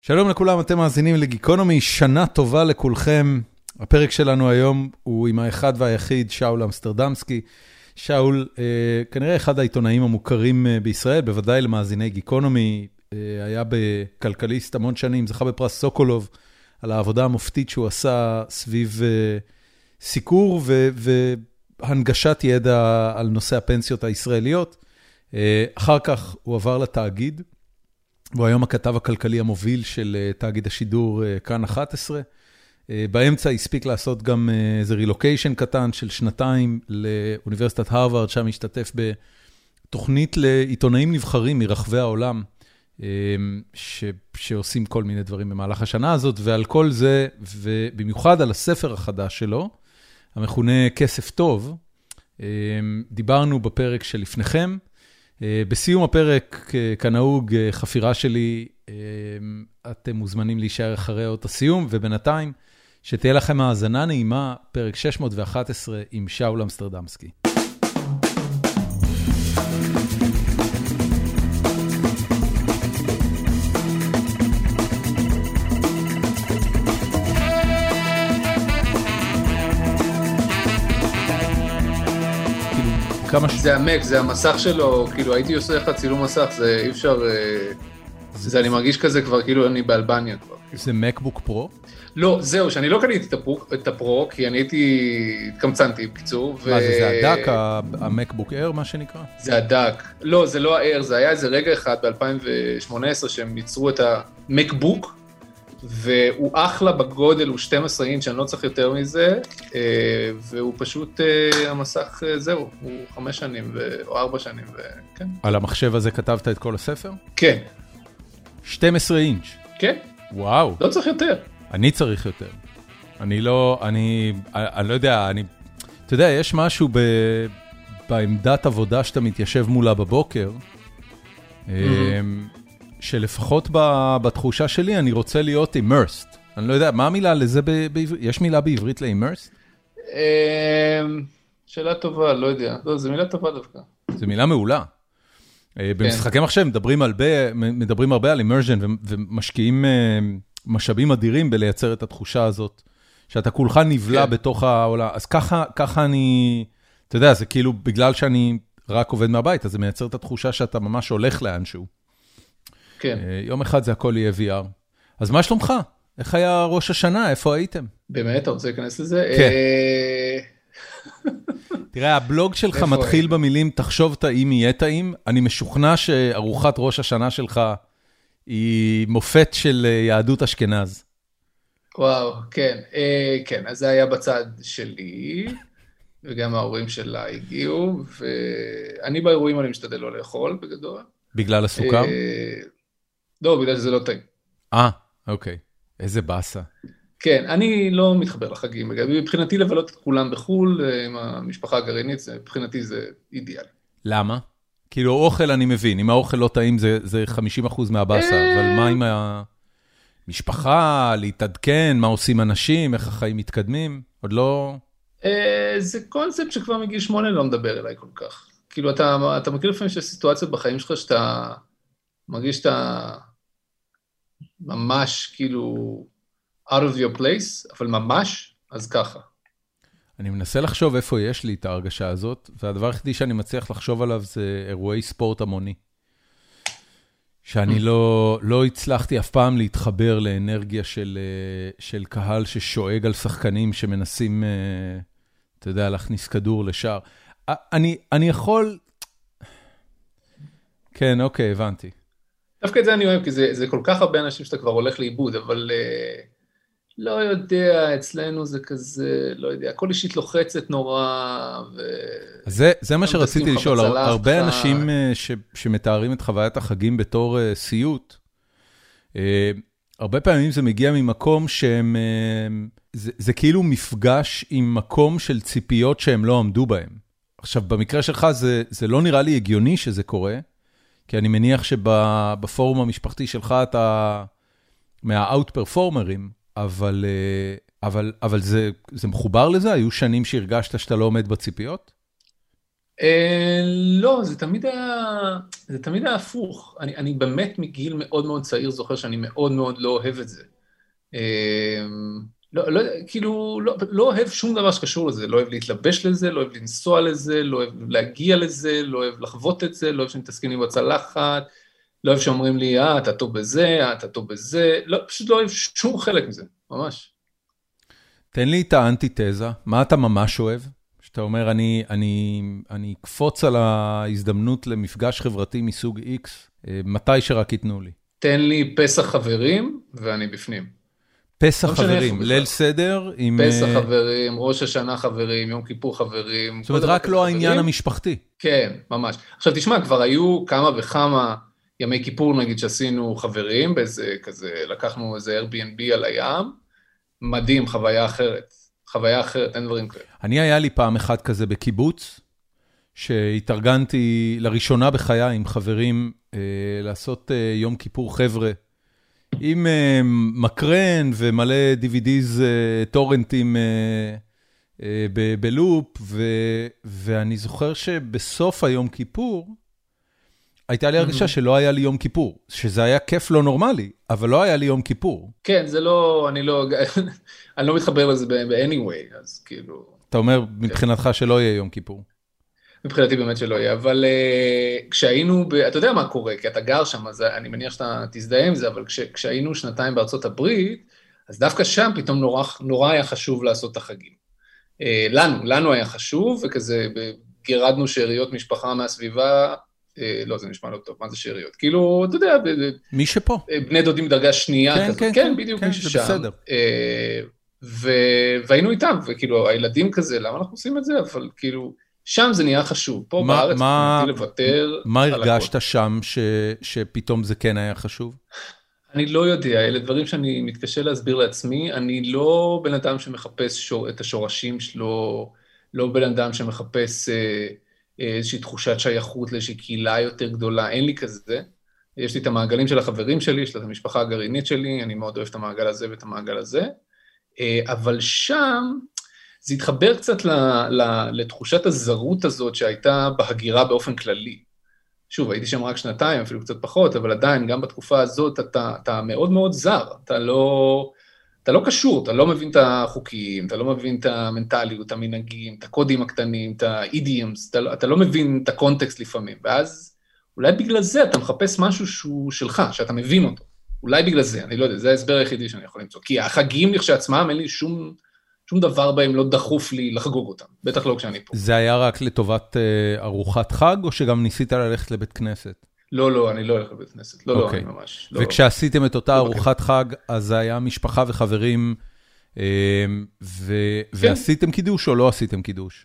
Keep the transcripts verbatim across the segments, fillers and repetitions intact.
שלום לכולם, אתם מאזינים לגיקונומי, שנה טובה לכולכם. הפרק שלנו היום הוא עם האחד והיחיד, שאול אמסטרדמסקי. שאול, אה, כנראה אחד העיתונאים המוכרים אה, בישראל, בוודאי למאזיני גיקונומי, אה, היה בכלכליסט המון שנים, זכה בפרס סוקולוב, על העבודה המופתית שהוא עשה סביב אה, סיקור ו- והנגשת ידע על נושא הפנסיות הישראליות. אה, אחר כך הוא עבר לתאגיד, והוא היום הכתב הכלכלי המוביל של תאגיד השידור כאן אחת עשרה. באמצע הספיק לעשות גם איזה רילוקיישן קטן של שנתיים לאוניברסיטת הרווארד, שם השתתף בתוכנית לעיתונאים נבחרים מרחבי העולם, ש... שעושים כל מיני דברים במהלך השנה הזאת, ועל כל זה, ובמיוחד על הספר החדש שלו, המכונה כסף טוב, דיברנו בפרק שלפניכם. בסיום הפרק, כנהוג, חפירה שלי, אתם מוזמנים להישאר אחרי עוד הסיום, ובינתיים, שתהיה לכם האזנה נעימה, פרק שש מאות ואחת עשרה עם שאול אמסטרדמסקי. זה המק, זה המסך שלו, כאילו הייתי עושה לך צילום מסך, זה אי אפשר, זה אני מרגיש כזה כבר, כאילו אני באלבניה כבר. זה מקבוק פרו? לא, זהו, שאני לא קניתי את הפרו, כי אני הייתי, התקמצנתי בקיצור. מה זה, זה הדק, המקבוק אייר, מה שנקרא? זה הדק. לא, זה לא האייר, זה היה איזה רגע אחד ב-אלפיים ושמונה עשרה שהם ייצרו את המקבוק, והוא אחלה בגודל, הוא שתים עשרה אינץ', אני לא צריך יותר מזה, והוא פשוט, המסך זהו, הוא חמש שנים או ארבע שנים, וכן. על המחשב הזה כתבת את כל הספר? כן. שתים עשרה אינץ'? כן. וואו. לא צריך יותר. אני צריך יותר. אני לא, אני, אני לא יודע, אני, אתה יודע, יש משהו ב, בעמדת עבודה שאתה מתיישב מולה בבוקר, שלפחות בתחושה שלי אני רוצה להיות immersed. אני לא יודע, מה המילה לזה בעברית? יש מילה בעברית ל-immersed? שאלה טובה, לא יודע. לא, זו מילה טובה דווקא. זו מילה מעולה. במשחקי מחשב מדברים הרבה, מדברים הרבה על immersion ומשקיעים משאבים אדירים בלייצר את התחושה הזאת, שאתה כולך נבלע בתוך העולם. אז ככה, ככה אני, אתה יודע, זה כאילו בגלל שאני רק עובד מהבית, אז זה מייצר את התחושה שאתה ממש הולך לאנשהו. כן. יום אחד זה הכל יהיה וי אר. אז מה שלומך? איך היה ראש השנה? איפה הייתם? באמת, אתה רוצה להיכנס לזה? כן. תראה, הבלוג שלך מתחיל במילים, תחשוב טעים יהיה טעים. אני משוכנע שארוחת ראש השנה שלך היא מופת של יהדות אשכנז. וואו, כן. כן, אז זה היה בצד שלי, וגם ההורים שלה הגיעו, ואני באירועים אני משתדל לא לאכול בגדול. בגלל הסוכר? לא, בגלל שזה לא טעים. אה, אוקיי. איזה באסה. כן, אני לא מתחבר לחגים. מבחינתי לבלות את כולם בחול, עם המשפחה הגרעינית, מבחינתי זה אידיאלי. למה? כאילו אוכל אני מבין, אם האוכל לא טעים זה, זה חמישים אחוז מהבאסה, אבל מה עם המשפחה, להתעדכן, מה עושים אנשים, איך החיים מתקדמים? עוד לא... זה קונספט שכבר מגיל שמונה לא מדבר אליי כל כך. כאילו אתה, אתה מכיר לפעמים שיש סיטואציות בחיים שלך שאתה מרגיש שאתה ממש כאילו out of your place, אבל ממש, אז ככה. אני מנסה לחשוב איפה יש לי את ההרגשה הזאת, והדבר היחידי שאני מצליח לחשוב עליו זה אירועי ספורט המוני. שאני לא, לא הצלחתי אף פעם להתחבר לאנרגיה של, של קהל ששואג על שחקנים שמנסים, אתה יודע, להכניס כדור לשער. אני, אני יכול... כן, אוקיי, הבנתי. דווקא את זה אני אוהב, כי זה, זה כל כך הרבה אנשים שאתה כבר הולך לאיבוד, אבל לא יודע, אצלנו זה כזה, לא יודע, הכל אישית לוחצת נורא, ו... זה, זה מה שרציתי לשאול, הרבה אנשים ש, שמתארים את חוויית החגים בתור סיוט, הרבה פעמים זה מגיע ממקום שהם, זה, זה כאילו מפגש עם מקום של ציפיות שהם לא עמדו בהם. עכשיו, במקרה שלך זה, זה לא נראה לי הגיוני שזה קורה, כי אני מניח שבפורום המשפחתי שלך אתה מה-out-performers, אבל, אבל, אבל זה, זה מחובר לזה? היו שנים שהרגשת שאתה לא עומד בציפיות? לא, זה תמיד היה, זה תמיד היה הפוך. אני, אני באמת מגיל מאוד מאוד צעיר זוכר שאני מאוד מאוד לא אוהב את זה. לא, לא, כאילו, לא, לא אוהב שום דבר שקשור לזה, לא אוהב להתלבש לזה, לא אוהב לנסוע לזה, לא אוהב להגיע לזה, לא אוהב לחוות את זה, לא אוהב שמתעסקים לי בצלחת, לא אוהב שאומרים לי, אה, אתה טוב בזה, אה, אתה טוב בזה, לא, פשוט לא אוהב שום חלק מזה, ממש. תן לי את האנטיתזה, מה אתה ממש אוהב? שאתה אומר, אני, אני, אני אקפוץ על ההזדמנות למפגש חברתי מסוג X, מתי שרק ייתנו לי. תן לי פסח חברים, ואני בפנים. פסח חברים, ליל סדר עם... פסח חברים, ראש השנה חברים, יום כיפור חברים. זאת אומרת, רק לא העניין המשפחתי. כן, ממש. עכשיו תשמע, כבר היו כמה וכמה ימי כיפור, נגיד, שעשינו חברים, באיזה כזה, לקחנו איזה Airbnb על הים, מדהים, חוויה אחרת. חוויה אחרת, אין דברים כאלה. אני היה לי פעם אחד כזה בקיבוץ, שהתארגנתי לראשונה בחיי עם חברים, אה, לעשות אה, יום כיפור חבר'ה, עם uh, מקרן ומלא די וי דיז uh, טורנטים uh, uh, ב- בלופ, ו- ואני זוכר שבסוף היום כיפור, הייתה לי הרגשה שלא היה לי יום כיפור, שזה היה כיף לא נורמלי, אבל לא היה לי יום כיפור. כן, זה לא, אני לא, אני לא מתחבר לזה ב-anyway, אז כאילו... אתה אומר מבחינתך שלא יהיה יום כיפור. מבחינתי באמת שלא יהיה, אבל uh, כשהיינו, ב... אתה יודע מה קורה, כי אתה גר שם, אז אני מניח שאתה תזדהה עם זה, אבל כש... כשהיינו שנתיים בארצות הברית, אז דווקא שם פתאום נורא, נורא היה חשוב לעשות את החגים. Uh, לנו, לנו היה חשוב, וכזה גירדנו שאריות משפחה מהסביבה, uh, לא, זה נשמע לא טוב, מה זה שאריות? כאילו, אתה יודע, ב... מי שפה. בני דודים דרגה שנייה, כן, כזאת. כן, כן, בדיוק כן, מי זה ששם. בסדר. Uh, ו... והיינו איתם, וכאילו, הילדים כזה, למה אנחנו עושים את זה? אבל כאילו, שם זה נהיה חשוב, פה מה, בארץ מה, נהייתי לוותר. מה הרגשת שם ש, שפתאום זה כן היה חשוב? אני לא יודע, אלה דברים שאני מתקשה להסביר לעצמי, אני לא בן אדם שמחפש שור, את השורשים שלו, לא בן אדם שמחפש אה, איזושהי תחושת שייכות לאיזושהי קהילה יותר גדולה, אין לי כזה. יש לי את המעגלים של החברים שלי, יש לי את המשפחה הגרעינית שלי, אני מאוד אוהב את המעגל הזה ואת המעגל הזה, אה, אבל שם... זה התחבר קצת ל, ל, לתחושת הזרות הזאת שהייתה בהגירה באופן כללי. שוב, הייתי שם רק שנתיים, אפילו קצת פחות, אבל עדיין, גם בתקופה הזאת, אתה, אתה מאוד מאוד זר, אתה לא, אתה לא קשור, אתה לא מבין את החוקים, אתה לא מבין את המנטליות, את המנהגים, את הקודים הקטנים, את ה-idioms, אתה, אתה לא מבין את הקונטקסט לפעמים, ואז אולי בגלל זה אתה מחפש משהו שהוא שלך, שאתה מבין אותו. אולי בגלל זה, אני לא יודע, זה ההסבר היחידי שאני יכול למצוא, כי החגים לכשעצמם, אין לי שום... שום דבר בהם לא דחוף לי לחגוג אותם, בטח לא כשאני פה. זה היה רק לטובת uh, ארוחת חג, או שגם ניסית ללכת לבית כנסת? לא, לא, אני לא הולך לבית כנסת, לא, okay. לא, אני ממש. לא. וכשעשיתם את אותה ארוחת חג, אז זה היה משפחה וחברים, uh, ו... כן. ועשיתם קידוש או לא עשיתם קידוש?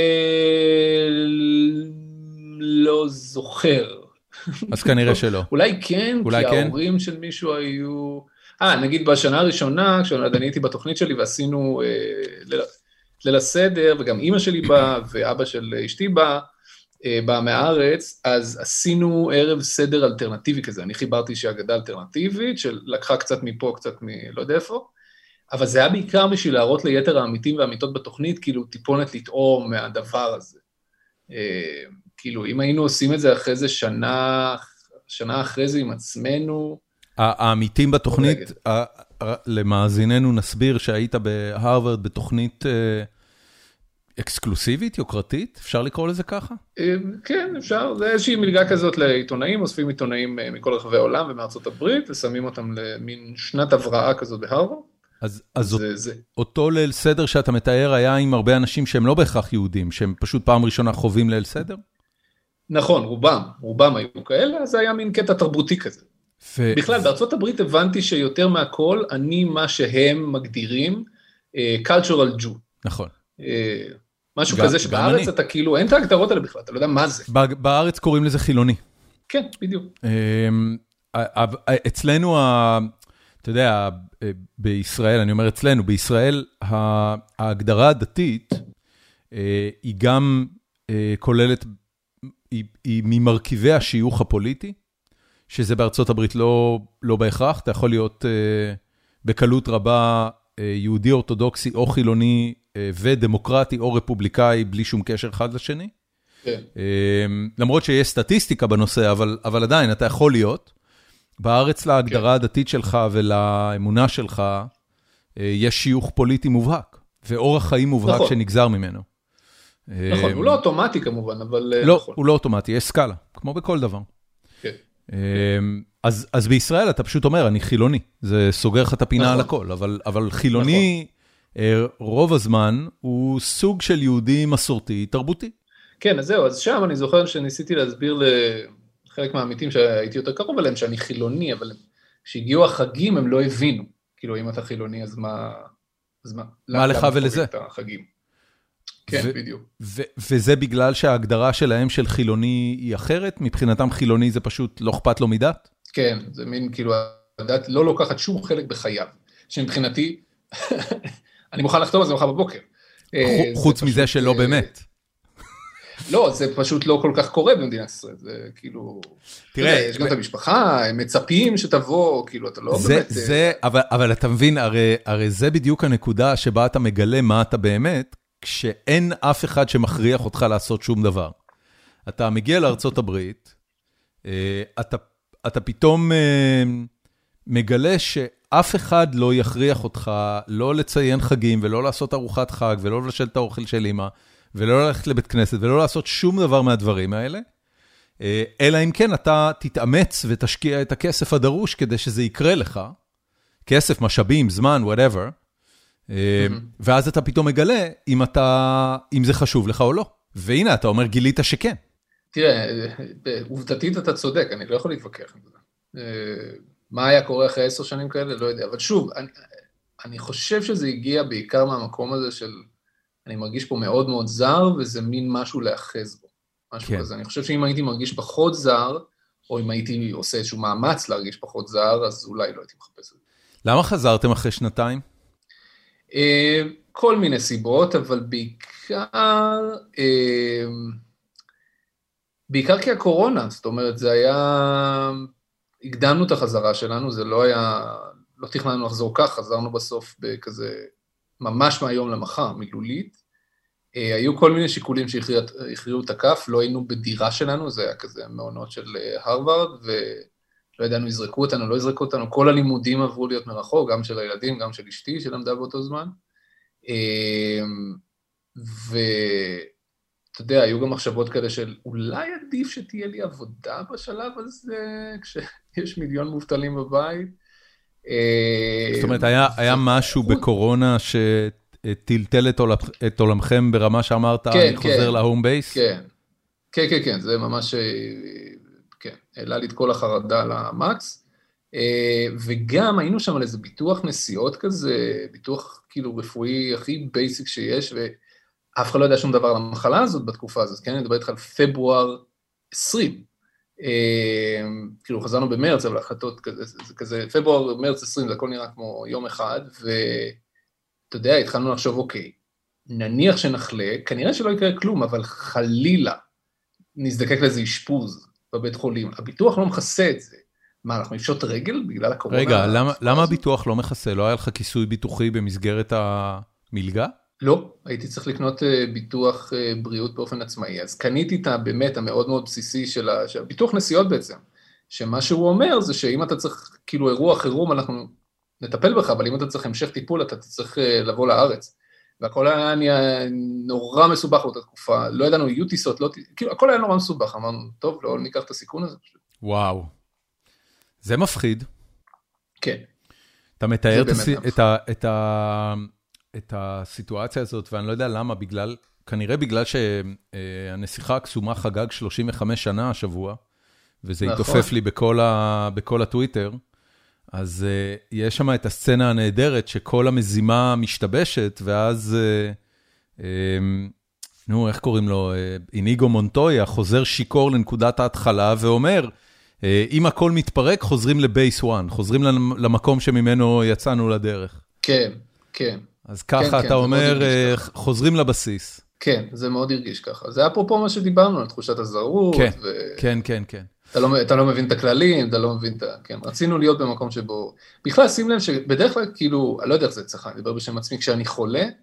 לא זוכר. אז כנראה שלא. אולי כן, אולי כי כן? ההורים של מישהו היו... אה, נגיד בשנה הראשונה, כשאני הייתי בתוכנית שלי ועשינו אה, ליל הסדר, וגם אמא שלי באה, ואבא של אשתי בא, אה, בא מהארץ, אז עשינו ערב סדר אלטרנטיבי כזה, אני חיברתי שהגדה אלטרנטיבית, שלקחה קצת מפה, קצת מ... לא יודע איפה, אבל זה היה בעיקר בשביל להראות ליתר העמיתים והעמיתות בתוכנית, כאילו טיפונת לטעום מהדבר הזה. אה, כאילו, אם היינו עושים את זה אחרי זה שנה, שנה אחרי זה עם עצמנו, העמיתים בתוכנית, למאזיננו נסביר שהיית בהרווארד בתוכנית אקסקלוסיבית, יוקרתית, אפשר לקרוא לזה ככה? כן, אפשר, זה איזושהי מלגה כזאת לעיתונאים, אוספים עיתונאים מכל רחבי העולם ומארצות הברית, ושמים אותם למין שנת הבראה כזאת בהרווארד. אז, אז זה, אותו ליל סדר שאתה מתאר היה עם הרבה אנשים שהם לא בהכרח יהודים, שהם פשוט פעם ראשונה חווים ליל סדר? נכון, רובם, רובם היו כאלה, אז זה היה מין קטע תרבותי כזה. ו... בכלל, בארצות הברית הבנתי שיותר מהכל, אני מה שהם מגדירים, uh, cultural Jew. נכון. Uh, משהו כזה שבארץ אני. אתה כאילו, אין את ההגדרות האלה בכלל, אתה לא יודע מה זה. בארץ קוראים לזה חילוני. כן, בדיוק. אצלנו, אתה יודע, בישראל, אני אומר אצלנו, בישראל ההגדרה הדתית היא גם כוללת, היא, היא ממרכיבי השיוך הפוליטי, שזה בארצות הברית לא, לא בהכרח, אתה יכול להיות בקלות רבה יהודי אורתודוקסי או חילוני ודמוקרטי או רפובליקאי בלי שום קשר אחד לשני. למרות שיש סטטיסטיקה בנושא, אבל עדיין אתה יכול להיות. בארץ להגדרה הדתית שלך ולאמונה שלך, יש שיוך פוליטי מובהק, ואורח חיים מובהק שנגזר ממנו. נכון, הוא לא אוטומטי כמובן, אבל... לא, הוא לא אוטומטי, יש סקאלה, כמו בכל דבר. כן. אז, אז בישראל אתה פשוט אומר, אני חילוני, זה סוגר לך את הפינה על הכל, אבל, אבל חילוני, רוב הזמן, הוא סוג של יהודי מסורתי, תרבותי. כן, אז זהו, אז שם אני זוכר שניסיתי להסביר לחלק מהעמיתים שהייתי יותר קרוב עליהם, שאני חילוני, אבל כשהגיעו החגים הם לא הבינו, כאילו אם אתה חילוני, אז מה... אז מה, מה לך ולזה? כן, בדיוק. וזה בגלל שההגדרה שלהם של חילוני היא אחרת? מבחינתם חילוני זה פשוט לא אכפת לו מדת? כן, זה מין כאילו, הדת לא לוקחת שום חלק בחייו, שמבחינתי, אני מוכן לחתום על זה מחר בבוקר. חוץ מזה שלא באמת. לא, זה פשוט לא כל כך קורה במדינת ישראל, זה כאילו, תראה, יש גם את המשפחה, הם מצפים שתבוא, כאילו, אתה לא באמת... זה, אבל אתה מבין, הרי זה בדיוק הנקודה שבה אתה מגלה מה אתה באמת, כשאין אף אחד שמכריח אותך לעשות שום דבר. אתה מגיע לארצות הברית, אתה, אתה פתאום מגלה שאף אחד לא יכריח אותך לא לציין חגים, ולא לעשות ארוחת חג, ולא לבשל את האוכל של אמא, ולא ללכת לבית כנסת, ולא לעשות שום דבר מהדברים האלה, אלא אם כן אתה תתאמץ ותשקיע את הכסף הדרוש כדי שזה יקרה לך, כסף, משאבים, זמן, whatever, ואז אתה פתאום מגלה אם אתה, אם זה חשוב לך או לא. והנה, אתה אומר, גילית שכן. תראה, עובדתית אתה צודק, אני לא יכול להתווכח עם זה. מה היה קורה אחרי עשר שנים כאלה? לא יודע. אבל שוב, אני, אני חושב שזה הגיע בעיקר מהמקום הזה של, אני מרגיש פה מאוד מאוד זר, וזה מין משהו לאחז בו. משהו כזה. אני חושב שאם הייתי מרגיש פחות זר, או אם הייתי עושה איזשהו מאמץ להרגיש פחות זר, אז אולי לא הייתי מחפש את זה. למה חזרתם אחרי שנתיים? כל מיני סיבות, אבל בעיקר, בעיקר כי הקורונה, זאת אומרת, זה היה, הקדמנו את החזרה שלנו, זה לא היה, לא תכננו לחזור כך, חזרנו בסוף בכזה, ממש מהיום למחר, מילולית. היו כל מיני שיקולים שהכריעו את הכף, לא היינו בדירה שלנו, זה היה כזה מעונות של הרווארד, ולא ידענו, יזרקו אותנו, לא יזרקו אותנו, כל הלימודים עברו להיות מרחוק, גם של הילדים, גם של אשתי, שלמדה באותו זמן. ואתה יודע, היו גם מחשבות כאלה של, אולי עדיף שתהיה לי עבודה בשלב הזה, כשיש מיליון מובטלים בבית. זאת אומרת, היה משהו בקורונה שטלטל את עולמכם ברמה שאמרת, אני חוזר להום בייס? כן, כן, כן, כן, זה ממש, כן, העלה לי את כל החרדה למקס, וגם היינו שם על איזה ביטוח נסיעות כזה, ביטוח כאילו רפואי הכי בייסיק שיש, ואף אחד לא יודע שום דבר על המחלה הזאת בתקופה הזאת, כן, אני מדבר איתך על פברואר עשרים, כאילו חזרנו במרץ, אבל החלטות כזה, זה כזה, פברואר, מרץ עשרים, זה הכל נראה כמו יום אחד, ואתה יודע, התחלנו לחשוב, אוקיי, נניח שנחלה, כנראה שלא יקרה כלום, אבל חלילה נזדקק לאיזה אשפוז בבית חולים, הביטוח לא מכסה את זה, מה, אנחנו נפשוט רגל בגלל הקורונה? רגע, למה, למה הביטוח לא מכסה? לא היה לך כיסוי ביטוחי במסגרת המלגה? לא, הייתי צריך לקנות ביטוח בריאות באופן עצמאי, אז קניתי את באמת המאוד מאוד בסיסי של הביטוח נסיעות בעצם, שמה שהוא אומר זה שאם אתה צריך כאילו אירוע חירום, אנחנו נטפל בך, אבל אם אתה צריך המשך טיפול, אתה צריך לבוא לארץ, והכל היה נורא מסובך באותה תקופה, לא ידענו, יהיו טיסות, לא, כאילו, הכל היה נורא מסובך, אמרנו, טוב, לא ניקח את הסיכון הזה. וואו, זה מפחיד. כן. אתה מתאר את, הס... את, ה... את, ה... את הסיטואציה הזאת, ואני לא יודע למה, בגלל, כנראה בגלל שהנסיכה הקסומה חגג שלושים וחמש שנה השבוע, וזה נכון. התופף לי בכל, ה... בכל הטוויטר, אז uh, יש שם את הסצנה הנהדרת, שכל המזימה משתבשת, ואז, uh, um, נו, איך קוראים לו? Uh, איניגו מונטויה, חוזר שיקור לנקודת ההתחלה, ואומר, uh, אם הכל מתפרק, חוזרים לבייס וואן, חוזרים למקום שממנו יצאנו לדרך. כן, כן. אז ככה כן, אתה כן, אומר, uh, חוזרים לבסיס. כן, זה מאוד הרגיש ככה. זה אפרופו מה שדיברנו, על תחושת הזרות. כן, ו... כן, כן, כן. אתה לא, אתה לא מבין את הכללים, אתה לא מבין את ה... כן, רצינו להיות במקום שבו... בכלל, שים לב שבדרך כלל, כאילו, אני לא יודע איך זה צריך, אני מדבר בשם עצמי, כשאני חולה,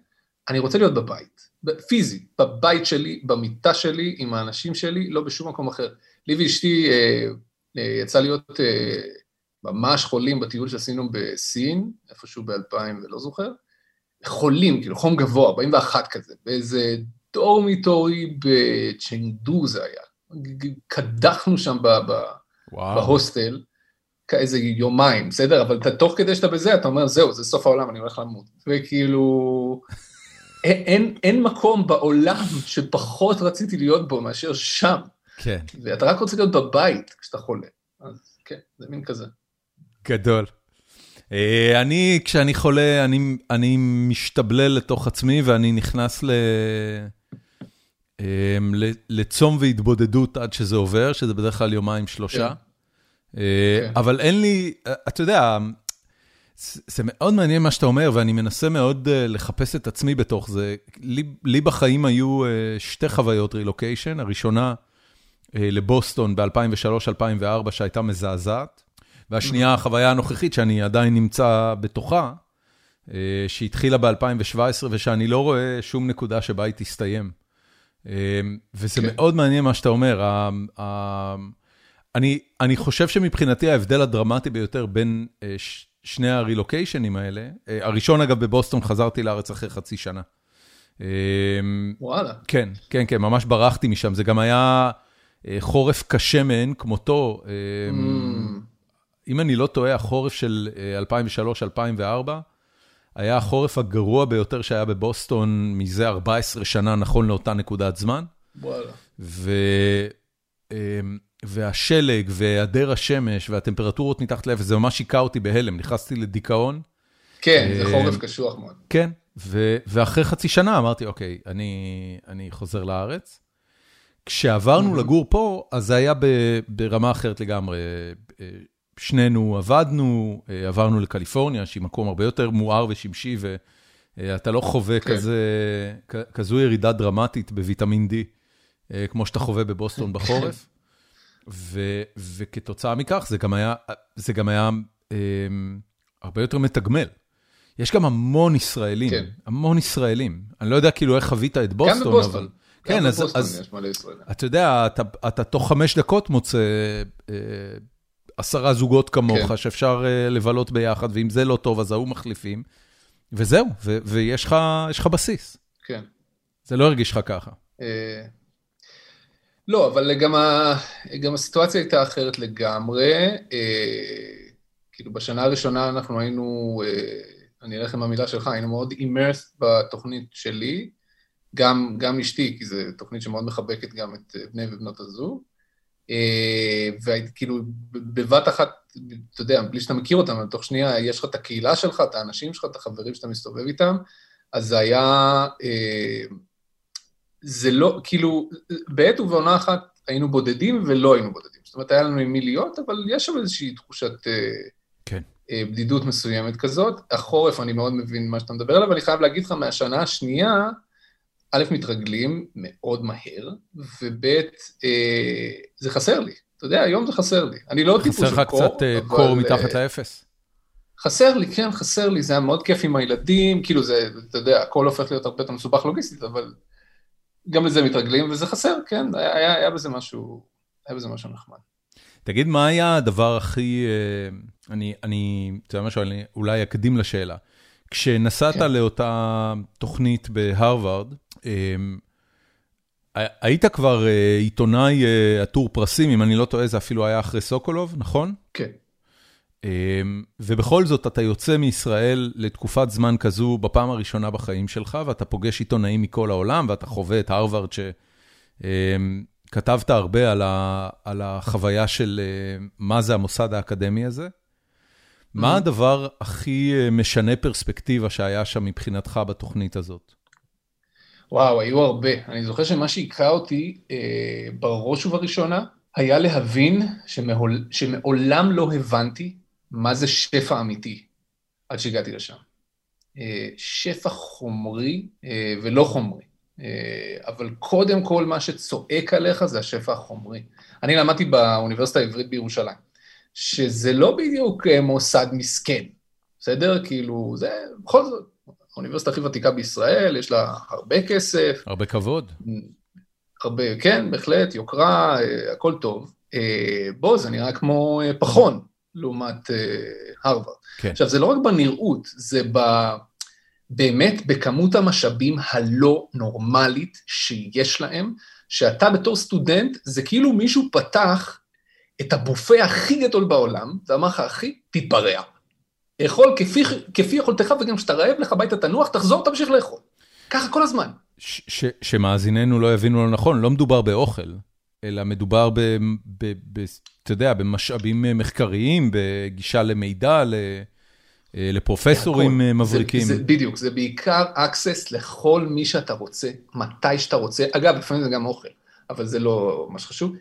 אני רוצה להיות בבית, פיזי, בבית שלי, במיטה שלי, עם האנשים שלי, לא בשום מקום אחר. לי ואשתי אה, אה, יצא להיות אה, ממש חולים בטיול שעשינו בסין, איפשהו ב-אלפיים ולא זוכר, חולים, כאילו חום גבוה, ארבעים ואחת כזה, באיזה דורמיטורי בצ'נגדו זה היה. קדחנו שם ב- ב- בהוסטל, כאיזה יומיים, בסדר? אבל אתה, תוך כדי שאתה בזה, אתה אומר, זהו, זה סוף העולם, אני הולך למות. וכאילו, אין, אין, אין מקום בעולם שפחות רציתי להיות בו מאשר שם. כן. ואתה רק רוצה להיות בבית כשאתה חולה. אז כן, זה מין כזה. גדול. אני, כשאני חולה, אני, אני משתבלל לתוך עצמי, ואני נכנס ל... לצום והתבודדות עד שזה עובר, שזה בדרך כלל יומיים שלושה. אבל אין לי, אתה יודע, זה מאוד מעניין מה שאתה אומר, ואני מנסה מאוד לחפש את עצמי בתוך זה. לי, לי בחיים היו שתי חוויות רילוקיישן, הראשונה לבוסטון ב-אלפיים ושלוש אלפיים וארבע, שהייתה מזעזעת, והשנייה, החוויה הנוכחית שאני עדיין נמצא בתוכה, שהתחילה ב-אלפיים שבע עשרה, ושאני לא רואה שום נקודה שבה היא תסתיים. וזה מאוד מעניין מה שאתה אומר. אני, אני חושב שמבחינתי ההבדל הדרמטי ביותר בין שני הרילוקיישנים האלה, הראשון אגב בבוסטון חזרתי לארץ אחרי חצי שנה. וואלה. כן, כן, כן, ממש ברחתי משם. זה גם היה חורף קשה מאין כמותו. אם אני לא טועה, החורף של אלפיים ושלוש אלפיים וארבע, היה החורף הגרוע ביותר שהיה בבוסטון מזה ארבע עשרה שנה, נכון לאותה נקודת זמן. וואלה. ו... והשלג והיעדר השמש והטמפרטורות מתחת לאפס, זה ממש שיקע אותי בהלם, נכנסתי לדיכאון. כן, זה חורף קשוח מאוד. כן, ו... ואחרי חצי שנה אמרתי, אוקיי, אני, אני חוזר לארץ. כשעברנו לגור פה, אז זה היה ב... ברמה אחרת לגמרי. שנינו עבדנו, עברנו לקליפורניה, שהיא מקום הרבה יותר מואר ושמשי, ואתה לא חווה כן. כזה, כזו ירידה דרמטית בוויטמין D, כמו שאתה חווה בבוסטון בחורף. ו, וכתוצאה מכך, זה גם היה, זה גם היה אה, הרבה יותר מתגמל. יש גם המון ישראלים, כן. המון ישראלים. אני לא יודע כאילו איך חווית את בוסטון, גם בבוסטון. אבל... גם כן, אז, בבוסטון אז, יש מלא ישראלים. אתה יודע, אתה, אתה תוך חמש דקות מוצא אה, עשרה זוגות כמוך, כן. שאפשר אה, לבלות ביחד, ואם זה לא טוב, אז ההוא מחליפים, וזהו, ו, ויש לך, יש לך בסיס. כן. זה לא הרגיש לך ככה. אה... לא, אבל גם, ה... גם הסיטואציה הייתה אחרת לגמרי. אה... כאילו בשנה הראשונה אנחנו היינו, אה... אני אלך עם המילה שלך, היינו מאוד immersed בתוכנית שלי, גם, גם אשתי, כי זו תוכנית שמאוד מחבקת גם את בני ובנות הזוג, אה... וכאילו בבת אחת, אתה יודע, בלי שאתה מכיר אותם, אבל תוך שנייה יש לך את הקהילה שלך, את האנשים שלך, את החברים שאתה מסתובב איתם, אז זה היה... אה... זה לא, כאילו, בעת ובעונה אחת היינו בודדים ולא היינו בודדים. זאת אומרת, היה לנו עם מי להיות, אבל יש שם איזושהי תחושת כן. בדידות מסוימת כזאת. החורף, אני מאוד מבין מה שאתה מדבר עליו, אבל אני חייב להגיד לך, מהשנה השנייה, א', מתרגלים מאוד מהר, וב', זה חסר לי. אתה יודע, היום זה חסר לי. אני לא טיפוס של קור. חסר לך קצת קור מתחת לאפס? חסר לי, כן, חסר לי. זה היה מאוד כיף עם הילדים, כאילו זה, אתה יודע, הכל הופך להיות הרבה יותר מסובך לוגיסטית, אבל... גם לזה מתרגלים, וזה חסר, כן, היה, היה, היה בזה משהו, היה בזה משהו נחמד. תגיד, מה היה הדבר הכי, אני, אני, אתה יודע משהו, אני אולי אקדים לשאלה. כשנסעת כן. לאותה תוכנית בהרווארד, היית כבר עיתונאי עטור פרסים, אם אני לא טועה, זה אפילו היה אחרי סוקולוב, נכון? כן. ובכל זאת אתה יוצא מישראל לתקופת זמן כזו בפעם הראשונה בחיים שלך, ואתה פוגש עיתונאים מכל העולם, ואתה חווה את הרווארד שכתבת הרבה על, ה, על החוויה של מה זה המוסד האקדמי הזה. מה הדבר הכי משנה פרספקטיבה שהיה שם מבחינתך בתוכנית הזאת? וואו, היו הרבה. אני זוכר שמה שיקרה אותי אה, בראש ובראשונה, היה להבין שמעול, שמעולם לא הבנתי מה זה שפע אמיתי, עד שהגעתי לשם. שפע חומרי ולא חומרי. אבל קודם כל מה שצועק עליך זה השפע החומרי. אני למדתי באוניברסיטה העברית בירושלים, שזה לא בדיוק מוסד מסכן, בסדר? כאילו, זה בכל זאת האוניברסיטה הכי ותיקה בישראל, יש לה הרבה כסף. הרבה כבוד. הרבה, כן, בהחלט, יוקרה, הכל טוב. בוא, זה נראה כמו פחון, לעומת הרווארד. כן. עכשיו, זה לא רק בנראות, זה ב... באמת בכמות המשאבים הלא נורמלית שיש להם, שאתה בתור סטודנט, זה כאילו מישהו פתח את הבופה הכי גדול בעולם, ואמר לך, אחי, תתפרע. אכול כפי, כפי יכולתך, וגם כשאתה רעב לך הביתה תנוח, תחזור, תמשיך לאכול. ככה כל הזמן. ש- ש- שמאזיננו לא יבינו לא נכון, לא מדובר באוכל, אלא מדובר ב... ב, ב אתה יודע, במשאבים מחקריים, בגישה למידע, ל... לפרופסורים מבריקים. זה, זה, בדיוק, זה בעיקר access לכל מי שאתה רוצה, מתי שאתה רוצה, אגב, לפעמים זה גם אוכל, אבל זה לא מה שחשוב.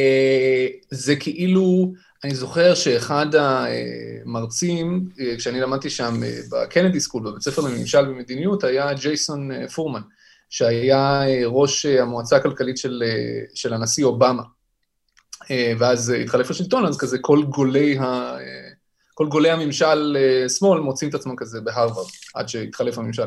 זה כאילו, אני זוכר שאחד המרצים, כשאני למדתי שם בקנדי סקול, בבית ספר לממשל ומדיניות, היה ג'ייסון פורמן, שהיה ראש המועצה הכלכלית של, של הנשיא אובמה, ואז התחלף לשלטון, אז כזה כל גולי ה... כל גולי הממשל שמאל מוצאים את עצמם כזה בהרווארד, עד שהתחלף הממשל.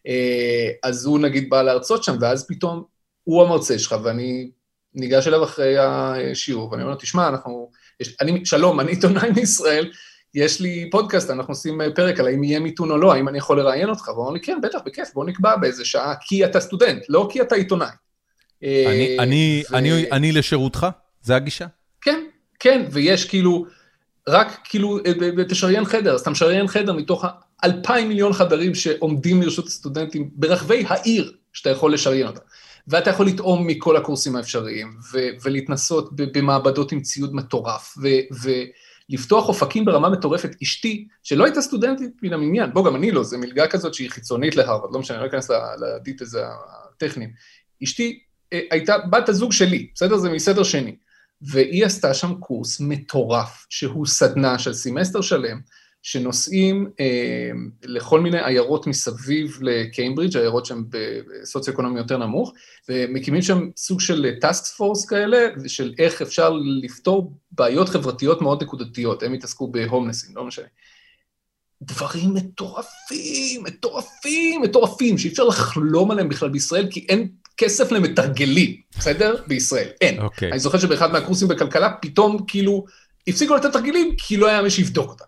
אז הוא נגיד בא להרצות שם, ואז פתאום הוא המרצה שלך, ואני ניגש אליו אחרי השיעור, ואני אומר לו, תשמע, אנחנו, יש, אני, שלום, אני עיתונאי מישראל, יש לי פודקאסט, אנחנו עושים פרק על האם יהיה מיתון או לא, האם אני יכול לראיין אותך, והוא אומר לי, כן, בטח, בכיף, בוא נקבע באיזה שעה, כי אתה סטודנט, לא כי אתה עיתונאי. אני, אני, ו... אני, אני לשירותך? זה הגישה? כן, כן, ויש כאילו, רק כאילו, תשריין חדר, אז אתה משריין חדר מתוך האלפיים מיליון חדרים שעומדים לרשות הסטודנטים ברחבי העיר שאתה יכול לשריין אותה. ואתה יכול לטעום מכל הקורסים האפשריים, ו- ולהתנסות במעבדות עם ציוד מטורף, ו- ולפתוח אופקים ברמה מטורפת. אשתי, שלא הייתה סטודנטית מן המניין, בוא, גם אני לא, זה מלגה כזאת שהיא חיצונית להרווארד, לא משנה, אני לא אכנס לדיטלס הטכניים. אשתי הייתה בת הזוג שלי, בסדר? זה מסדר שני. והיא עשתה שם קורס מטורף, שהוא סדנה של סמסטר שלם, שנוסעים אה, לכל מיני עיירות מסביב לקיימברידג', עיירות שהן בסוציו-אקונומי יותר נמוך, ומקימים שם סוג של טאסק פורס כאלה, של איך אפשר לפתור בעיות חברתיות מאוד נקודתיות, הם התעסקו בהומלסים, לא משנה. דברים מטורפים, מטורפים, מטורפים, שאי אפשר לחלום עליהם בכלל בישראל, כי אין כסף למתרגלים, בסדר? בישראל, אין. Okay. אני זוכר שבאחד מהקורסים בכלכלה, פתאום כאילו, הפסיקו לתת תרגילים, כי לא היה מי שיבדוק אותם.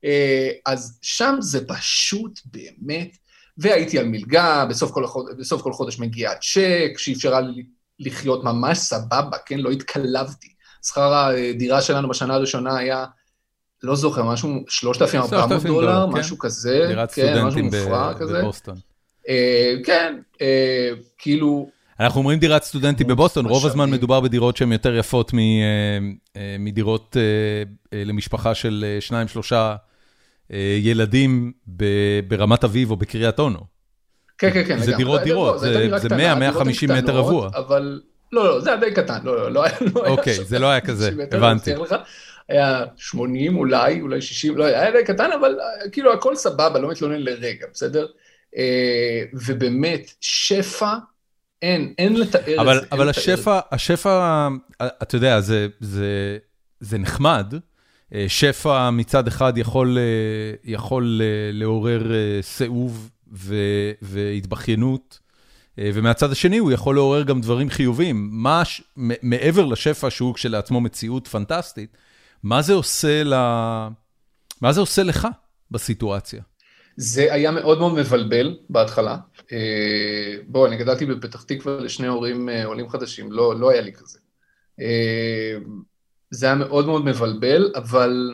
אז שם זה פשוט באמת, והייתי על מלגה, בסוף כל, החוד... בסוף כל חודש מגיע צ'ק, שאפשרה לי לחיות ממש סבבה, כן? לא התקלבתי. שכר הדירה שלנו בשנה הראשונה היה, לא זוכר, משהו שלושת אלפים וארבע מאות דולר, משהו כן. כזה, דירת כן, סטודנטים משהו מופרע ב- כזה. בבוסטון. כן, כאילו... אנחנו אומרים דירת סטודנטים בבוסטון, רוב הזמן מדובר בדירות שהן יותר יפות מדירות למשפחה של שניים, שלושה ילדים ברמת אביב או בקריית אונו. כן, כן, כן. זה דירות דירות, זה מאה עד מאה וחמישים מטר רבוע. אבל לא, לא, זה היה די קטן, לא, לא היה... אוקיי, זה לא היה כזה, הבנתי. היה שמונים אולי, אולי שישים, לא, היה די קטן, אבל כאילו הכל סבבה, לא מתלונן לרגע, בסדר? ובאמת, שפע, אין, אין לתאר אבל, את זה. אבל השפע, השפע, אתה יודע, זה, זה, זה נחמד. שפע מצד אחד יכול, יכול לעורר סיאוב והתבחיינות, ומהצד השני הוא יכול לעורר גם דברים חיוביים. מה, מעבר לשפע שהוא כשלעצמו מציאות פנטסטית, מה זה עושה ל... מה זה עושה לך בסיטואציה? זה היה מאוד מאוד מבלבל בהתחלה. בוא, אני גדלתי בפתח תקווה לשני הורים עולים חדשים, לא, לא היה לי כזה. זה היה מאוד מאוד מבלבל, אבל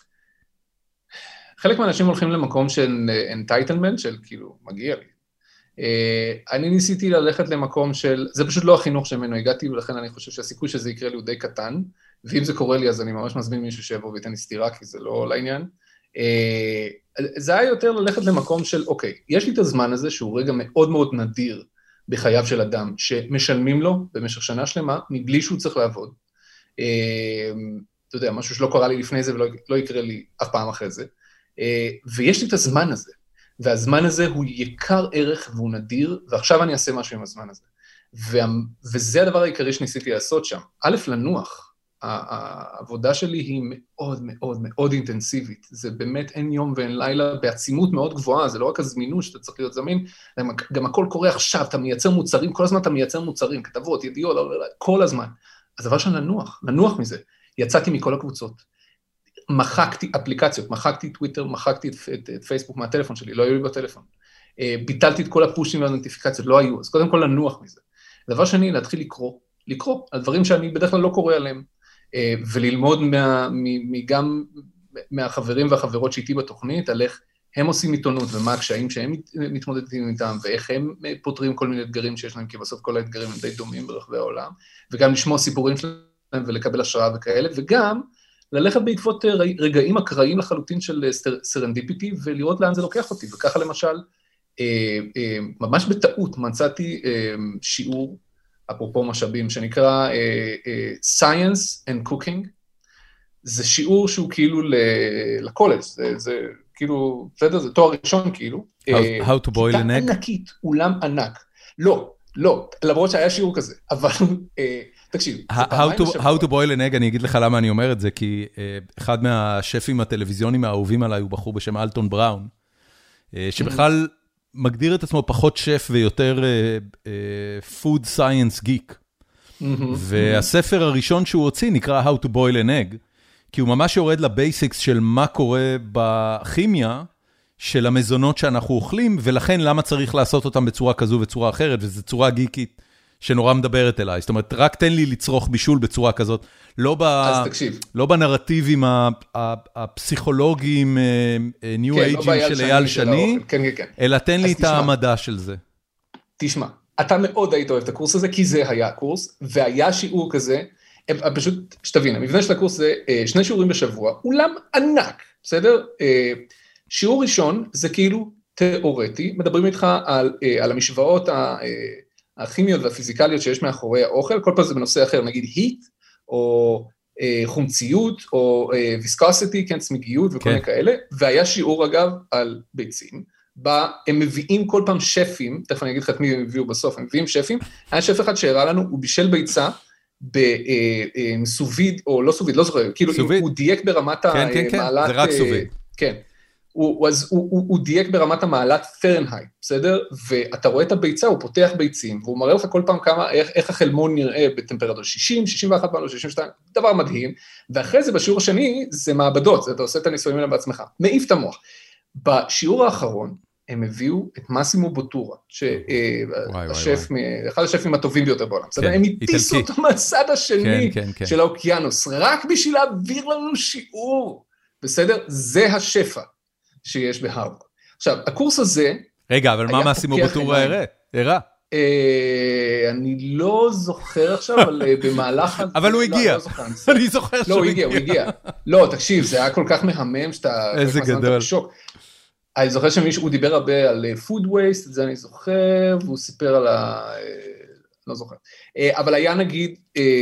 חלק מהאנשים הולכים למקום של entitlement, של כאילו, מגיע לי. אני ניסיתי ללכת למקום של, זה פשוט לא החינוך שממנו הגעתי, ולכן אני חושב שהסיכוי שזה יקרה לי הוא די קטן, ואם זה קורה לי אז אני ממש מזמין מישהו שיבוא וייתן לי סתירה, כי זה לא לעניין. זה היה יותר ללכת למקום של, אוקיי, יש לי את הזמן הזה שהוא רגע מאוד מאוד נדיר בחייו של אדם, שמשלמים לו במשך שנה שלמה, מבלי שהוא צריך לעבוד. אתה יודע, משהו שלא קרה לי לפני זה ולא יקרה לי אף פעם אחרי זה. ויש לי את הזמן הזה, והזמן הזה הוא יקר ערך והוא נדיר, ועכשיו אני אעשה משהו עם הזמן הזה. וזה הדבר העיקרי שניסיתי לעשות שם. א', לנוח. העבודה שלי היא מאוד מאוד מאוד אינטנסיבית. זה באמת אין יום ואין לילה בעצימות מאוד גבוהה, זה לא רק הזמינות שאתה צריך להיות זמין, גם הכל קורה עכשיו, אתה מייצר מוצרים, כל הזמן אתה מייצר מוצרים, כתבות, ידיעות, כל הזמן. אז דבר שאני לנוח, לנוח מזה. יצאתי מכל הקבוצות, מחקתי אפליקציות, מחקתי טוויטר, מחקתי את, את, את פייסבוק מהטלפון שלי, לא היו לי בטלפון. ביטלתי את כל הפושים והנוטיפיקציות, לא היו, אז קודם כל לנוח מזה. דבר שני, להתחיל לקרוא, לקרוא על דברים שאני בדרך כלל לא קורא עליהם, וללמוד מה, גם מהחברים והחברות שאיתי בתוכנית, על איך הם עושים עיתונות, ומה הקשיים שהם מתמודדים איתם, ואיך הם פותרים כל מיני אתגרים שיש להם, כי בסוף כל האתגרים הם די דומים ברחבי העולם, וגם לשמוע סיפורים שלהם ולקבל השראה וכאלה, וגם ללכת בעקבות רגעים אקראיים לחלוטין של סרנדיפיטי, ולראות לאן זה לוקח אותי, וככה למשל, ממש בטעות מצאתי שיעור, אפרופו משאבים, שנקרא Science and Cooking, זה שיעור שהוא כאילו לקולג', זה, זה כאילו, בסדר, זה תואר ראשון כאילו. How, how to boil an egg? כיתה ענקית, אולם ענק. לא, לא, למרות שהיה שיעור כזה, אבל תקשיב. How to, how to boil an egg, אני אגיד לך למה אני אומר את זה, כי אחד מהשפים הטלוויזיונים האהובים עליי הוא בחור בשם אלטון בראון, שבכלל מגדיר את עצמו פחות שף ויותר food science geek. והספר הראשון שהוא הוציא נקרא How to boil an egg, כי הוא ממש יורד לבייסיקס של מה קורה בכימיה של המזונות שאנחנו אוכלים, ולכן למה צריך לעשות אותם בצורה כזו וצורה אחרת, וזו צורה גיקית שנורא מדברת אליי. זאת אומרת, רק תן לי לצרוך בישול בצורה כזאת, לא, ב... לא בנרטיבים הפסיכולוגיים, ניו אייג'ים של אייל שני, כן, כן, כן. אלא תן לי את המדע של זה. תשמע, אתה מאוד היית אוהב את הקורס הזה, כי זה היה קורס, והיה שיעור כזה, פשוט שתבין, המבנה של הקורס זה שני שיעורים בשבוע, אולם ענק, בסדר? שיעור ראשון זה כאילו תיאורטי, מדברים איתך על, על המשוואות הכימיות והפיזיקליות שיש מאחורי האוכל, כל פעם זה בנושא אחר, נגיד heat, או חומציות, או viscosity, כן, צמיגיות וכל מיני כאלה, והיה שיעור אגב על ביצים, בה הם מביאים כל פעם שפים, תכף אני אגיד לך את מי הם הביאו בסוף, הם מביאים שפים, היה שף אחד שהראה לנו, הוא בישל ביצה, בסוביד, או לא סוביד, לא זוכר, כאילו הוא דייק ברמת המעלת... כן, כן, כן, זה רק סוביד. כן, הוא דייק ברמת המעלת פרנהייט, בסדר? ואתה רואה את הביצה, הוא פותח ביצים, והוא מראה לך כל פעם כמה, איך החלמון נראה בטמפרטורה שישים, שישים ואחת מעלות, שישים ושתיים, דבר מדהים, ואחרי זה בשיעור השני, זה מעבדות, אתה עושה את הניסויים האלה בעצמך, מעיף את המוח. בשיעור האחרון, הם הביאו את מאסימו בוטורה, שהשף, אחד השפים הטובים ביותר בעולם, הם הטיסו אותו מהצד השני של האוקיינוס, רק בשביל להעביר לנו שיעור, בסדר? זה השפע שיש בהרווארד. עכשיו, הקורס הזה... רגע, אבל מה מאסימו בוטורה הראה? הראה? אני לא זוכר עכשיו, אבל במהלך... אבל הוא הגיע. אני זוכר שהוא הגיע. לא, הוא הגיע, הוא הגיע. לא, תקשיב, זה היה כל כך מהמם שאתה... איזה גדול. אני זוכר שמישהו, הוא דיבר הרבה על food waste, את זה אני זוכר, והוא סיפר על ה... לא זוכר. אבל היה נגיד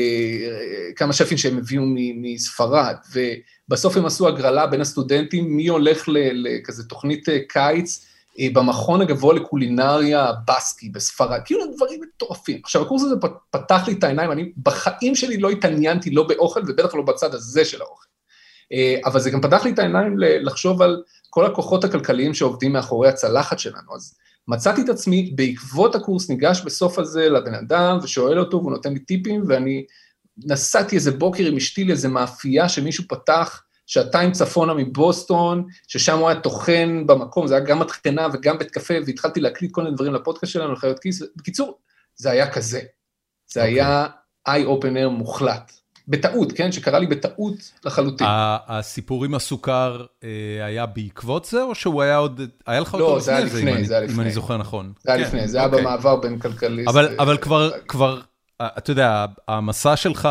כמה שפים שהם הביאו מספרד, ובסוף הם עשו הגרלה בין הסטודנטים, מי הולך לכזה תוכנית קיץ, במכון הגבוה לקולינריה בסקי בספרד, כאילו דברים מטורפים. עכשיו, הקורס הזה פתח לי את העיניים, אני בחיים שלי לא התעניינתי לא באוכל, ובטח לא בצד הזה של האוכל. אבל זה גם פתח לי את העיניים לחשוב על כל הכוחות הכלכליים שעובדים מאחורי הצלחת שלנו, אז מצאתי את עצמי, בעקבות הקורס ניגש בסוף הזה לבן אדם, ושואל אותו, והוא נותן לי טיפים, ואני נסעתי איזה בוקר עם אשתי לאיזה מאפייה שמישהו פתח, שעתיים צפונה מבוסטון, ששם הוא היה תוכן במקום, זה היה גם התחנה וגם בית קפה, והתחלתי להקליט כל מיני דברים לפודקאסט שלנו, לחיות כיס, בקיצור, זה היה כזה, זה okay. היה איי-אופנר מוחלט, בטעות, כן, שקרה לי בטעות לחלוטין. הסיפור עם הסוכר היה בעקבות זה, או שהוא היה עוד, היה לך אותו לפני זה? לא, זה היה לפני, זה היה לפני. אם אני זוכר נכון. זה היה לפני, זה היה במעבר בין כלכליסט. אבל כבר, כבר, אתה יודע, המסע שלך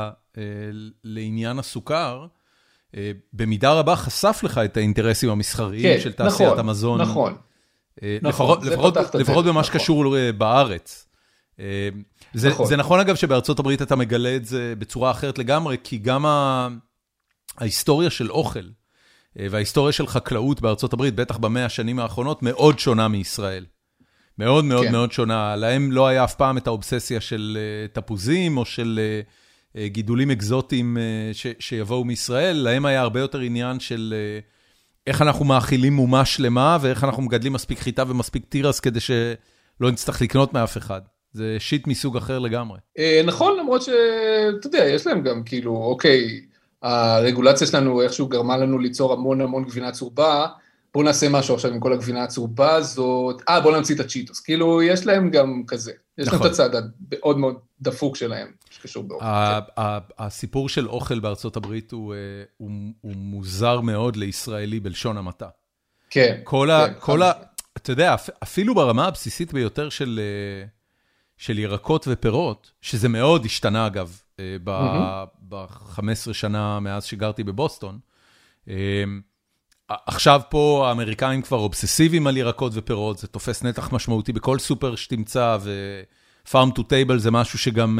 לעניין הסוכר, במידה רבה חשף לך את האינטרסים המסחריים של תעשיית המזון. נכון, נכון. לפחות במה שקשור בארץ. זה, נכון. זה נכון אגב שבארצות הברית אתה מגלה את זה בצורה אחרת לגמרי, כי גם ה... ההיסטוריה של אוכל, וההיסטוריה של חקלאות בארצות הברית, בטח במאה השנים האחרונות, מאוד שונה מישראל. מאוד מאוד כן. מאוד שונה. להם לא היה אף פעם את האובססיה של תפוזים, או של גידולים אקזוטיים ש, שיבואו מישראל, להם היה הרבה יותר עניין של איך אנחנו מאכילים מומה שלמה, ואיך אנחנו מגדלים מספיק חיטה ומספיק תירס, כדי שלא נצטרך לקנות מאף אחד. זה שיט מסוג אחר לגמרי. נכון, למרות שאתה יודע, יש להם גם כאילו, אוקיי, הרגולציה שלנו איכשהו גרמה לנו ליצור המון המון גבינה צהובה, בואו נעשה משהו עכשיו עם כל הגבינה הצהובה הזאת, אה, בואו נמציא את הצ'יטוס, כאילו, יש להם גם כזה, יש להם את הצד המאוד מאוד דפוק שלהם, שקשור באוכל. הסיפור של אוכל בארצות הברית הוא מוזר מאוד לישראלי בלשון המעטה. כן. כל ה... אתה יודע, אפילו ברמה הבסיסית ביותר של... של ירקות ופירות, שזה מאוד השתנה אגב, ב-חמש עשרה שנה מאז שגרתי בבוסטון. עכשיו פה האמריקאים כבר אובססיביים על ירקות ופירות, זה תופס נתח משמעותי בכל סופר שתמצא, ו-farm to table זה משהו שגם,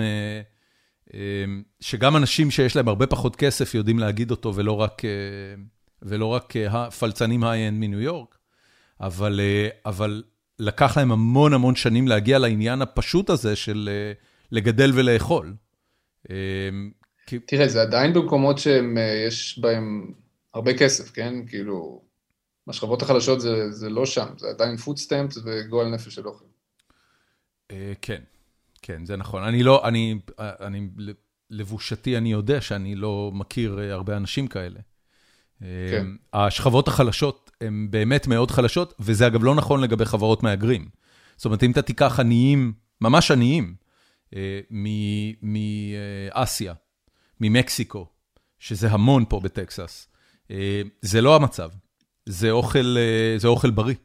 שגם אנשים שיש להם הרבה פחות כסף יודעים להגיד אותו, ולא רק, ולא רק פלצנים היי-אנד מניו יורק, אבל, אבל לקח להם המון המון שנים להגיע לעניין הפשוט הזה של לגדל ולאכול. תראה, זה עדיין במקומות שיש בהם הרבה כסף, כן? כאילו, השכבות החלשות זה, זה לא שם, זה עדיין food stamps וגועל נפש של אוכל. כן, כן, זה נכון. אני לא, אני, אני, לבושתי אני יודע שאני לא מכיר הרבה אנשים כאלה. כן. השכבות החלשות הן באמת מאוד חלשות, וזה אגב לא נכון לגבי חברות מהגרים. זאת אומרת, אם אתה תיקח עניים, ממש עניים, מאסיה, ממקסיקו, שזה המון פה בטקסס, זה לא המצב. זה אוכל, זה אוכל בריא.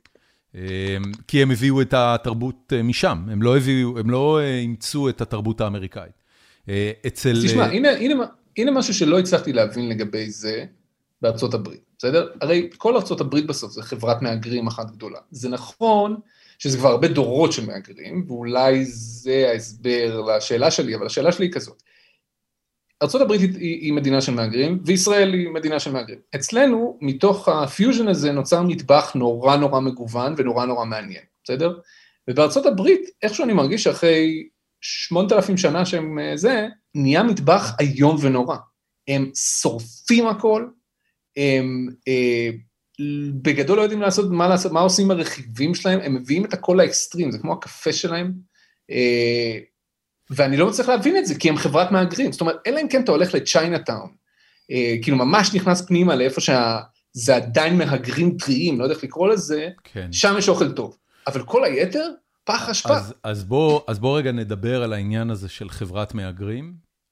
כי הם הביאו את התרבות משם. הם לא הביאו, הם לא אימצו את התרבות האמריקאית. אצל... תשמע, הנה, הנה, הנה משהו שלא הצלחתי להבין לגבי זה בארצות הברית. בסדר? הרי כל ארצות הברית בסוף זה חברת מהגרים אחת גדולה. זה נכון שזה כבר הרבה דורות של מהגרים, ואולי זה ההסבר לשאלה שלי, אבל השאלה שלי היא כזאת. ארצות הברית היא, היא מדינה של מהגרים, וישראל היא מדינה של מהגרים. אצלנו, מתוך הפיוז'ן הזה, נוצר מטבח נורא נורא מגוון, ונורא נורא מעניין, בסדר? ובארצות הברית, איכשהו אני מרגיש שאחרי שמונת אלפים שנה שהם זה, נהיה מטבח איום ונורא. הם שורפים הכל, הם אה, בגדול לא יודעים לעשות מה, לעשות, מה עושים הרכיבים שלהם, הם מביאים את הכל לאקסטרים, זה כמו הקפה שלהם, אה, ואני לא מצליח להבין את זה, כי הם חברת מהגרים, זאת אומרת, אלא אם כן אתה הולך לצ'יינאטאון, אה, כאילו ממש נכנס פנימה לאיפה שזה עדיין מהגרים טריים, לא יודע איך לקרוא לזה, כן. שם יש אוכל טוב, אבל כל היתר, פח אשפה. אז, אז, בוא, אז בוא רגע נדבר על העניין הזה של חברת מהגרים.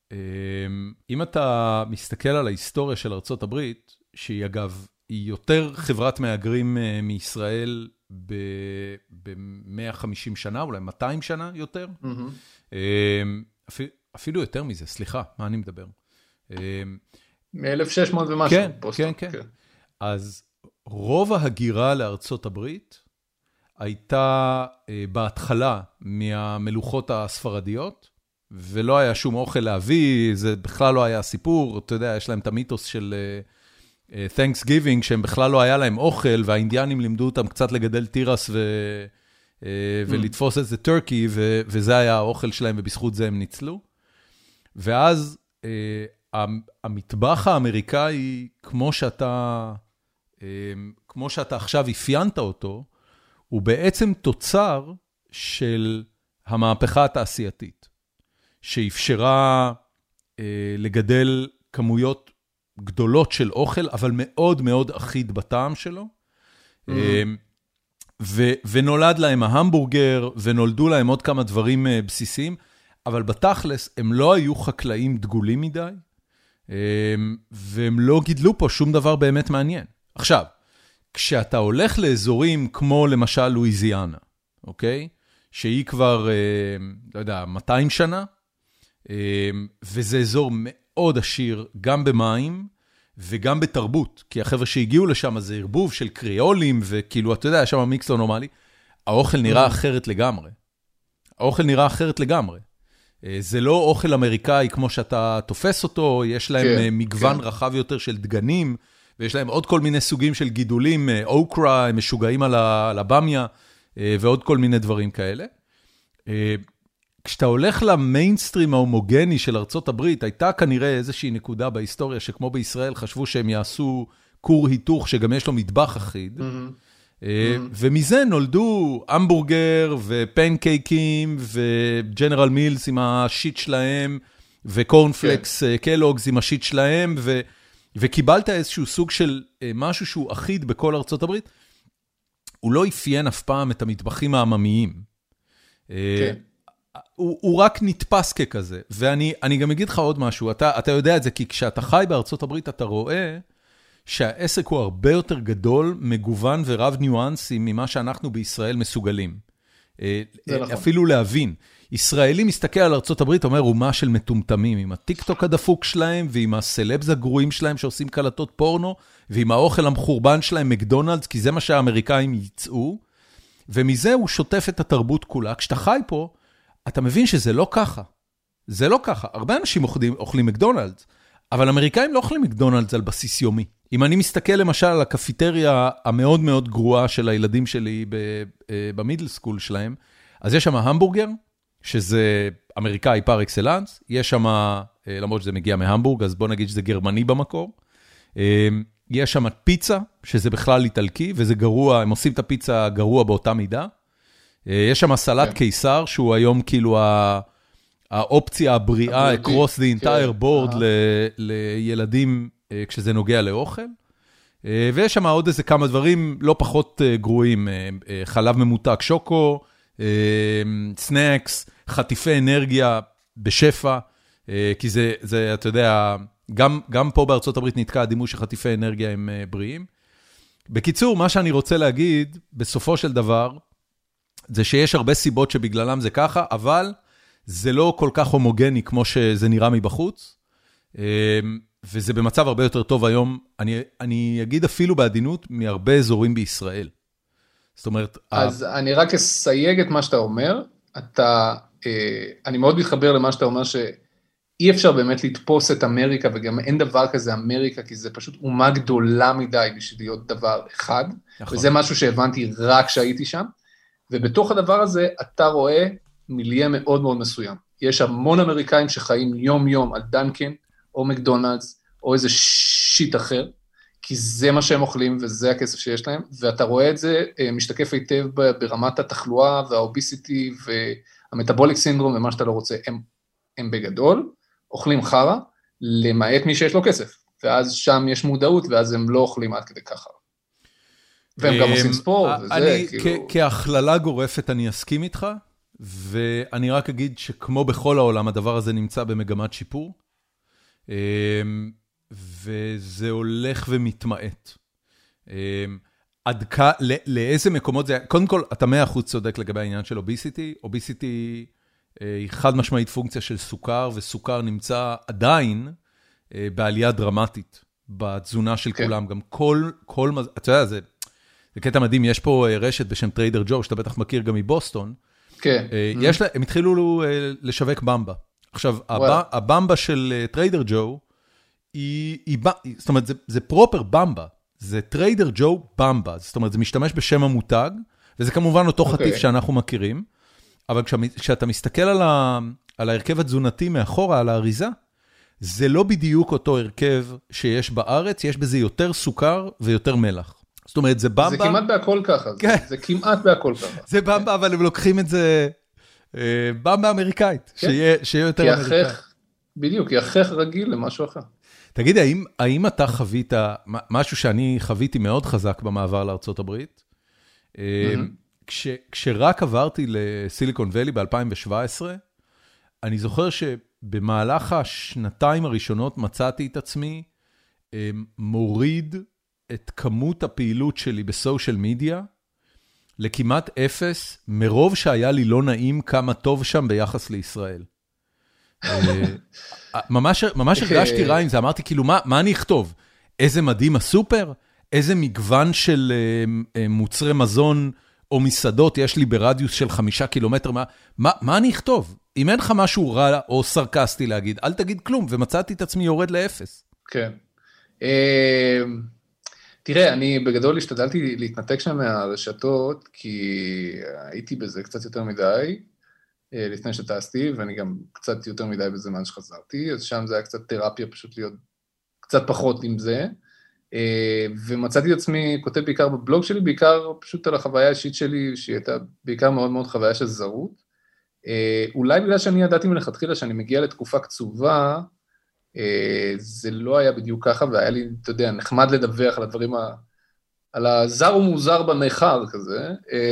אם אתה מסתכל על ההיסטוריה של ארצות הברית, שהיא אגב, היא יותר חברת מהגרים מישראל ב-מאה וחמישים שנה, אולי מאתיים שנה יותר. Mm-hmm. אפילו יותר מזה, סליחה, מה אני מדבר? מ-אלף ושש מאות ומשהו. כן, כן, כן. אז רוב ההגירה לארצות הברית הייתה בהתחלה מהמלוכות הספרדיות, ולא היה שום אוכל להביא, זה בכלל לא היה סיפור, אתה יודע, יש להם את המיתוס של uh, Thanksgiving, שהם בכלל לא היה להם אוכל, והאינדיאנים לימדו אותם קצת לגדל תירס ו, uh, ולתפוס איזה טורקי, ו, וזה היה האוכל שלהם, ובזכות זה הם ניצלו. ואז uh, המטבח האמריקאי, כמו שאתה, uh, כמו שאתה עכשיו אפיינת אותו, הוא בעצם תוצר של המהפכה התעשייתית. שאפשרה אה, לגדל כמויות גדולות של אוכל, אבל מאוד מאוד אחיד בטעם שלו. Mm-hmm. אה, ו, ונולד להם ההמבורגר, ונולדו להם עוד כמה דברים אה, בסיסיים, אבל בתכלס הם לא היו חקלאים דגולים מדי, אה, והם לא גידלו פה שום דבר באמת מעניין. עכשיו, כשאתה הולך לאזורים כמו למשל לואיזיאנה, אוקיי? שהיא כבר, אה, לא יודע, מאתיים שנה, וזה אזור מאוד עשיר, גם במים וגם בתרבות, כי החבר'ה שהגיעו לשם זה ערבוב של קריאולים, וכאילו, אתה יודע, יש שם מיקס לא נורמלי, האוכל נראה אחרת לגמרי. האוכל נראה אחרת לגמרי. זה לא אוכל אמריקאי כמו שאתה תופס אותו, יש להם מגוון רחב יותר של דגנים, ויש להם עוד כל מיני סוגים של גידולים, אוקרה, הם משוגעים על הבמיה, ועוד כל מיני דברים כאלה. כשאתה הולך למיינסטרים ההומוגני של ארצות הברית, הייתה כנראה איזושהי נקודה בהיסטוריה, שכמו בישראל חשבו שהם יעשו קור היתוך, שגם יש לו מטבח אחיד, ומזה נולדו המבורגר ופנקייקים וג'נרל מילס עם השיט שלהם, וקורנפלקס קלוגס עם השיט שלהם, וקיבלת איזשהו סוג של משהו שהוא אחיד בכל ארצות הברית, הוא לא אפיין אף פעם את המטבחים העממיים. כן. הוא, הוא רק נתפס ככזה, ואני אני גם אגיד לך עוד משהו, אתה, אתה יודע את זה, כי כשאתה חי בארצות הברית, אתה רואה שהעסק הוא הרבה יותר גדול, מגוון ורב ניואנסים, ממה שאנחנו בישראל מסוגלים. נכון. אפילו להבין. ישראלי מסתכל על ארצות הברית, אומר, אומה של מטומטמים, עם הטיק-טוק הדפוק שלהם, ועם הסלבס הגרועים שלהם, שעושים קלטות פורנו, ועם האוכל המחורבן שלהם, מקדונלדס, כי זה מה שהאמריקאים ייצאו, ומזה הוא שוטף את התרבות כולה. כשאתה חי פה, אתה מבין שזה לא ככה. זה לא ככה. הרבה אנשים אוכלים, אוכלים מקדונלדס, אבל אמריקאים לא אוכלים מקדונלדס על בסיס יומי. אם אני מסתכל למשל על הקפיטריה המאוד מאוד גרועה של הילדים שלי במידל סקול שלהם, אז יש שם המבורגר, שזה אמריקאי פר אקסלנס, יש שם, למרות שזה מגיע מהמבורג, אז בוא נגיד שזה גרמני במקור, יש שם פיצה, שזה בכלל איטלקי, וזה גרוע, הם עושים את הפיצה גרוע באותה מידה, יש שם סלט קיסר, שהוא היום כאילו האופציה הבריאה, across the entire board לילדים כשזה נוגע לאוכל, ויש שם עוד איזה כמה דברים לא פחות גרועים, חלב ממותק שוקו, סנקס, חטיפי אנרגיה בשפע, כי זה, זה, אתה יודע, גם, גם פה בארצות הברית נתקע הדימוי שחטיפי אנרגיה הם בריאים. בקיצור, מה שאני רוצה להגיד, בסופו של דבר, זה שיש הרבה סיבות שבגללם זה ככה, אבל זה לא כל כך הומוגני כמו שזה נראה מבחוץ, וזה במצב הרבה יותר טוב היום, אני, אני אגיד אפילו בעדינות, מהרבה אזורים בישראל. זאת אומרת... אז ה... אני רק אסייג את מה שאתה אומר, אתה, אה, אני מאוד מתחבר למה שאתה אומר, שאי אפשר באמת לתפוס את אמריקה, וגם אין דבר כזה אמריקה, כי זה פשוט אומה גדולה מדי בשביל להיות דבר אחד, נכון. וזה משהו שהבנתי רק כשהייתי שם, ובתוך הדבר הזה אתה רואה מיליה מאוד מאוד מסוים. יש המון אמריקאים שחיים יום יום על דנקן, או מקדונלדס, או איזה שיט אחר, כי זה מה שהם אוכלים, וזה הכסף שיש להם, ואתה רואה את זה משתקף היטב ברמת התחלואה, והאוביסיטי, והמטאבוליק סינדרום, ומה שאתה לא רוצה, הם, הם בגדול, אוכלים חרה, למעט מי שיש לו כסף, ואז שם יש מודעות, ואז הם לא אוכלים עד כדי ככה. והם גם עושים ספורט, וזה כאילו... כהכללה גורפת אני אסכים איתך, ואני רק אגיד שכמו בכל העולם, הדבר הזה נמצא במגמת שיפור, וזה הולך ומתמעט. עד כ... לאיזה מקומות זה... קודם כל, אתה מאה אחוז צודק לגבי העניין של אוביסיטי. אוביסיטי היא חד משמעית פונקציה של סוכר, וסוכר נמצא עדיין בעלייה דרמטית בתזונה של כולם. גם כל... כל... אתה יודע, זה... זה קטע מדהים, יש פה רשת בשם טריידר ג'ו, שאתה בטח מכיר גם מבוסטון. כן. יש לה... הם התחילו לשווק במבה. עכשיו, הבמבה של טריידר ג'ו, היא, היא, זאת אומרת, זה, זה פרופר במבה, זה טריידר ג'ו במבה, זאת אומרת, זה משתמש בשם המותג, וזה כמובן אותו חטיף שאנחנו מכירים, אבל כשאתה מסתכל על, ה, על ההרכב התזונתי מאחורה, על האריזה, זה לא בדיוק אותו הרכב שיש בארץ, יש בזה יותר סוכר ויותר מלח. זאת אומרת, זה במבה... זה כמעט בהכל ככה, כן. זה, זה כמעט בהכל ככה. זה במבה, אבל הם לוקחים את זה, במבה אמריקאית, כן. שיהיה, שיהיה יותר אמריקאית. בדיוק, היא הכרח רגיל למשהו אחר. תגיד, האם, האם אתה חווית, משהו שאני חוויתי מאוד חזק במעבר לארצות הברית, mm-hmm. כש, כשרק עברתי לסיליקון ואלי ב-אלפיים שבע עשרה, אני זוכר שבמהלך השנתיים הראשונות מצאתי את עצמי, מוריד את כמות הפעילות שלי בסושיאל מדיה, לכמעט אפס, מרוב שהיה לי לא נעים כמה טוב שם ביחס לישראל. ממש, ממש הרגשתי רע עם זה, אמרתי כאילו, מה, מה אני אכתוב? איזה מדהים הסופר? איזה מגוון של מוצרי מזון או מסעדות יש לי ברדיוס של חמישה קילומטר? מה, מה, מה אני אכתוב? אם אין לך משהו רע או סרקסטי להגיד, אל תגיד כלום, ומצאתי את עצמי יורד לאפס. כן. תראה, אני בגדול השתדלתי להתנתק שם מהרשתות, כי הייתי בזה קצת יותר מדי, לפני שטסתי, ואני גם קצת יותר מדי בזמן שחזרתי, אז שם זה היה קצת תרפיה פשוט להיות קצת פחות עם זה, ומצאתי את עצמי כותב בעיקר בבלוג שלי, בעיקר פשוט על החוויה האישית שלי, שהיא הייתה בעיקר מאוד מאוד חוויה של זרות, אולי בגלל שאני ידעתי מלכתחילה שאני מגיע לתקופה קצובה, זה לא היה בדיוק ככה, והיה לי, אתה יודע, נחמד לדווח על הדברים, ה... על הזר ומוזר במחר כזה.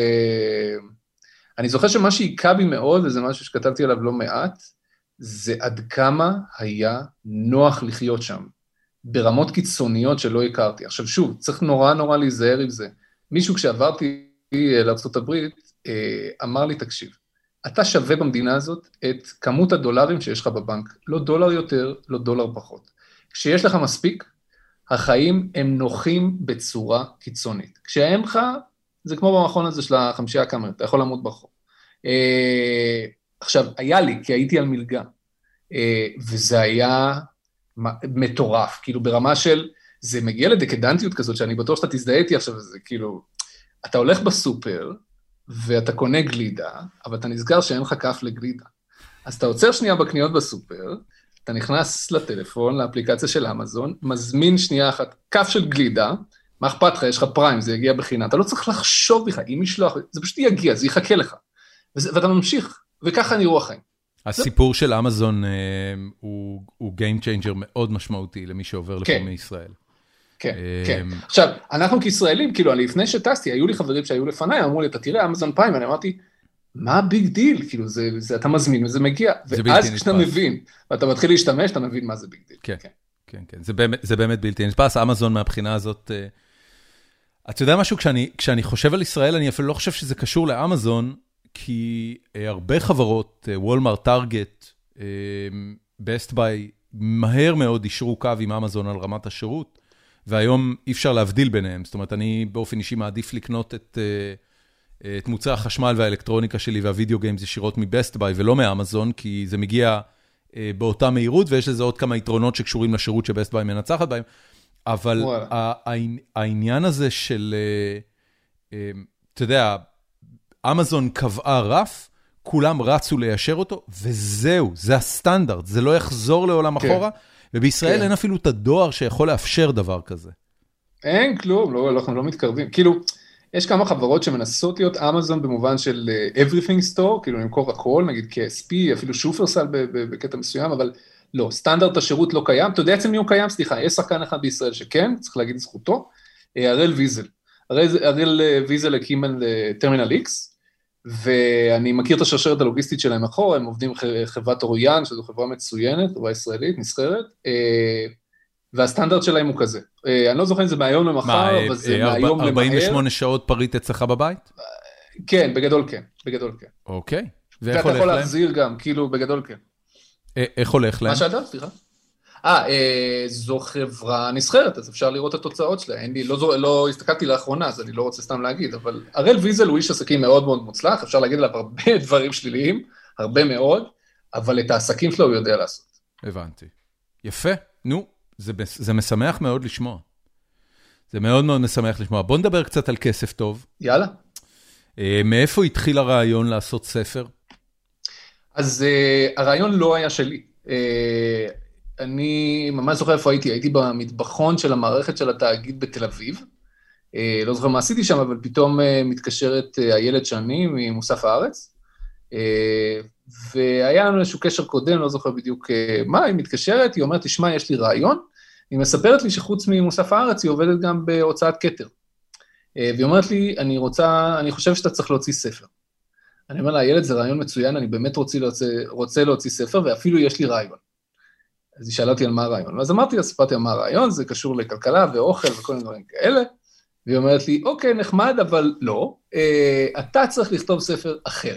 אני זוכר שמה שהיכה בי מאוד, וזה משהו שכתבתי עליו לא מעט, זה עד כמה היה נוח לחיות שם, ברמות קיצוניות שלא הכרתי. עכשיו שוב, צריך נורא נורא להיזהר עם זה. מישהו כשעברתי לארצות הברית, אמר לי, תקשיב, אתה שווה במדינה הזאת את כמות הדולרים שיש לך בבנק, לא דולר יותר, לא דולר פחות. כשיש לך מספיק, החיים הם נוחים בצורה קיצונית. כשהם לך, זה כמו במכון הזה של החמישייה הקאמרית, אתה יכול לעמוד ברחוב. אה, עכשיו, היה לי, כי הייתי על מלגה, אה, וזה היה מטורף, כאילו ברמה של, זה מגיע לדקדנטיות כזאת, שאני בטוח שאתה תזדהה איתי עכשיו, זה כאילו, אתה הולך בסופר, ואתה קונה גלידה, אבל אתה נזכר שאין לך כף לגלידה. אז אתה עוצר שנייה בקניות בסופר, אתה נכנס לטלפון, לאפליקציה של אמזון, מזמין שנייה אחת כף של גלידה, מה אכפת לך, יש לך פריים, זה יגיע בחינה, אתה לא צריך לחשוב בכלל, אם משלוח, זה פשוט יגיע, זה יחכה לך, וזה, ואתה ממשיך, וככה נראו החיים. הסיפור של אמזון הוא, הוא game changer מאוד משמעותי למי שעובר לפה מישראל. כן, כן. עכשיו, אנחנו כישראלים, כאילו, לפני שטסתי, היו לי חברים שהיו לפניי, אמרו לי, אתה תראה, אמזון פריים, אני אמרתי, מה הביג דיל? כאילו, זה, זה, אתה מזמין וזה מגיע, ואז כשאתה מבין, ואתה מתחיל להשתמש, אתה מבין מה זה ביג דיל. כן, כן, כן, זה באמת, זה באמת בלתי נתפס. אמזון מהבחינה הזאת, אתה יודע משהו, כשאני, כשאני חושב על ישראל, אני אפילו לא חושב שזה קשור לאמזון, כי הרבה חברות, וולמארט, טארגט, בסט ביי, מהר מאוד אישרו קו עם אמזון על רמת השירות, והיום אי אפשר להבדיל ביניהם. זאת אומרת, אני באופן אישי מעדיף לקנות את, את מוצרי החשמל והאלקטרוניקה שלי והווידאו גיימס ישירות מבסט ביי ולא מאמזון, כי זה מגיע באותה מהירות, ויש לזה עוד כמה יתרונות שקשורים לשירות שבסט ביי מנצחת בהם. אבל העניין הזה של, אתה יודע, אמזון קבעה רף, כולם רצו ליישר אותו, וזהו, זה הסטנדרט, זה לא יחזור לעולם אחורה, ובישראל כן. אין אפילו את הדואר שיכול לאפשר דבר כזה. אין כלום, לא, אנחנו לא מתקרבים. כאילו, יש כמה חברות שמנסות להיות אמזון במובן של uh, everything store, כאילו למכור הכל, נגיד כ-אס פי, אפילו שופרסל בקטע מסוים, אבל לא, סטנדרט השירות לא קיים. אתה יודע עצם מי הוא קיים? סליחה, יש שחקן אחד בישראל שכן, צריך להגיד זכותו, הראל ויזל. הראל ויזל הקים על טרמינל איקס, ואני מכיר את השרשרת הלוגיסטית שלהם אחורה, הם עובדים חברת אוריאן, שזו חברה מצוינת, חברה ישראלית, נסחרת, והסטנדרט שלהם הוא כזה. אני לא זוכר אם זה מהיום למחר, אבל זה מהיום למהר. ארבעים ושמונה שעות פריט אצלך בבית? כן, בגדול כן, בגדול כן. אוקיי. ואתה יכול להחזיר גם, כאילו, בגדול כן. איך הולך להם? מה שאתה, סליחה? אה, זו חברה נסחרת, אז אפשר לראות את התוצאות שלה. אין לי, לא, לא הסתכלתי לאחרונה, אז אני לא רוצה סתם להגיד, אבל הראל ויזל הוא איש עסקים מאוד מאוד מוצלח, אפשר להגיד עליו הרבה דברים שליליים, הרבה מאוד, אבל את העסקים שלו הוא יודע לעשות. הבנתי. יפה, נו, זה, זה משמח מאוד לשמוע. זה מאוד מאוד משמח לשמוע. בוא נדבר קצת על כסף טוב. יאללה. מאיפה התחיל הרעיון לעשות ספר? אז הרעיון לא היה שלי. אני ממש זוכר איפה הייתי, הייתי במטבחון של המערכת של התאגיד בתל אביב, לא זוכר מה עשיתי שם, אבל פתאום מתקשרת הילד שאני ממוסף הארץ, והיה לנו איזשהו קשר קודם, לא זוכר בדיוק מה, היא מתקשרת, היא אומרת, תשמע, יש לי רעיון, היא מספרת לי שחוץ ממוסף הארץ, היא עובדת גם בהוצאת כתר, והיא אומרת לי, אני רוצה, אני חושב שאתה צריך להוציא ספר. אני אומר לה, הילד זה רעיון מצוין, אני באמת רוצה להוציא, רוצה להוציא ספר, ואפילו יש לי רעיון. אז היא שאלה אותי על מה הרעיון, ואז אמרתי לה, סיפרתי על מה הרעיון, זה קשור לכלכלה ואוכל וכל מיני דברים כאלה, והיא אומרת לי, אוקיי, נחמד, אבל לא, אתה צריך לכתוב ספר אחר.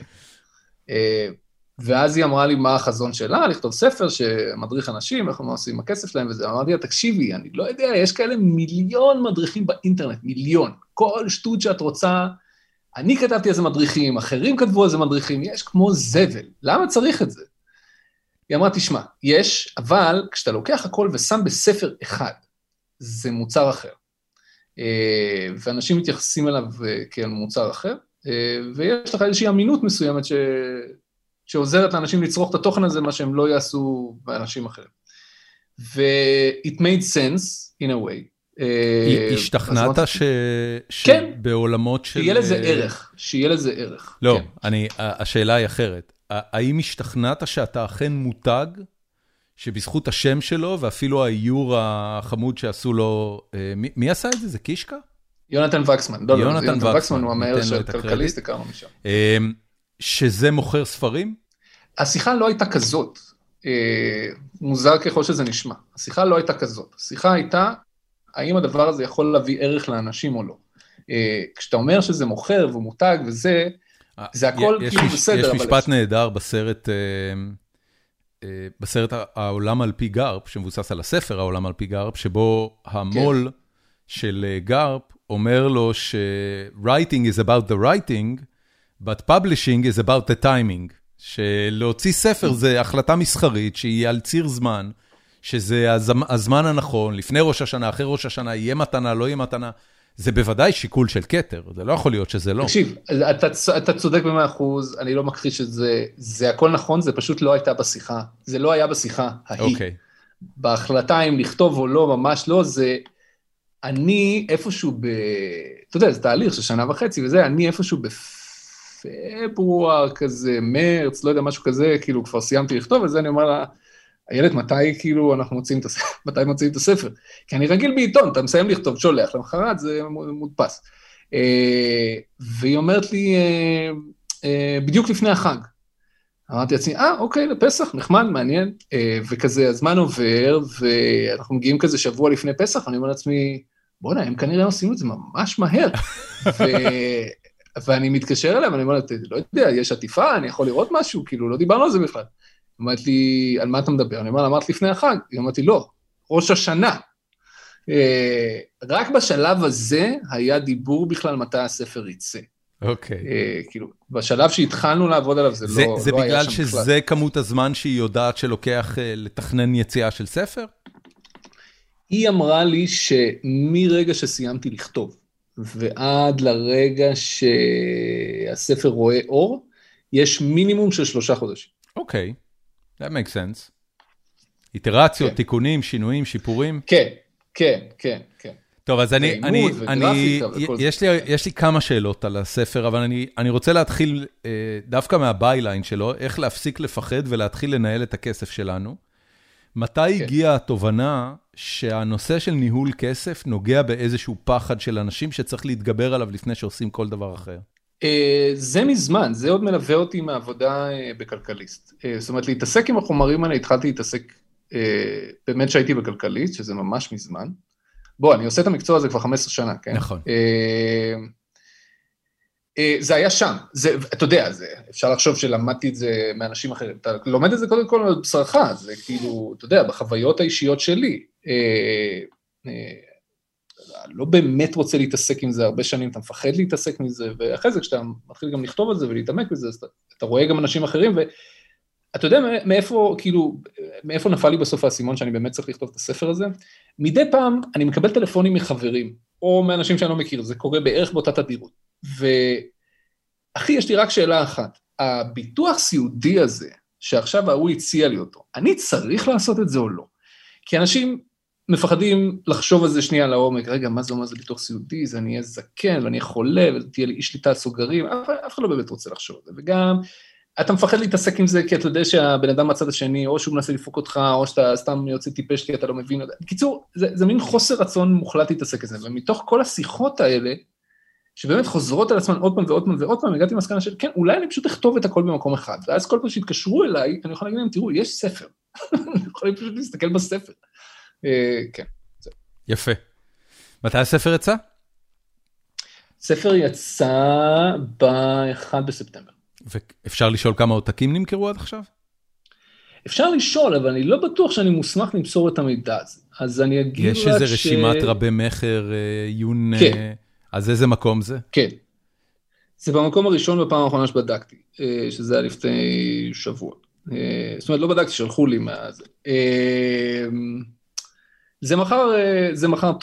ואז היא אמרה לי מה החזון שלה, לכתוב ספר שמדריך אנשים, איך הם עושים עם הכסף שלהם, וזה אמרתי לה, תקשיבי, אני לא יודע, יש כאלה מיליון מדריכים באינטרנט, מיליון, כל שטות שאת רוצה, אני כתבתי איזה מדריכים, אחרים כתבו איזה מדריכים, יש כמו זבל, למה צריך את זה? היא אמרה, תשמע, יש, אבל כשאתה לוקח הכל ושם בספר אחד, זה מוצר אחר. ואנשים מתייחסים אליו כאל מוצר אחר, ויש לך איזושהי אמינות מסוימת ש... שעוזרת לאנשים לצרוך את התוכן הזה, מה שהם לא יעשו באנשים אחרים. ו-it made sense, in a way. השתכנעת שבעולמות של... שיהיה לזה ערך, שיהיה לזה ערך. לא, השאלה היא אחרת. האם השתכנעת שאתה אכן מותג, שבזכות השם שלו, ואפילו האיור החמוד שעשו לו... מי עשה את זה? זה קישקה? יונתן וקסמן. לא, יונתן וקסמן הוא המאיר של כלכליסט, הכרנו משם. שזה מוכר ספרים? השיחה לא הייתה כזאת. מוזר ככל שזה נשמע. השיחה לא הייתה כזאת. השיחה הייתה, האם הדבר הזה יכול להביא ערך לאנשים או לא. כשאתה אומר שזה מוכר ומותג וזה, זה הכל כאילו בסדר. יש משפט נהדר בסרט, בסרט העולם על פי גרפ, שמבוסס על הספר העולם על פי גרפ, שבו המול של גרפ אומר לו ש-writing is about the writing, but publishing is about the timing. שלהוציא ספר זה החלטה מסחרית שהיא על ציר זמן, שזה הזמן הנכון, לפני ראש השנה, אחרי ראש השנה, יהיה מתנה, לא יהיה מתנה, זה בוודאי שיקול של כתר, זה לא יכול להיות שזה לא. תקשיב, אתה, אתה צודק במאה אחוז, אני לא מכחיש את זה, זה הכל נכון, זה פשוט לא הייתה בשיחה, זה לא היה בשיחה ההיא. Okay. בהחלטה אם לכתוב או לא, ממש לא, זה, אני איפשהו ב... אתה יודע, זה תהליך של שנה וחצי וזה, אני איפשהו בפברואר כזה, מרץ, לא יודע, משהו כזה, כאילו כבר סיימתי לכתוב, וזה אני אומר לה, הילד, מתי כאילו אנחנו מוצאים את הספר, מתי מוצאים את הספר? כי אני רגיל בעיתון, אתה מסיים לכתוב, שולח, למחרת זה מודפס. והיא אומרת לי, בדיוק לפני החג, אמרתי לעצמי, אה, אוקיי, לפסח, נחמד, מעניין, וכזה הזמן עובר, ואנחנו מגיעים כזה שבוע לפני פסח, ואני אומר לעצמי, בוא'נה, הם כנראה עושים את זה ממש מהר. ואני מתקשר אליהם, ואני אומר, לא יודע, יש עטיפה, אני יכול לראות משהו, כאילו, לא דיברנו על זה בכלל. אמרת לי, על מה אתה מדבר? אני אומר, אמרת לפני החג. היא אמרתי, לא, ראש השנה. רק בשלב הזה היה דיבור בכלל מתי הספר יצא. אוקיי. כאילו, בשלב שהתחלנו לעבוד עליו, זה לא היה שם בכלל. זה בגלל שזה כמות הזמן שהיא יודעת שלוקח לתכנן יציאה של ספר? היא אמרה לי שמרגע שסיימתי לכתוב, ועד לרגע שהספר רואה אור, יש מינימום של שלושה חודשים. אוקיי. That makes sense. איטרציות, כן. תיקונים, שינויים, שיפורים. כן, כן, כן, כן. טוב, אז אני, אני, אני, יש לי, יש לי כמה שאלות על הספר, אבל אני, אני רוצה להתחיל אה, דווקא מהבייליין שלו, איך להפסיק לפחד ולהתחיל לנהל את הכסף שלנו. מתי כן. הגיעה התובנה שהנושא של ניהול כסף נוגע באיזשהו פחד של אנשים שצריך להתגבר עליו לפני שעושים כל דבר אחר? זה מזמן, זה עוד מלווה אותי מהעבודה בכלכליסט. זאת אומרת, להתעסק עם החומרים האלה, התחלתי להתעסק באמת שהייתי בכלכליסט, שזה ממש מזמן. בוא, אני עושה את המקצוע הזה כבר חמש עשרה שנה, כן? נכון. זה היה שם, זה, אתה יודע, זה, אפשר לחשוב שלמדתי את זה מאנשים אחרים. אתה לומד את זה קודם כל על בשרך, זה כאילו, אתה יודע, בחוויות האישיות שלי. לא באמת רוצה להתעסק עם זה הרבה שנים, אתה מפחד להתעסק מזה, ואחרי זה כשאתה מתחיל גם לכתוב על זה ולהתעמק בזה, אז אתה, אתה רואה גם אנשים אחרים, ואתה יודע מאיפה, כאילו, מאיפה נפל לי בסוף האסימון שאני באמת צריך לכתוב את הספר הזה? מדי פעם אני מקבל טלפונים מחברים, או מאנשים שאני לא מכיר, זה קורה בערך באותה תדירות, ואחי, יש לי רק שאלה אחת, הביטוח סיעודי הזה, שעכשיו הוא הציע לי אותו, אני צריך לעשות את זה או לא? כי אנשים מפחדים לחשוב על זה שנייה לעומק, רגע, מה זה אומר זה ביטוח סיעודי, זה אני אהיה זקן, ואני אהיה חולה, ותהיה לי אי שליטה על סוגרים, אף, אף אחד לא באמת רוצה לחשוב על זה, וגם, אתה מפחד להתעסק עם זה, כי אתה יודע שהבן אדם מהצד השני, או שהוא מנסה לפוק אותך, או שאתה סתם יוצא טיפש, כי אתה לא מבין, בקיצור, זה, זה מין חוסר רצון מוחלט להתעסק עם זה, ומתוך כל השיחות האלה, שבאמת חוזרות על עצמן עוד פעם ועוד פעם ועוד פעם, הגעתי למסקנה של, כן, אולי אני פשוט אכתוב את הכל במקום אחד, ואז כל פעם שהתקשרו אליי, אני יכול להגיד להם, תראו, יש ספר, אני יכול פשוט להסתכל בספר. כן. יפה. מתי הספר יצא? ספר יצא ב-אחד בספטמבר. ואפשר לשאול כמה עותקים נמכרו עד עכשיו? אפשר לשאול, אבל אני לא בטוח שאני מוסמך למסור את המידע הזה. אז אני אגיד רק ש... יש איזה רשימת רבי מחר, עיון... כן. אז איזה מקום זה? כן. זה במקום הראשון בפעם האחרונה שבדקתי, שזה היה לפני שבוע. זאת אומרת, לא בדקתי, שלחו לי מה זה. זה מחר, זה מחר טוב.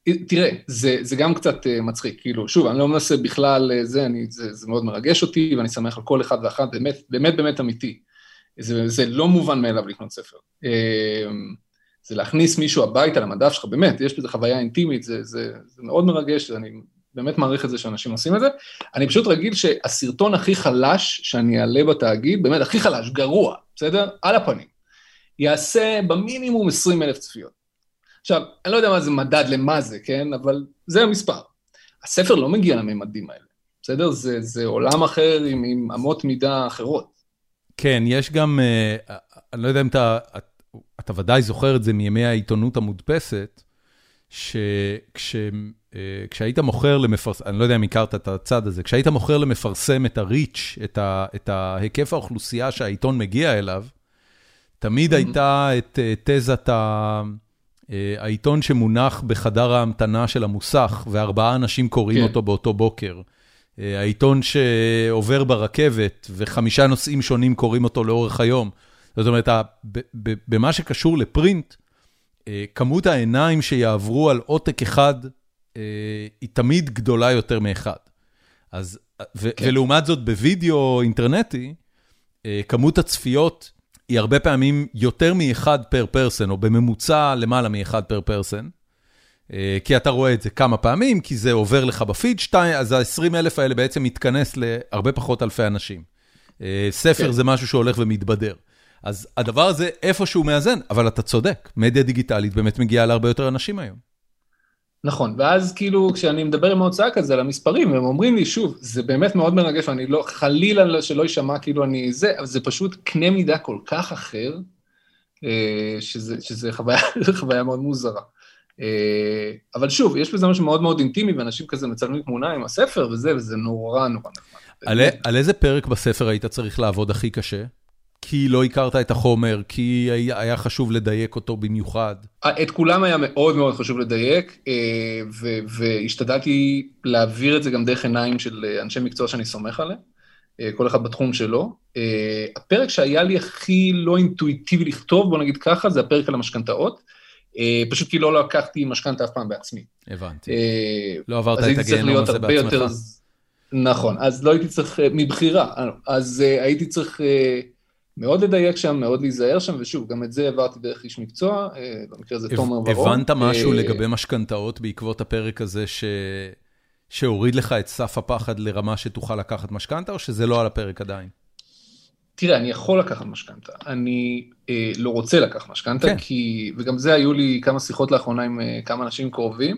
תראה, זה, זה גם קצת מצחיק, כאילו, שוב, אני לא מנסה בכלל זה, אני, זה, זה מאוד מרגש אותי, ואני שמח על כל אחד ואחת, באמת, באמת, באמת אמיתי. זה, זה לא מובן מאליו לקנות ספר. זה להכניס מישהו הביתה למדף שלך, באמת, יש בזה חוויה אינטימית, זה, זה, זה מאוד מרגש, אני באמת מעריך את זה שאנשים עושים את זה. אני פשוט רגיל שהסרטון הכי חלש שאני אעלה בתאגיד, באמת הכי חלש, גרוע, בסדר? על הפנים. יעשה במינימום עשרים אלף צפיות. עכשיו, אני לא יודע מה זה מדד למה זה, כן? אבל זה המספר. הספר לא מגיע לממדים האלה, בסדר? זה, זה עולם אחר עם, עם אמות מידה אחרות. כן, יש גם, אני לא יודע אם אתה, אתה ודאי זוכר את זה מימי העיתונות המודפסת, שכשהיית מוכר למפרסם, אני לא יודע אם הכרת את הצד הזה, כשהיית מוכר למפרסם את הריץ', את, ה, את ההיקף האוכלוסייה שהעיתון מגיע אליו, תמיד הייתה את תזת ה... העיתון שמונח בחדר ההמתנה של המוסך, וארבעה אנשים קוראים אותו באותו בוקר. העיתון שעובר ברכבת, וחמישה נושאים שונים קוראים אותו לאורך היום. זאת אומרת, במה שקשור לפרינט, כמות העיניים שיעברו על עותק אחד, היא תמיד גדולה יותר מאחד. אז, ולעומת זאת, בווידאו אינטרנטי, כמות הצפיות היא הרבה פעמים יותר מאחד פר פרסן, או בממוצע למעלה מאחד פר פרסן, כי אתה רואה את זה כמה פעמים, כי זה עובר לך בפיד שתיים, אז ה-עשרים אלף האלה בעצם מתכנס להרבה פחות אלפי אנשים. ספר זה משהו שהולך ומתבדר. אז הדבר הזה איפשהו מאזן, אבל אתה צודק, מדיה דיגיטלית באמת מגיעה להרבה יותר אנשים היום. נכון, ואז כאילו כשאני מדבר עם ההוצאה כזה על המספרים, הם אומרים לי שוב, זה באמת מאוד מרגש, ואני לא, חלילה שלא יישמע כאילו אני זה, אבל זה פשוט קנה מידה כל כך אחר, שזה, שזה חוויה, חוויה מאוד מוזרה. אבל שוב, יש בזה משהו מאוד מאוד אינטימי, ואנשים כזה מצלמים תמונה עם הספר וזה, וזה נורא נורא נחמד. על, על איזה פרק בספר היית צריך לעבוד הכי קשה? כי לא הכרת את החומר, כי היה חשוב לדייק אותו במיוחד. את כולם היה מאוד מאוד חשוב לדייק, והשתדלתי להעביר את זה גם דרך עיניים של אנשי מקצוע שאני סומך עליהם, כל אחד בתחום שלו. הפרק שהיה לי הכי לא אינטואיטיבי לכתוב, בוא נגיד ככה, זה הפרק על המשכנתאות, פשוט כי לא לקחתי משכנתה אף פעם בעצמי. הבנתי. לא עברת את הגיהנום הזה בעצמך. נכון, אז לא הייתי צריך, מבחירה, אז הייתי צריך מאוד לדייק שם, מאוד להיזהר שם, ושוב, גם את זה עברתי דרך איש מקצוע, במקרה הזה תומר ורון. הבנת משהו לגבי משכנתאות בעקבות הפרק הזה, שהוריד לך את סף הפחד לרמה שתוכל לקחת משכנתה, או שזה לא על הפרק עדיין? תראה, אני יכול לקחת משכנתה, אני לא רוצה לקחת משכנתה, כי, וגם זה היו לי כמה שיחות לאחרונה עם כמה אנשים קרובים,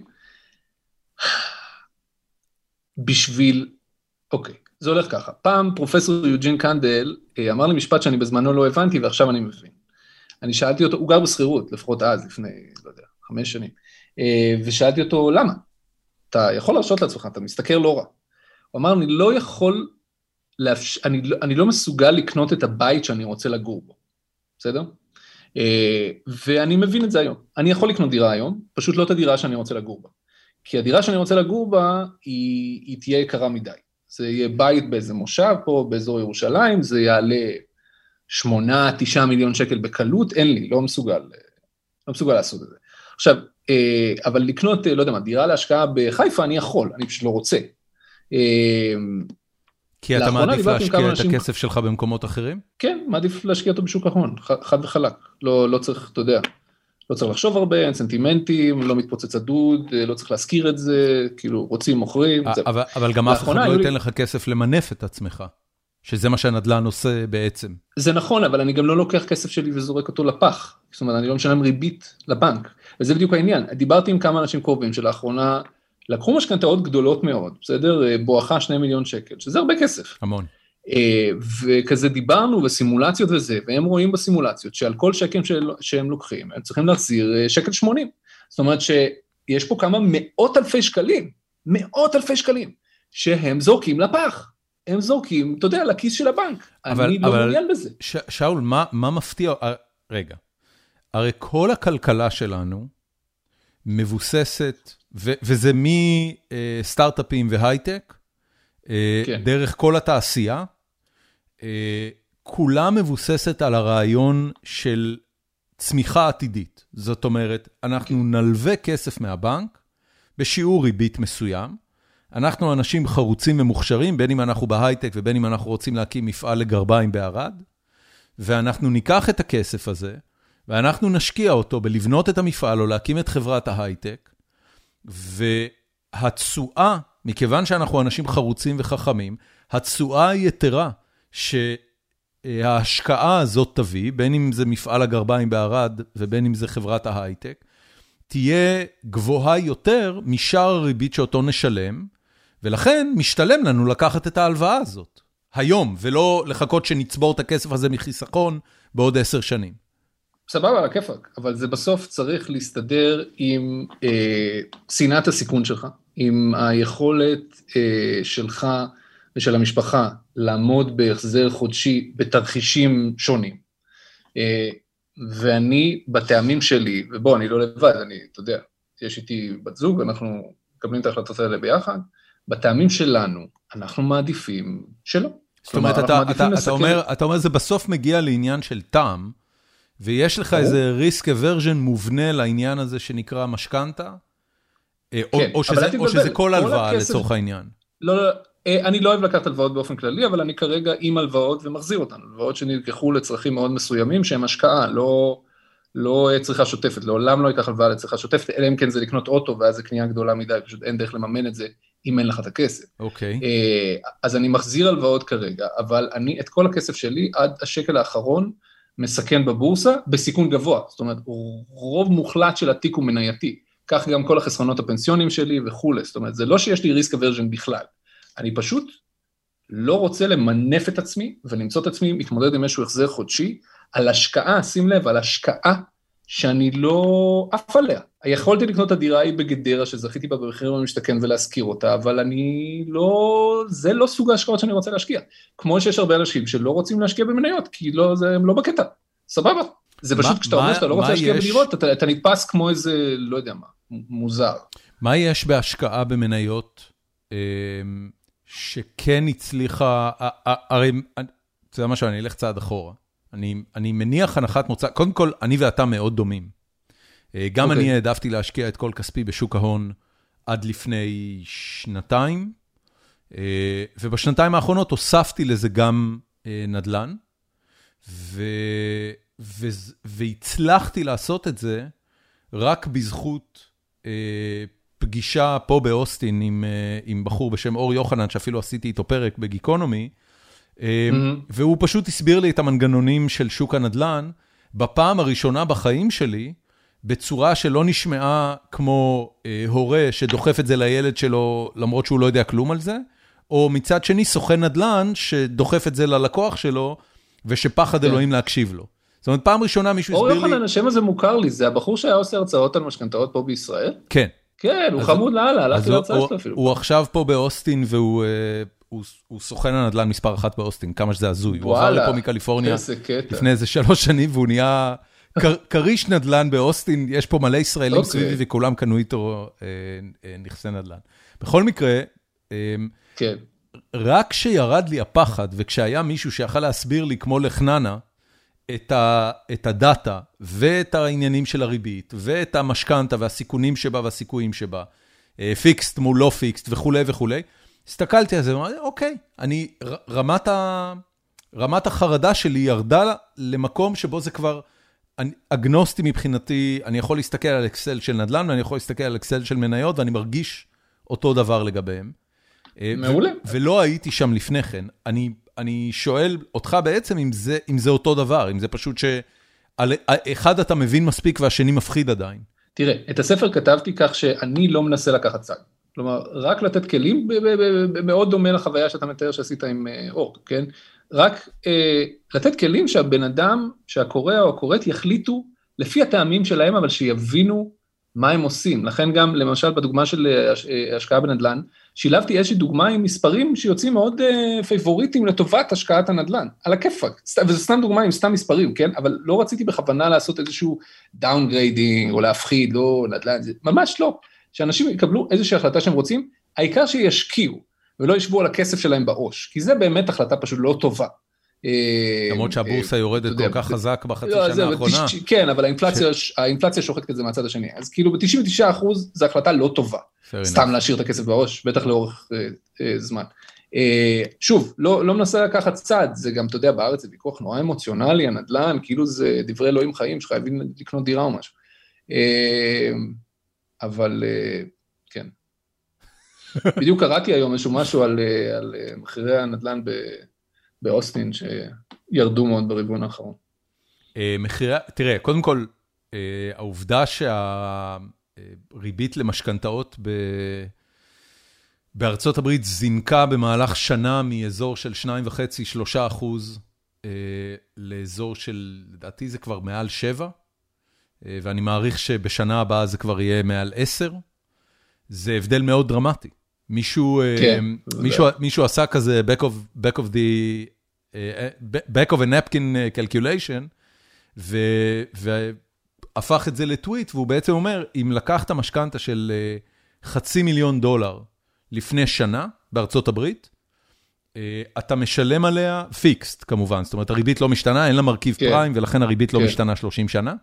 בשביל, אוקיי. זה הולך ככה. פעם פרופסור יוג'ין קנדל אמר לי משפט שאני בזמנו לא הבנתי, ועכשיו אני מבין. אני שאלתי אותו, הוא גר בסחירות, לפחות אז, לפני, לא יודע, חמש שנים, ושאלתי אותו, למה? אתה יכול להרשות לעצמך, אתה מסתכל לא רע. הוא אמר, אני לא יכול, להפש... אני, לא, אני לא מסוגל לקנות את הבית שאני רוצה לגור בו. בסדר? ואני מבין את זה היום. אני יכול לקנות דירה היום, פשוט לא את הדירה שאני רוצה לגור בה. כי הדירה שאני רוצה לגור בה, היא, היא תהיה יקרה מדי. זה יהיה בית באיזה מושב פה, באזור ירושלים, זה יעלה שמונה, תשעה מיליון שקל בקלות, אין לי, לא מסוגל, לא מסוגל לעשות את זה. עכשיו, אבל לקנות, לא יודע מה, דירה להשקעה בחיפה, אני יכול, אני פשוט לא רוצה. כי אתה מעדיף להשקיע את הכסף שלך במקומות אחרים? כן, מעדיף להשקיע אותו בשוק ההון, חד וחלק, לא, לא צריך, אתה יודע, לא צריך לחשוב הרבה, אין סנטימנטים, לא מתפוצץ הדוד, לא צריך להזכיר את זה, כאילו רוצים, מוכרים. אבל, אבל גם אף אחד לא ייתן לך כסף למנף את עצמך, שזה מה שהנדל"ן עושה בעצם. זה נכון, אבל אני גם לא לוקח כסף שלי וזורק אותו לפח, זאת אומרת, אני לא משלם ריבית לבנק, וזה בדיוק העניין. דיברתי עם כמה אנשים קרובים שלאחרונה, לקחו משכנתאות גדולות מאוד, בסדר? בואכה שני מיליון שקל, שזה הרבה כסף. המון. וכזה דיברנו בסימולציות וזה, והם רואים בסימולציות שעל כל שקל שהם לוקחים, הם צריכים להחזיר שקל שמונים. זאת אומרת שיש פה כמה מאות אלפי שקלים, מאות אלפי שקלים, שהם זורקים לפח. הם זורקים, אתה יודע, לכיס של הבנק. אבל, אני לא מעוניין בזה. ש, שאול, מה, מה מפתיע? רגע, הרי כל הכלכלה שלנו מבוססת, ו, וזה מסטארט-אפים והייטק, כן. דרך כל התעשייה, כולה מבוססת על הרעיון של צמיחה עתידית. זאת אומרת, אנחנו נלווה כסף מהבנק, בשיעור ריבית מסוים, אנחנו אנשים חרוצים ומוכשרים, בין אם אנחנו בהייטק ובין אם אנחנו רוצים להקים מפעל לגרביים בערד, ואנחנו ניקח את הכסף הזה, ואנחנו נשקיע אותו בלבנות את המפעל או להקים את חברת ההייטק, והתשואה, מכיוון שאנחנו אנשים חרוצים וחכמים, התשואה היתרה שההשקעה הזאת תביא, בין אם זה מפעל הגרביים בערד ובין אם זה חברת ההייטק, תהיה גבוהה יותר משאר הריבית שאותו נשלם, ולכן משתלם לנו לקחת את ההלוואה הזאת, היום, ולא לחכות שנצבור את הכסף הזה מחיסכון בעוד עשר שנים. סבבה, על הכיפק, אבל זה בסוף צריך להסתדר עם אה, שנאת הסיכון שלך, עם היכולת אה, שלך ושל המשפחה לעמוד בהחזר חודשי בתרחישים שונים. אה, ואני, בטעמים שלי, ובוא, אני לא לבד, אני, אתה יודע, יש איתי בת זוג, אנחנו מקבלים את ההחלטות האלה ביחד, בטעמים שלנו, אנחנו מעדיפים שלא. זאת אומרת, אתה, אתה, אתה, אומר, אתה אומר, זה בסוף מגיע לעניין של טעם, ויש לך איזה risk aversion מובנה לעניין הזה שנקרא משכנתה, או, כן, או, שזה, או שזה כל הלוואה הכסף... לצורך העניין. לא, לא, אני לא אוהב לקחת הלוואות באופן כללי, אבל אני כרגע עם הלוואות ומחזיר אותן, הלוואות שנלקחו לצרכים מאוד מסוימים, שהם השקעה, לא, לא צריכה שוטפת, לעולם לא ייקח הלוואה לצריכה שוטפת, אלא אם כן זה לקנות אוטו, ואז זה קנייה גדולה מדי, פשוט אין דרך לממן את זה, אם אין לך את הכסף. אוקיי. אז אני מחזיר הלוואות כרגע, אבל אני את כל הכסף שלי, עד השקל האחרון, מסכן בבורסה, בסיכון גבוה, זאת אומרת, רוב מוחלט של התיק הוא מנייתי, כך גם כל החסכונות הפנסיונים שלי וכו', זאת אומרת, זה לא שיש לי risk aversion בכלל, אני פשוט לא רוצה למנף את עצמי, ולמצוא את עצמי, מתמודד עם איזשהו החזר חודשי, על השקעה, שים לב, על השקעה, שאני לא אף עליה. יכולתי לקנות את הדירה היא בגדרה, שזכיתי בה במחיר המשתכן ולהשכיר אותה, אבל אני לא, זה לא סוג ההשקעות שאני רוצה להשקיע. כמו שיש הרבה אנשים שלא רוצים להשקיע במניות, כי לא, זה, הם לא בקטע. סבבה. זה פשוט כשאתה אומר שאתה לא רוצה להשקיע בדירות, אתה, אתה נתפס כמו איזה, לא יודע מה, מוזר. מה יש בהשקעה במניות שכן הצליחה, הרי, זה יודע משהו, אני אלך צעד אחורה. אני, אני מניח הנחת מוצא, קודם כל, אני ואתה מאוד דומים. גם okay. אני העדפתי להשקיע את כל כספי בשוק ההון עד לפני שנתיים, ובשנתיים האחרונות הוספתי לזה גם נדל"ן, ו, ו, והצלחתי לעשות את זה רק בזכות פגישה פה באוסטין עם, עם בחור בשם אור יוחנן, שאפילו עשיתי איתו פרק בגיקונומי, והוא פשוט הסביר לי את המנגנונים של שוק הנדל"ן, בפעם הראשונה בחיים שלי, בצורה שלא נשמעה כמו הורה שדוחף את זה לילד שלו, למרות שהוא לא יודע כלום על זה, או מצד שני סוכן נדל"ן שדוחף את זה ללקוח שלו, ושפחד אלוהים להקשיב לו. זאת אומרת, פעם ראשונה מישהו הסביר לי... אור יוחנן, השם הזה מוכר לי, זה הבחור שהיה עושה הרצאות על משכנתאות פה בישראל? כן. כן, הוא חמוד לאללה, הלכתי להרצאה שלו אפילו. הוא עכשיו פה באוסטין, והוא... הוא סוכן הנדל"ן מספר אחת באוסטין, כמה שזה הזוי. הוא עבר לפה מקליפורניה לפני איזה שלוש שנים, והוא נהיה קריש נדל"ן באוסטין, יש פה מלא ישראלים סביבי, וכולם קנו איתו נכסי נדל"ן. בכל מקרה, רק כשירד לי הפחד, וכשהיה מישהו שיכל להסביר לי, כמו לחננה, את הדאטה, ואת העניינים של הריבית, ואת המשכנתה, והסיכונים שבה, והסיכויים שבה, פיקסט מול לא פיקסט, וכו' וכו', הסתכלתי על זה, ואמרתי, אוקיי, אני, רמת, ה, רמת החרדה שלי ירדה למקום שבו זה כבר אגנוסטי מבחינתי, אני יכול להסתכל על אקסל של נדל"ן, ואני יכול להסתכל על אקסל של מניות, ואני מרגיש אותו דבר לגביהם. מעולה. ו- ולא הייתי שם לפני כן. אני, אני שואל אותך בעצם אם זה, אם זה אותו דבר, אם זה פשוט שאחד אתה מבין מספיק והשני מפחיד עדיין. תראה, את הספר כתבתי כך שאני לא מנסה לקחת צד. כלומר, רק לתת כלים, מאוד דומה לחוויה שאתה מתאר שעשית עם אור, כן? רק אה, לתת כלים שהבן אדם, שהקורא או הקוראת יחליטו לפי הטעמים שלהם, אבל שיבינו מה הם עושים. לכן גם, למשל, בדוגמה של השקעה בנדל"ן, שילבתי איזושהי דוגמה עם מספרים שיוצאים מאוד אה, פייבוריטים לטובת השקעת הנדל"ן, על הכיפק. וזו סתם דוגמה עם סתם מספרים, כן? אבל לא רציתי בכוונה לעשות איזשהו דאונגריידינג, או להפחיד, לא, נדל"ן, זה ממש לא. שאנשים יקבלו איזושהי החלטה שהם רוצים, העיקר שישקיעו, ולא ישבו על הכסף שלהם בעוש, כי זה באמת החלטה פשוט לא טובה. למרות שהבורסה יורדת כל כך חזק בחצי שנה האחרונה. כן, אבל האינפלציה שוחקת את זה מהצד השני. אז כאילו ב-תשעים ותשעה אחוז זו החלטה לא טובה. סתם להשאיר את הכסף בראש, בטח לאורך זמן. שוב, לא מנסה לקחת צד, זה גם, אתה יודע, בארץ זה ויכוח נורא אמוציונלי, הנדל"ן, כאילו זה דברי אלוהים חיים שחייבים לקנות דירה או משהו. אבל כן. בדיוק קראתי היום איזשהו משהו על מחירי הנדל"ן באוסטין, שירדו מאוד ברבעון האחרון. מחירי, תראה, קודם כל, העובדה שהריבית למשכנתאות בארצות הברית זינקה במהלך שנה מאזור של שניים וחצי, שלושה אחוז, לאזור של, לדעתי זה כבר מעל שבע, ואני מעריך שבשנה הבאה זה כבר יהיה מעל עשר, זה הבדל מאוד דרמטי. מישהו, כן, מישהו, מישהו עשה כזה back of, back of the, back of a napkin calculation, ו, והפך את זה לטוויט, והוא בעצם אומר, אם לקחת משכנתה של חצי מיליון דולר לפני שנה בארצות הברית, אתה משלם עליה פיקסט כמובן, זאת אומרת הריבית לא משתנה, אין לה מרכיב כן. פריים, ולכן הריבית לא כן. משתנה שלושים שנה.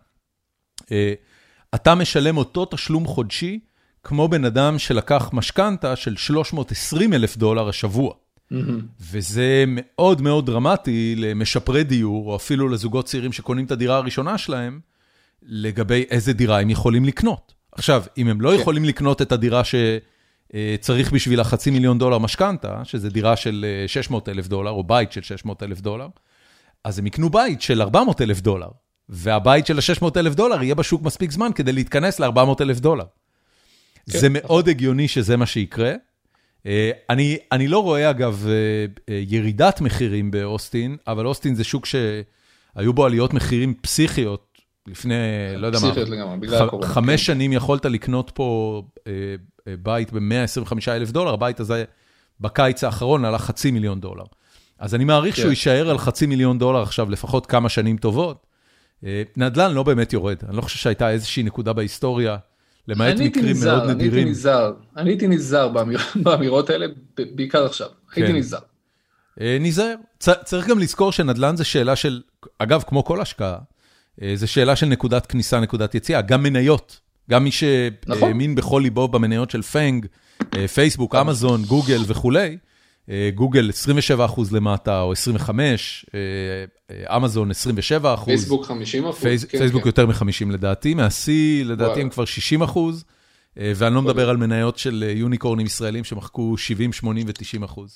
אתה משלם אותו תשלום חודשי, כמו בן אדם שלקח משכנתה של שלוש מאות ועשרים אלף דולר השבוע. Mm-hmm. וזה מאוד מאוד דרמטי למשפרי דיור, או אפילו לזוגות צעירים שקונים את הדירה הראשונה שלהם, לגבי איזה דירה הם יכולים לקנות. עכשיו, אם הם לא יכולים לקנות את הדירה שצריך בשביל החצי מיליון דולר משכנתה, שזה דירה של שש מאות אלף דולר, או בית של שש מאות אלף דולר, אז הם יקנו בית של ארבע מאות אלף דולר, והבית של ה-שש מאות אלף דולר יהיה בשוק מספיק זמן כדי להתכנס ל-ארבע מאות אלף דולר. זה מאוד הגיוני שזה מה שיקרה. אני, אני לא רואה אגב ירידת מחירים באוסטין, אבל אוסטין זה שוק שהיו בו עליות מחירים פסיכיות, לפני, לא יודע מה, חמש שנים יכולת לקנות פה בית ב-מאה עשרים וחמישה אלף דולר, הבית הזה בקיץ האחרון עלה חצי מיליון דולר. אז אני מעריך שהוא יישאר על חצי מיליון דולר עכשיו, לפחות כמה שנים טובות. נדל"ן לא באמת יורד, אני לא חושב שהייתה איזושהי נקודה בהיסטוריה, למעט מקרים מאוד נדירים. אני הייתי נזהר, אני הייתי נזהר באמירות האלה, בעיקר עכשיו, הייתי נזהר. נזהר. צריך גם לזכור שנדל"ן זה שאלה של, אגב, כמו כל השקעה, זה שאלה של נקודת כניסה, נקודת יציאה, גם מניות, גם מי שהאמין בכל ליבו במניות של פנג, פייסבוק, אמזון, גוגל וכולי, גוגל עשרים ושבעה אחוז למטה, או עשרים וחמש, אמזון עשרים ושבעה אחוז. פייסבוק חמישים אחוז. פייסבוק יותר מ-חמישים לדעתי, מהשיא לדעתי הם כבר שישים אחוז, ואני לא מדבר על מניות של יוניקורנים ישראלים שמחקו שבעים, שמונים ו-תשעים אחוז.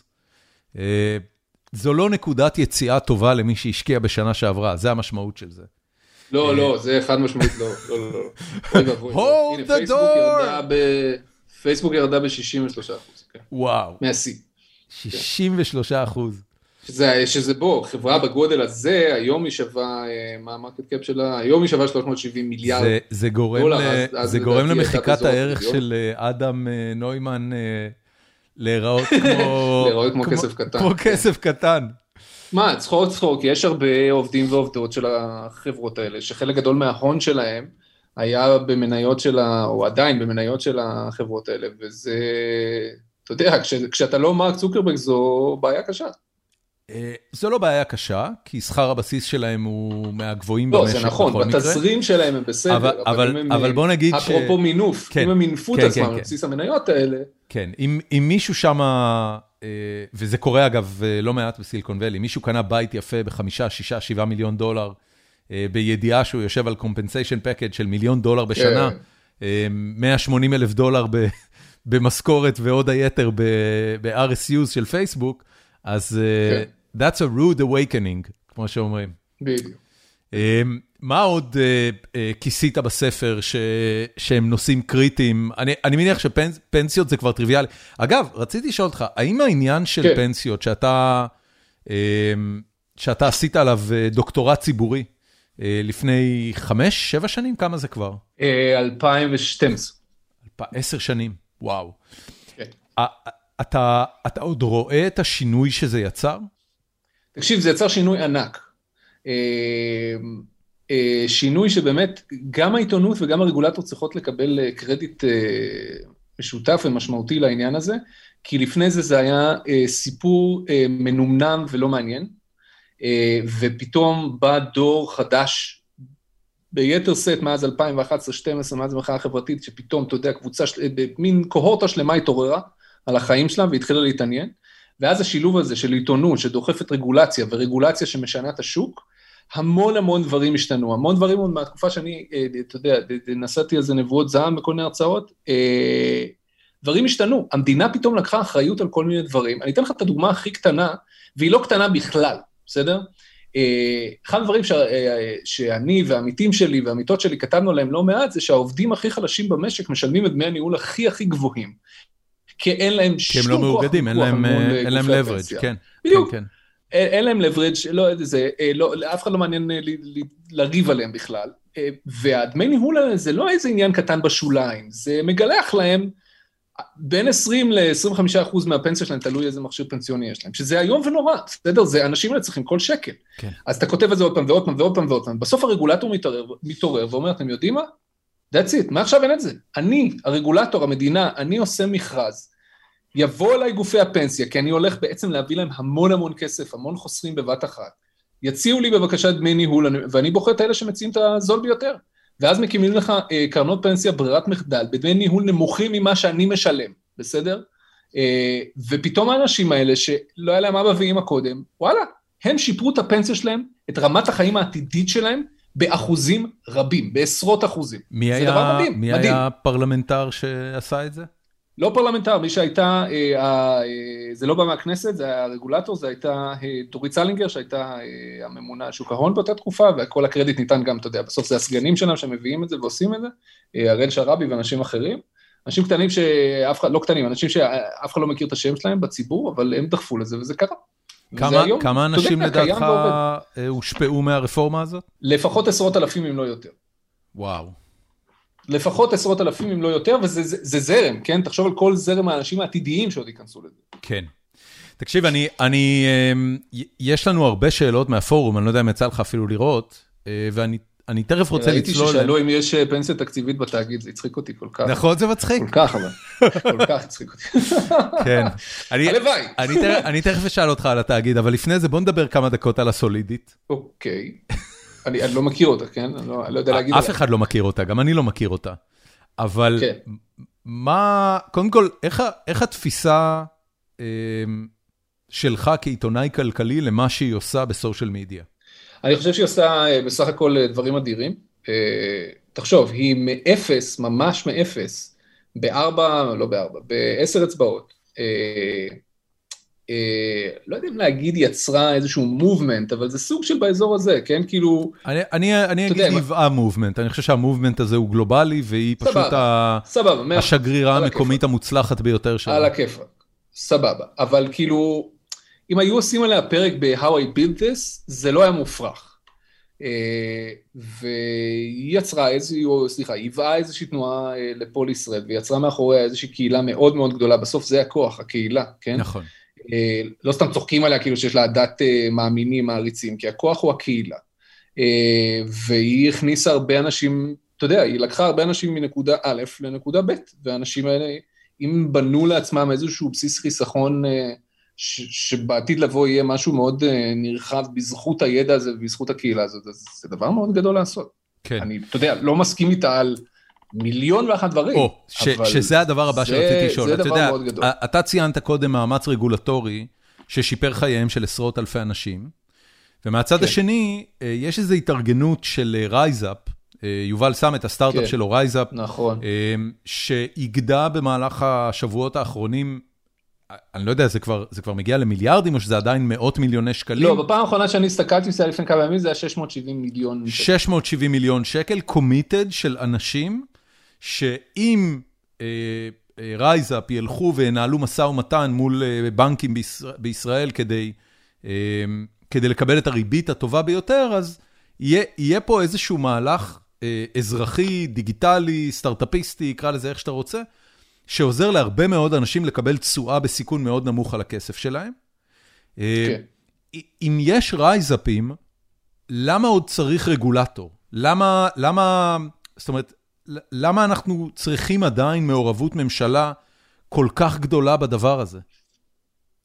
זו לא נקודת יציאה טובה למי שהשקיע בשנה שעברה, זה המשמעות של זה. לא, לא, זה חד משמעית לא, לא, לא. אוי ואבוי. Hold the door! פייסבוק ירדה ב-שישים ושלושה אחוז. וואו. מהשיא. שישים ושלושה אחוז. שזה, שזה בו, חברה בגודל הזה, היום היא שווה, מה המרקט קאפ שלה? היום היא שווה שלוש מאות שבעים מיליארד זה, זה גורם, דולר, ל, אז, זה אז גורם למחיקת הערך מיליון. של אדם נוימן להיראות כמו... להיראות כמו, כמו כסף קטן. כמו כסף קטן. מה, צחוק צחוק, יש הרבה עובדים ועובדות של החברות האלה, שחלק גדול מההון שלהם היה במניות שלה, או עדיין במניות של החברות האלה, וזה... אתה יודע, כש, כשאתה לא מרק צוקרברג זו בעיה קשה. זו לא בעיה קשה, כי שכר הבסיס שלהם הוא מהגבוהים במשק. לא, זה נכון, בתזרים שלהם הם בסדר, אבל, אבל, אבל, אבל בוא נגיד ש... אפרופו מינוף, כן, אם הם מינפו את כן, עצמם, כן, בבסיס כן. המניות האלה. כן, אם, אם מישהו שם, וזה קורה אגב לא מעט בסיליקון ואלי, מישהו קנה בית יפה בחמישה, שישה, שבעה מיליון דולר, בידיעה שהוא יושב על קומפנסיישן פקאג' של מיליון דולר בשנה, כן. מאה ושמונים אלף דולר ב... במשכורת ועוד היתר ב-אר אס יו של פייסבוק, אז uh, that's a rude awakening, כמו שאומרים. בדיוק. Uh, מה עוד uh, uh, כיסית בספר ש, שהם נושאים קריטיים? אני, אני מניח שפנסיות זה כבר טריוויאלי. אגב, רציתי לשאול אותך, האם העניין של כן. פנסיות שאתה, uh, שאתה עשית עליו דוקטורט ציבורי, uh, לפני חמש, שבע שנים? כמה זה כבר? אלפיים ושתים עשרה. עשר שנים. וואו. אתה, אתה עוד רואה את השינוי שזה יצר? תקשיב, זה יצר שינוי ענק. שינוי שבאמת גם העיתונות וגם הרגולטור צריכות לקבל קרדיט משותף ומשמעותי לעניין הזה, כי לפני זה זה היה סיפור מנומנם ולא מעניין. ופתאום בא דור חדש, ביתר סט מאז אלפיים ואחת עשרה שתים עשרה, מאז המחאה החברתית, שפתאום, אתה יודע, קבוצה, מין קוהורטה שלמה התעוררה על החיים שלה, והתחילה להתעניין, ואז השילוב הזה של עיתונות, שדוחפת רגולציה, ורגולציה שמשנה את השוק, המון המון דברים השתנו, המון דברים מהתקופה שאני, אתה יודע, נסעתי על זה נבואות זעם בכל מיני הרצאות, דברים השתנו, המדינה פתאום לקחה אחריות על כל מיני דברים, אני אתן לך את הדוגמה הכי קטנה, והיא לא קטנה בכלל, בסדר? אחד הדברים ש... שאני והעמיתים שלי והעמיתות שלי כתבנו עליהם לא מעט, זה שהעובדים הכי חלשים במשק משלמים את דמי הניהול הכי הכי גבוהים, כי אין להם שום כוח. כי הם לא מאוגדים, אין להם, אין להם leverage, כן. בדיוק. כן, כן. אין להם leverage, לא, זה, לא, אף אחד לא מעניין לריב עליהם בכלל, והדמי ניהול האלה זה לא איזה עניין קטן בשוליים, זה מגלח להם בין עשרים ל-עשרים וחמישה אחוז מהפנסיה שלהם, תלוי איזה מכשיר פנסיוני יש להם, שזה היום ונורא, בסדר? זה אנשים האלה צריכים כל שקל. כן. אז אתה כותב את זה עוד פעם ועוד פעם ועוד פעם ועוד פעם, בסוף הרגולטור מתעורר, מתעורר ואומר, אתם יודעים מה? That's it, מה עכשיו אין את זה? אני, הרגולטור, המדינה, אני עושה מכרז, יבוא אליי גופי הפנסיה, כי אני הולך בעצם להביא להם המון המון כסף, המון חוסרים בבת אחת, יציעו לי בבקשה דמי ניהול, ואני בוחר את האלה שמציעים את הזול ביותר. ואז מקימים לך אה, קרנות פנסיה ברירת מחדל, בדמי ניהול נמוכים ממה שאני משלם, בסדר? אה, ופתאום האנשים האלה שלא היה להם אבא ואמא קודם, וואלה, הם שיפרו את הפנסיה שלהם, את רמת החיים העתידית שלהם, באחוזים רבים, בעשרות אחוזים. מי זה היה, דבר מדהים, מי מדהים. היה פרלמנטר שעשה את זה? לא פרלמנטר, מי שהייתה, אה, אה, זה לא בא מהכנסת, זה היה הרגולטור, זה הייתה אה, דורית סלינגר, שהייתה אה, הממונה על שוק ההון באותה תקופה, וכל הקרדיט ניתן גם, אתה יודע, בסוף זה הסגנים שלהם שמביאים את זה ועושים את זה, אה, הראל שרבי ואנשים אחרים, אנשים קטנים שאף אחד, לא קטנים, אנשים שאף אחד לא מכיר את השם שלהם בציבור, אבל הם דחפו לזה וזה קרה. כמה, היום, כמה אנשים לדעתך הושפעו מהרפורמה הזאת? לפחות עשרות אלפים אם לא יותר. וואו. לפחות עשרות אלפים אם לא יותר, וזה זה, זה זרם, כן? תחשוב על כל זרם האנשים העתידיים שעוד ייכנסו לזה. כן. תקשיב, אני, אני, יש לנו הרבה שאלות מהפורום, אני לא יודע אם יצא לך אפילו לראות, ואני אני תכף רוצה לצלול. ראיתי ששאלו אם יש פנסיה תקציבית בתאגיד, זה הצחיק אותי כל כך. נכון, זה מצחיק. כל כך, אבל. כל כך הצחיק אותי. כן. הלוואי. אני תכף אשאל אותך על התאגיד, אבל לפני זה בוא נדבר כמה דקות על הסולידית. אוקיי. אני לא מכיר אותה, כן? אני לא יודע להגיד. אף אחד לא מכיר אותה, גם אני לא מכיר אותה. אבל מה, קודם כל, איך התפיסה שלך כעיתונאי כלכלי למה שהיא עושה בסושיאל מדיה? אני חושב שהיא עושה בסך הכל דברים אדירים. תחשוב, היא מאפס, ממש מאפס, בארבע, לא בארבע, בעשר אצבעות. לא יודע אם להגיד יצרה איזשהו מובמנט, אבל זה סוג של באזור הזה, כן? כאילו... אני אגיד היווה מובמנט, אני חושב שהמובמנט הזה הוא גלובלי, והיא פשוט השגרירה המקומית המוצלחת ביותר שלה. על הכיפאק, סבבה. אבל כאילו, אם היו עושים עליה פרק ב-How I Built This, זה לא היה מופרך. והיא יצרה איזושהי, סליחה, היווה איזושהי תנועה לפול ישראל, ויצרה מאחוריה איזושהי קהילה מאוד מאוד גדולה, בסוף זה הכוח, הקהילה, כן? נכון. לא סתם צוחקים עליה כאילו שיש לה דת מאמינים, מעריצים, כי הכוח הוא הקהילה. והיא הכניסה הרבה אנשים, אתה יודע, היא לקחה הרבה אנשים מנקודה א' לנקודה ב', והאנשים האלה, אם בנו לעצמם איזשהו בסיס חיסכון, שבעתיד לבוא יהיה משהו מאוד נרחב בזכות הידע הזה ובזכות הקהילה הזאת, אז זה דבר מאוד גדול לעשות. כן. אני, אתה יודע, לא מסכים איתה על מיליון ואחת דברים. או, שזה הדבר הבא שרציתי לשאול. זה דבר מאוד גדול. אתה ציינת קודם מאמץ רגולטורי ששיפר חייהם של עשרות אלפי אנשים, ומהצד השני, יש איזו התארגנות של רייזאפ, יובל שם את הסטארט-אפ שלו, רייזאפ, שהגדה במהלך השבועות האחרונים, אני לא יודע, זה כבר, זה כבר מגיע למיליארדים, או שזה עדיין מאות מיליוני שקלים? לא, בפעם האחרונה שאני הסתכלתי, זה היה לפני כמה ימים, זה היה שש מאות שבעים מיליון שקל. שש מאות שבעים מיליון שקל, קומיטד של אנשים, שאם אה, אה, רייזאפ ילכו וינהלו משא ומתן מול אה, בנקים בישראל, בישראל כדי, אה, כדי לקבל את הריבית הטובה ביותר, אז יהיה, יהיה פה איזשהו מהלך אה, אזרחי, דיגיטלי, סטארט-אפיסטי, יקרא לזה איך שאתה רוצה, שעוזר להרבה מאוד אנשים לקבל תשואה בסיכון מאוד נמוך על הכסף שלהם. כן. אם יש רייזאפים, למה עוד צריך רגולטור? למה, למה, זאת אומרת, למה אנחנו צריכים עדיין מעורבות ממשלה כל כך גדולה בדבר הזה?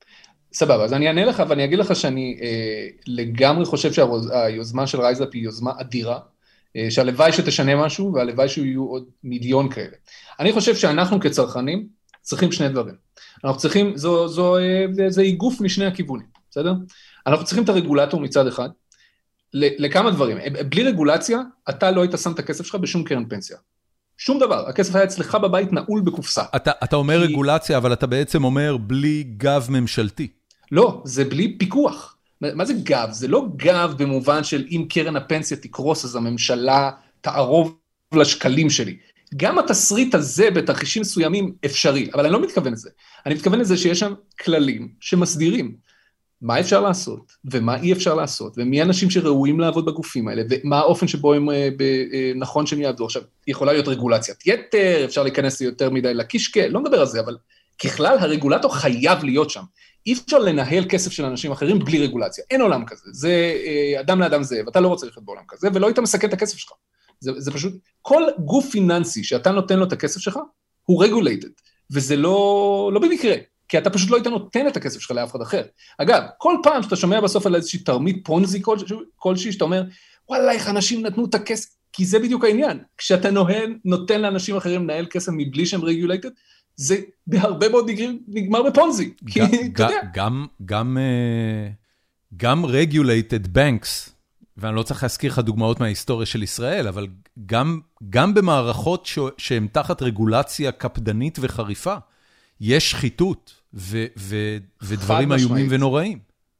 סבבה, אז אני אענה לך, ואני אגיד לך שאני אה, לגמרי חושב שהיוזמה של רייזאפ היא יוזמה אדירה, אה, שהלוואי שתשנה משהו, והלוואי שיהיו עוד מיליון כאלה. אני חושב שאנחנו כצרכנים צריכים שני דברים. אנחנו צריכים, זו, זו, אה, זה איגוף משני הכיוונים, בסדר? אנחנו צריכים את הרגולטור מצד אחד, לכמה דברים. בלי רגולציה, אתה לא היית שם את הכסף שלך בשום קרן פנסיה. שום דבר, הכסף היה אצלך בבית נעול בקופסה. אתה, אתה אומר כי... רגולציה, אבל אתה בעצם אומר בלי גב ממשלתי. לא, זה בלי פיקוח. מה זה גב? זה לא גב במובן של אם קרן הפנסיה תקרוס, אז הממשלה תערוב לשקלים שלי. גם התסריט הזה בתרחישים מסוימים אפשרי, אבל אני לא מתכוון לזה. אני מתכוון לזה שיש שם כללים שמסדירים מה אפשר לעשות, ומה אי אפשר לעשות, ומי האנשים שראויים לעבוד בגופים האלה, ומה האופן שבו הם נכון שהם יעבדו. עכשיו, יכולה להיות רגולציית יתר, אפשר להיכנס יותר מדי לקישקע, לא מדבר על זה, אבל ככלל הרגולטור חייב להיות שם. אי אפשר לנהל כסף של אנשים אחרים בלי רגולציה. אין עולם כזה. זה אדם לאדם זה, ואתה לא רוצה לחיות בעולם כזה, ולא היית מסכן את הכסף שלך. זה, זה פשוט, כל גוף פיננסי שאתה נותן לו את הכסף שלך, הוא regulated, וזה לא, לא במקרה. כי אתה פשוט לא היית נותן את הכסף שלך לאף אחד אחר. אגב, כל פעם שאתה שומע בסוף על איזושהי תרמית פונזי כלשהי, שאתה אומר, וואלה, איך אנשים נתנו את הכסף, כי זה בדיוק העניין. כשאתה נוהן, נותן לאנשים אחרים לנהל כסף מבלי שהם רגולייטד, זה בהרבה מאוד נגמר בפונזי. כי, אתה יודע. גם, גם, גם regulated banks, ואני לא צריך להזכיר לך דוגמאות מההיסטוריה של ישראל, אבל גם, גם במערכות שהן תחת רגולציה קפדנית וחריפה, יש שחיתות ו- ו- ודברים איומים ונוראים.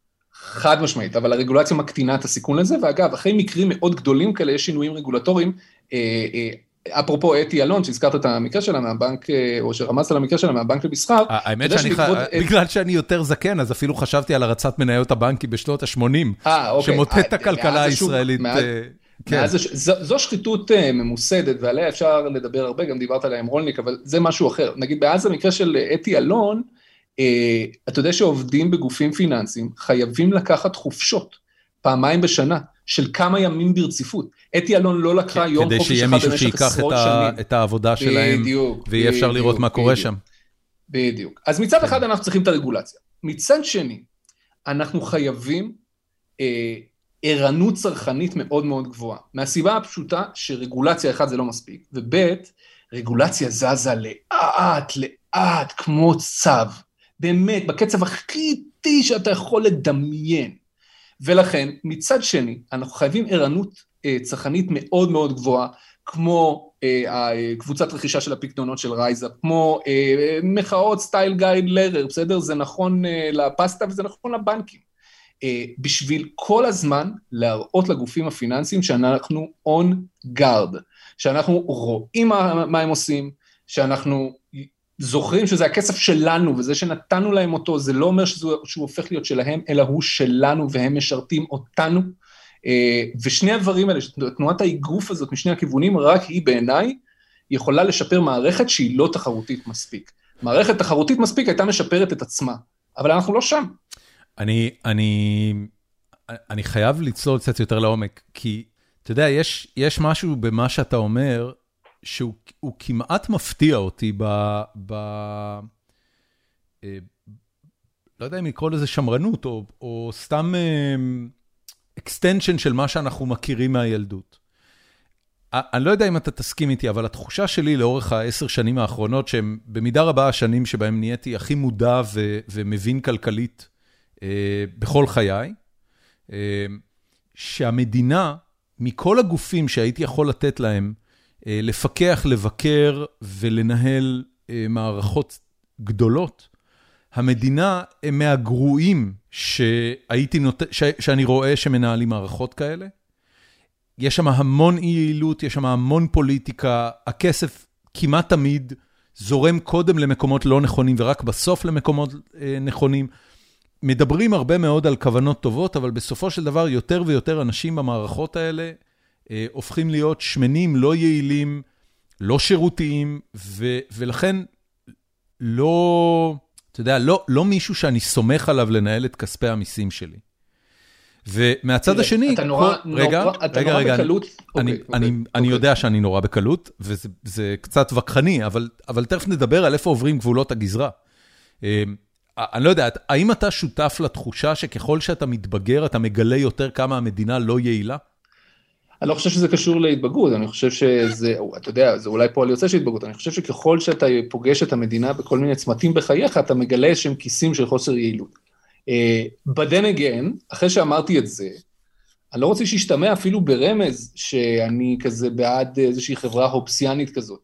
חד משמעית, אבל הרגולציה מקטינה את הסיכון לזה, ואגב, אחרי מקרים מאוד גדולים כאלה, יש שינויים רגולטוריים, אה, אה, אפרופו אתי אלון, שהזכרת את המקרה שלה מהבנק, אה, או שרמזת על המקרה שלה מהבנק למסחר. האמת שאני, ח... בגלל שאני יותר זקן, אז אפילו חשבתי על הרצת מניות הבנקי בשנות ה-שמונים, שמוטט את הכלכלה הישראלית. כן. זו, זו שחיתות ממוסדת, ועליה אפשר לדבר הרבה, גם דיברת עליה עם רולניק, אבל זה משהו אחר. נגיד, באז המקרה של אתי אלון, אה, אתה יודע שעובדים בגופים פיננסיים, חייבים לקחת חופשות, פעמיים בשנה, של כמה ימים ברציפות. אתי אלון לא לקחה יום חופש אחד במשך עשרות שנים. כדי שיהיה מישהו שיקח את העבודה שלהם, בדיוק, ויהיה אפשר לראות מה קורה שם. בדיוק. אז מצד אחד אנחנו צריכים את הרגולציה. מצד שני, אנחנו חייבים, אה, ערנות צרכנית מאוד מאוד גבוהה, מהסיבה הפשוטה שרגולציה אחד זה לא מספיק, וב' רגולציה זזה לאט, לאט, כמו צו, באמת, בקצב הכי איטי שאתה יכול לדמיין, ולכן מצד שני, אנחנו חייבים ערנות אה, צרכנית מאוד מאוד גבוהה, כמו אה, קבוצת רכישה של הפקדונות של רייזאפ, כמו אה, מחאות סטייל גייד לרר, בסדר? זה נכון אה, לפסטה וזה נכון לבנקים. בשביל כל הזמן להראות לגופים הפיננסיים שאנחנו on guard, שאנחנו רואים מה, מה הם עושים, שאנחנו זוכרים שזה הכסף שלנו, וזה שנתנו להם אותו, זה לא אומר שזה, שהוא הופך להיות שלהם, אלא הוא שלנו, והם משרתים אותנו, ושני הדברים האלה, תנועת האיגוף הזאת משני הכיוונים, רק היא בעיניי יכולה לשפר מערכת שהיא לא תחרותית מספיק. מערכת תחרותית מספיק הייתה משפרת את עצמה, אבל אנחנו לא שם. אני, אני, אני חייב לצלול קצת יותר לעומק, כי אתה יודע, יש, יש משהו במה שאתה אומר, שהוא הוא כמעט מפתיע אותי ב, ב, לא יודע אם לקרוא לזה שמרנות, או, או סתם extension של מה שאנחנו מכירים מהילדות. אני לא יודע אם אתה תסכים איתי, אבל התחושה שלי לאורך העשר שנים האחרונות, שהם במידה רבה השנים שבהם נהייתי הכי מודע ו, ומבין כלכלית, בכל חיי, שהמדינה, מכל הגופים שהייתי יכול לתת להם, לפקח, לבקר ולנהל מערכות גדולות, המדינה הם מהגרועים שהייתי נות... ש... שאני רואה שמנהלים מערכות כאלה. יש שם המון אי יעילות, יש שם המון פוליטיקה, הכסף כמעט תמיד זורם קודם למקומות לא נכונים, ורק בסוף למקומות נכונים. מדברים הרבה מאוד על כוונות טובות, אבל בסופו של דבר יותר ויותר אנשים במערכות האלה אה, הופכים להיות שמנים, לא יעילים, לא שירותיים, ו, ולכן לא, אתה יודע, לא, לא מישהו שאני סומך עליו לנהל את כספי המיסים שלי. ומהצד תראה, השני, אתה נורא, כל, רגע, נורא, אתה רגע, נורא רגע, בקלות. אני, אוקיי, אני, אוקיי, אני אוקיי. יודע שאני נורא בקלות, וזה זה קצת וכחני, אבל, אבל תכף נדבר על איפה עוברים גבולות הגזרה. אני לא יודע, האם אתה שותף לתחושה שככל שאתה מתבגר, אתה מגלה יותר כמה המדינה לא יעילה? אני לא חושב שזה קשור להתבגרות, אני חושב שזה, אתה יודע, זה אולי פועל יוצא של התבגרות, אני חושב שככל שאתה פוגש את המדינה בכל מיני צמתים בחייך, אתה מגלה שהם כיסים של חוסר יעילות. But then again, אחרי שאמרתי את זה, אני לא רוצה שישתמע אפילו ברמז שאני כזה בעד איזושהי חברה הופסיאנית כזאת.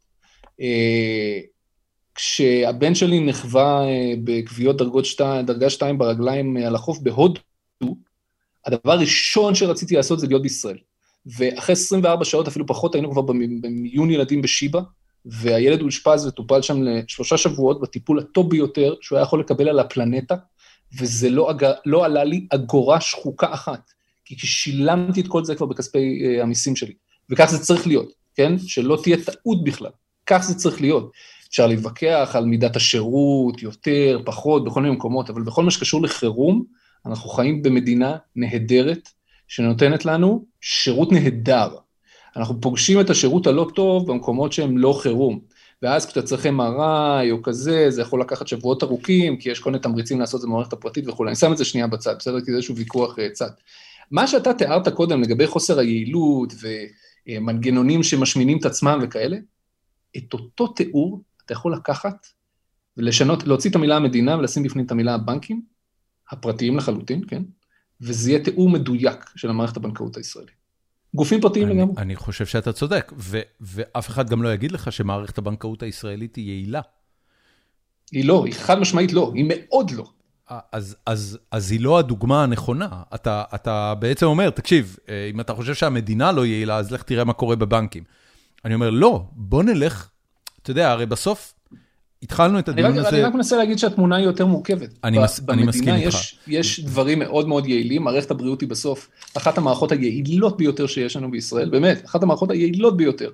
כשהבן שלי נחווה בקביעות דרגות שתיים, דרגה שתיים ברגליים על החוף בהודו, הדבר הראשון שרציתי לעשות זה להיות בישראל. ואחרי עשרים וארבע שעות, אפילו פחות, היינו כבר במיון ילדים בשיבה, והילד הושפז וטופל שם לשלושה שבועות בטיפול הטוב ביותר, שהוא היה יכול לקבל על הפלנטה, וזה לא, לא עלה לי אגורה שחוקה אחת, כי כששילמתי את כל זה כבר בכספי uh, המיסים שלי, וכך זה צריך להיות, כן? שלא תהיה טעות בכלל, כך זה צריך להיות. אפשר להתווכח על מידת השירות, יותר, פחות, בכל מיני מקומות, אבל בכל מה שקשור לחירום, אנחנו חיים במדינה נהדרת, שנותנת לנו שירות נהדר. אנחנו פוגשים את השירות הלא טוב במקומות שהם לא חירום, ואז כשאתה צריך אם אר איי או כזה, זה יכול לקחת שבועות ארוכים, כי יש כל מיני תמריצים לעשות את זה במערכת הפרטית וכו'. אני שם את זה שנייה בצד, בסדר? כי זה איזשהו ויכוח צד. מה שאתה תיארת קודם לגבי חוסר היעילות ומנגנונים שמשמינים את עצמם וכאלה, את אותו תיאור אתה יכול לקחת ולשנות, להוציא את המילה המדינה ולשים בפנים את המילה הבנקים, הפרטיים לחלוטין, כן? וזה יהיה תיאור מדויק של המערכת הבנקאות הישראלית. גופים פרטיים לגמרי. אני חושב שאתה צודק, ואף אחד גם לא יגיד לך שמערכת הבנקאות הישראלית היא יעילה. היא לא, היא חד משמעית לא, היא מאוד לא. אז, אז, אז היא לא הדוגמה הנכונה. אתה, אתה בעצם אומר, תקשיב, אם אתה חושב שהמדינה לא יעילה, אז לך תראה מה קורה בבנקים. אני אומר, לא, בוא נלך, אתה יודע, הרי בסוף, התחלנו את הדיון הזה... אני רק מנסה להגיד שהתמונה היא יותר מורכבת. אני מסכים איתך. יש דברים מאוד מאוד יעילים, מערכת הבריאות היא בסוף אחת המערכות היעילות ביותר שיש לנו בישראל, באמת, אחת המערכות היעילות ביותר.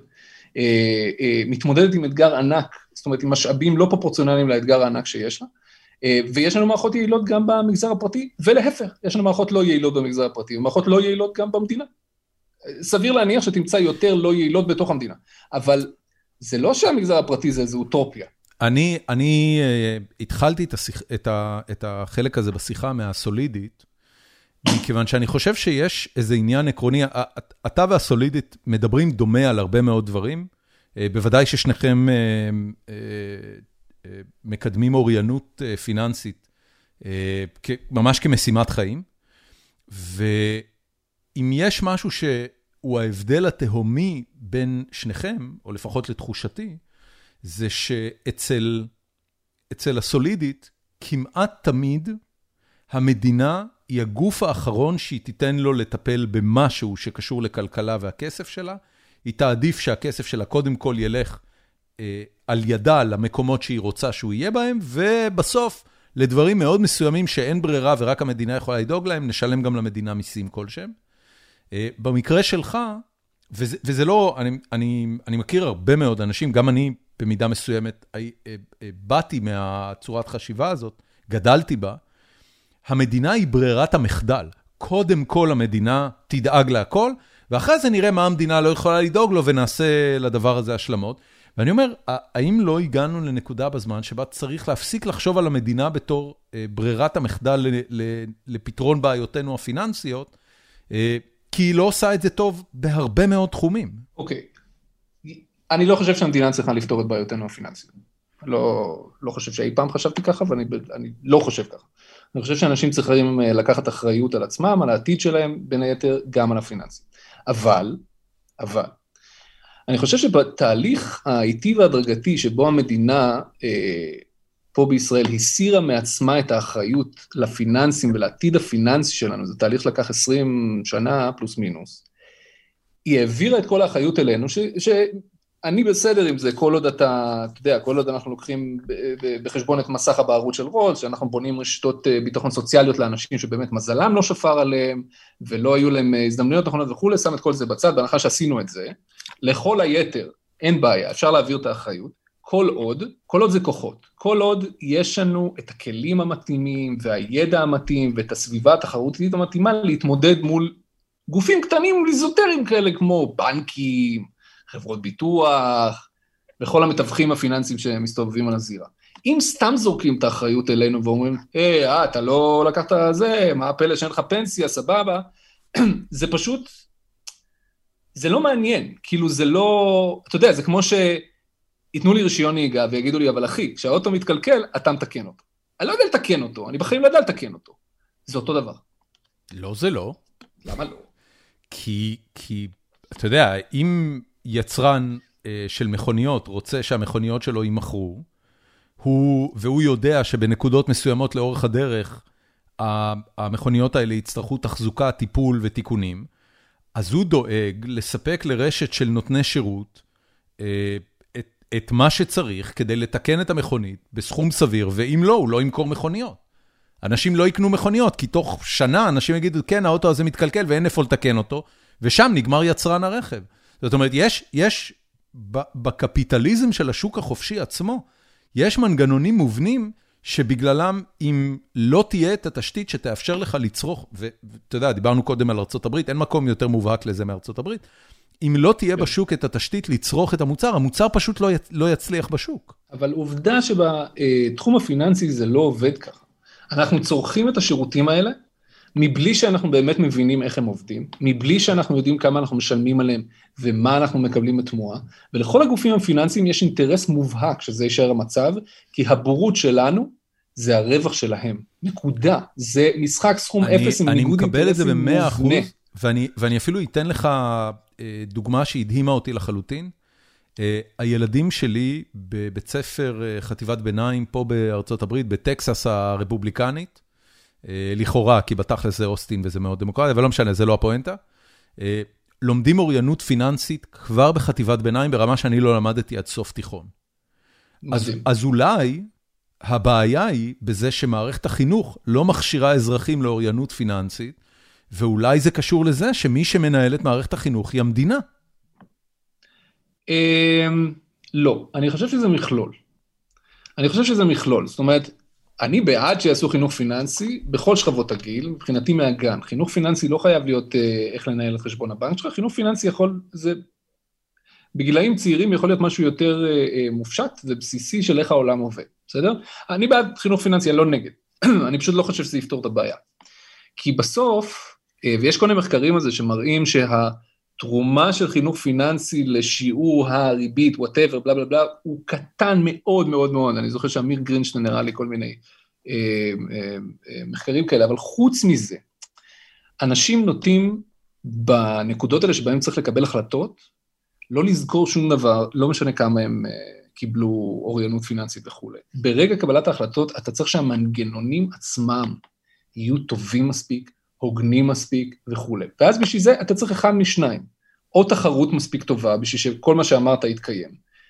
מתמודדת עם אתגר ענק, זאת אומרת, עם משאבים לא פרופורציונליים לאתגר הענק שיש לה, ויש לנו מערכות יעילות גם במגזר הפרטי, ולהפך, יש לנו מערכות לא יעילות במגזר הפרטי, ומערכות לא יעילות גם במדינה. סביר להניח שתמצא יותר לא יעילות בתוך המדינה, אבל זה לא שהמגזר הפרטי זה איזו אוטופיה. אני, אני התחלתי את, השיח, את, ה, את החלק הזה בשיחה מהסולידית, מכיוון שאני חושב שיש איזה עניין עקרוני, אתה והסולידית מדברים דומה על הרבה מאוד דברים, בוודאי ששניכם מקדמים אוריינות פיננסית, ממש כמשימת חיים, ואם יש משהו שהוא ההבדל התהומי בין שניכם, או לפחות לתחושתי, זה שאצל אצל הסולידית, כמעט תמיד המדינה היא הגוף האחרון שהיא תיתן לו לטפל במשהו שקשור לכלכלה והכסף שלה, היא תעדיף שהכסף שלה קודם כל ילך אה, על ידה למקומות שהיא רוצה שהוא יהיה בהם, ובסוף לדברים מאוד מסוימים שאין ברירה ורק המדינה יכולה לדאוג להם, נשלם גם למדינה מיסים כלשהם. אה, במקרה שלך, וזה, וזה לא, אני, אני, אני מכיר הרבה מאוד אנשים, גם אני במידה מסוימת, באתי מהצורת חשיבה הזאת, גדלתי בה, המדינה היא ברירת המחדל. קודם כל המדינה תדאג להכל, ואחרי זה נראה מה המדינה לא יכולה לדאוג לו, ונעשה לדבר הזה השלמות. ואני אומר, האם לא הגענו לנקודה בזמן שבה צריך להפסיק לחשוב על המדינה בתור ברירת המחדל לפתרון בעיותינו הפיננסיות, כי היא לא עושה את זה טוב בהרבה מאוד תחומים. אוקיי. אני לא חושב שהמדינה צריכה לפתור את בעיותינו הפיננסיות. לא, לא חושב שאי פעם חשבתי ככה, ואני אני לא חושב ככה. אני חושב שאנשים צריכים לקחת אחריות על עצמם, על העתיד שלהם, בין היתר גם על הפיננסים. אבל, אבל, אני חושב שבתהליך האיטי והדרגתי שבו המדינה אה, פה בישראל הסירה מעצמה את האחריות לפיננסים ולעתיד הפיננסי שלנו, זה תהליך לקח עשרים שנה פלוס מינוס, היא העבירה את כל האחריות אלינו, ש... ש אני בסדר עם זה, כל עוד אתה, אתה יודע, כל עוד אנחנו לוקחים בחשבון את מסך הבערות של רולס, שאנחנו בונים רשתות ביטחון סוציאליות לאנשים שבאמת מזלם לא שפר עליהם, ולא היו להם הזדמנויות נכונות וכו', שם את כל זה בצד, בהנחה שעשינו את זה, לכל היתר, אין בעיה, אפשר להעביר את האחריות, כל עוד, כל עוד זה כוחות, כל עוד יש לנו את הכלים המתאימים, והידע המתאים, ואת הסביבה התחרותית המתאימה, להתמודד מול גופים קטנים וליזוטריים כאלה, כמו בנקים, חברות ביטוח, וכל המתווכים הפיננסיים שמסתובבים על הזירה. אם סתם זורקים את האחריות אלינו ואומרים, היי, אה, אתה לא לקחת זה, מה הפלא שאין לך פנסיה, סבבה, זה פשוט, זה לא מעניין, כאילו זה לא, אתה יודע, זה כמו שיתנו לי רישיון נהיגה ויגידו לי, אבל אחי, כשהאוטו מתקלקל, אתה מתקן אותו. אני לא יודע לתקן אותו, אני בחיים לא יודע לתקן אותו. זה אותו דבר. לא, זה לא. למה לא? כי, כי, אתה יודע, אם יצרן אה, של מכוניות רוצה שהמכוניות שלו יימכרו, הוא, והוא יודע שבנקודות מסוימות לאורך הדרך, המכוניות האלה יצטרכו תחזוקה, טיפול ותיקונים, אז הוא דואג לספק לרשת של נותני שירות אה, את, את מה שצריך כדי לתקן את המכונית בסכום סביר, ואם לא, הוא לא ימכור מכוניות. אנשים לא יקנו מכוניות, כי תוך שנה אנשים יגידו, כן, האוטו הזה מתקלקל ואין איפה לתקן אותו, ושם נגמר יצרן הרכב. זאת אומרת, יש, יש בקפיטליזם של השוק החופשי עצמו, יש מנגנונים מובנים שבגללם אם לא תהיה את התשתית שתאפשר לך לצרוך, ואתה יודע, דיברנו קודם על ארצות הברית, אין מקום יותר מובהק לזה מארצות הברית, אם לא תהיה בשוק את התשתית לצרוך את המוצר, המוצר פשוט לא, לא יצליח בשוק. אבל עובדה שבתחום הפיננסי זה לא עובד ככה. אנחנו צורכים את השירותים האלה, מבלי שאנחנו באמת מבינים איך הם עובדים, מבלי שאנחנו יודעים כמה אנחנו משלמים עליהם, ומה אנחנו מקבלים בתמורה, ולכל הגופים הפיננסיים יש אינטרס מובהק שזה יישאר המצב, כי הבורות שלנו זה הרווח שלהם. נקודה. זה משחק סכום אני, אפס עם ניגוד אינטרסים מובנה. אני מקבל את זה ב-מאה אחוז, ואני, ואני אפילו אתן לך דוגמה שהדהימה אותי לחלוטין. הילדים שלי בבית ספר חטיבת ביניים פה בארצות הברית, בטקסס הרפובליקנית, לכאורה, כי בתכלס זה אוסטין וזה מאוד דמוקרטי, אבל לא משנה, זה לא הפואנטה. לומדים אוריינות פיננסית כבר בחטיבת ביניים, ברמה שאני לא למדתי עד סוף תיכון. אז, אז אולי הבעיה היא בזה שמערכת החינוך לא מכשירה אזרחים לאוריינות פיננסית, ואולי זה קשור לזה שמי שמנהל את מערכת החינוך היא המדינה. לא, אני חושב שזה מכלול. אני חושב שזה מכלול, זאת אומרת, אני בעד שיעשו חינוך פיננסי בכל שכבות הגיל, מבחינתי מהגן. חינוך פיננסי לא חייב להיות איך לנהל את חשבון הבנק שלך, חינוך פיננסי יכול, זה, בגילאים צעירים יכול להיות משהו יותר מופשט ובסיסי של איך העולם עובד, בסדר? אני בעד חינוך פיננסי, לא נגד. אני פשוט לא חושב שזה יפתור את הבעיה. כי בסוף, ויש כל מיני מחקרים הזה שמראים שהתרומה של חינוך פיננסי לשיעור הריבית, whatever, בלה בלה בלה, הוא קטן מאוד מאוד מאוד. אני זוכר שאמיר גרינשטיין נראה לי כל מיני אה, אה, אה, מחקרים כאלה, אבל חוץ מזה, אנשים נוטים בנקודות האלה שבהם צריך לקבל החלטות, לא לזכור שום דבר, לא משנה כמה הם אה, קיבלו אוריינות פיננסית וכו'. ברגע קבלת ההחלטות, אתה צריך שהמנגנונים עצמם יהיו טובים מספיק, הוגנים מספיק וכו'. ואז בשביל זה אתה צריך אחד משניים, או תחרות מספיק טובה, בשביל שכל מה שאמרת יתקיים.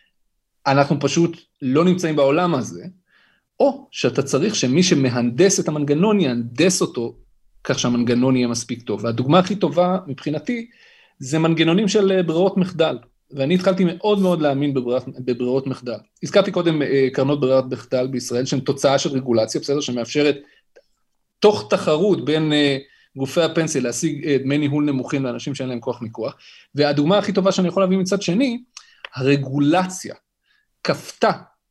אנחנו פשוט לא נמצאים בעולם הזה, או שאתה צריך שמי שמהנדס את המנגנון יהנדס אותו, כך שהמנגנון יהיה מספיק טוב. והדוגמה הכי טובה מבחינתי, זה מנגנונים של ברירות מחדל. ואני התחלתי מאוד מאוד להאמין בברירות, בברירות מחדל. הזכרתי קודם קרנות ברירת מחדל בישראל, שהן תוצאה של רגולציה, בסדר, שמאפשרת תוך תחרות בין גופי הפנסיה להשיג דמי ניהול נמוכים לאנשים שאין להם כוח מיקוח, והדוגמה הכי טובה שאני יכול להביא מצד שני, הרגולציה כפתה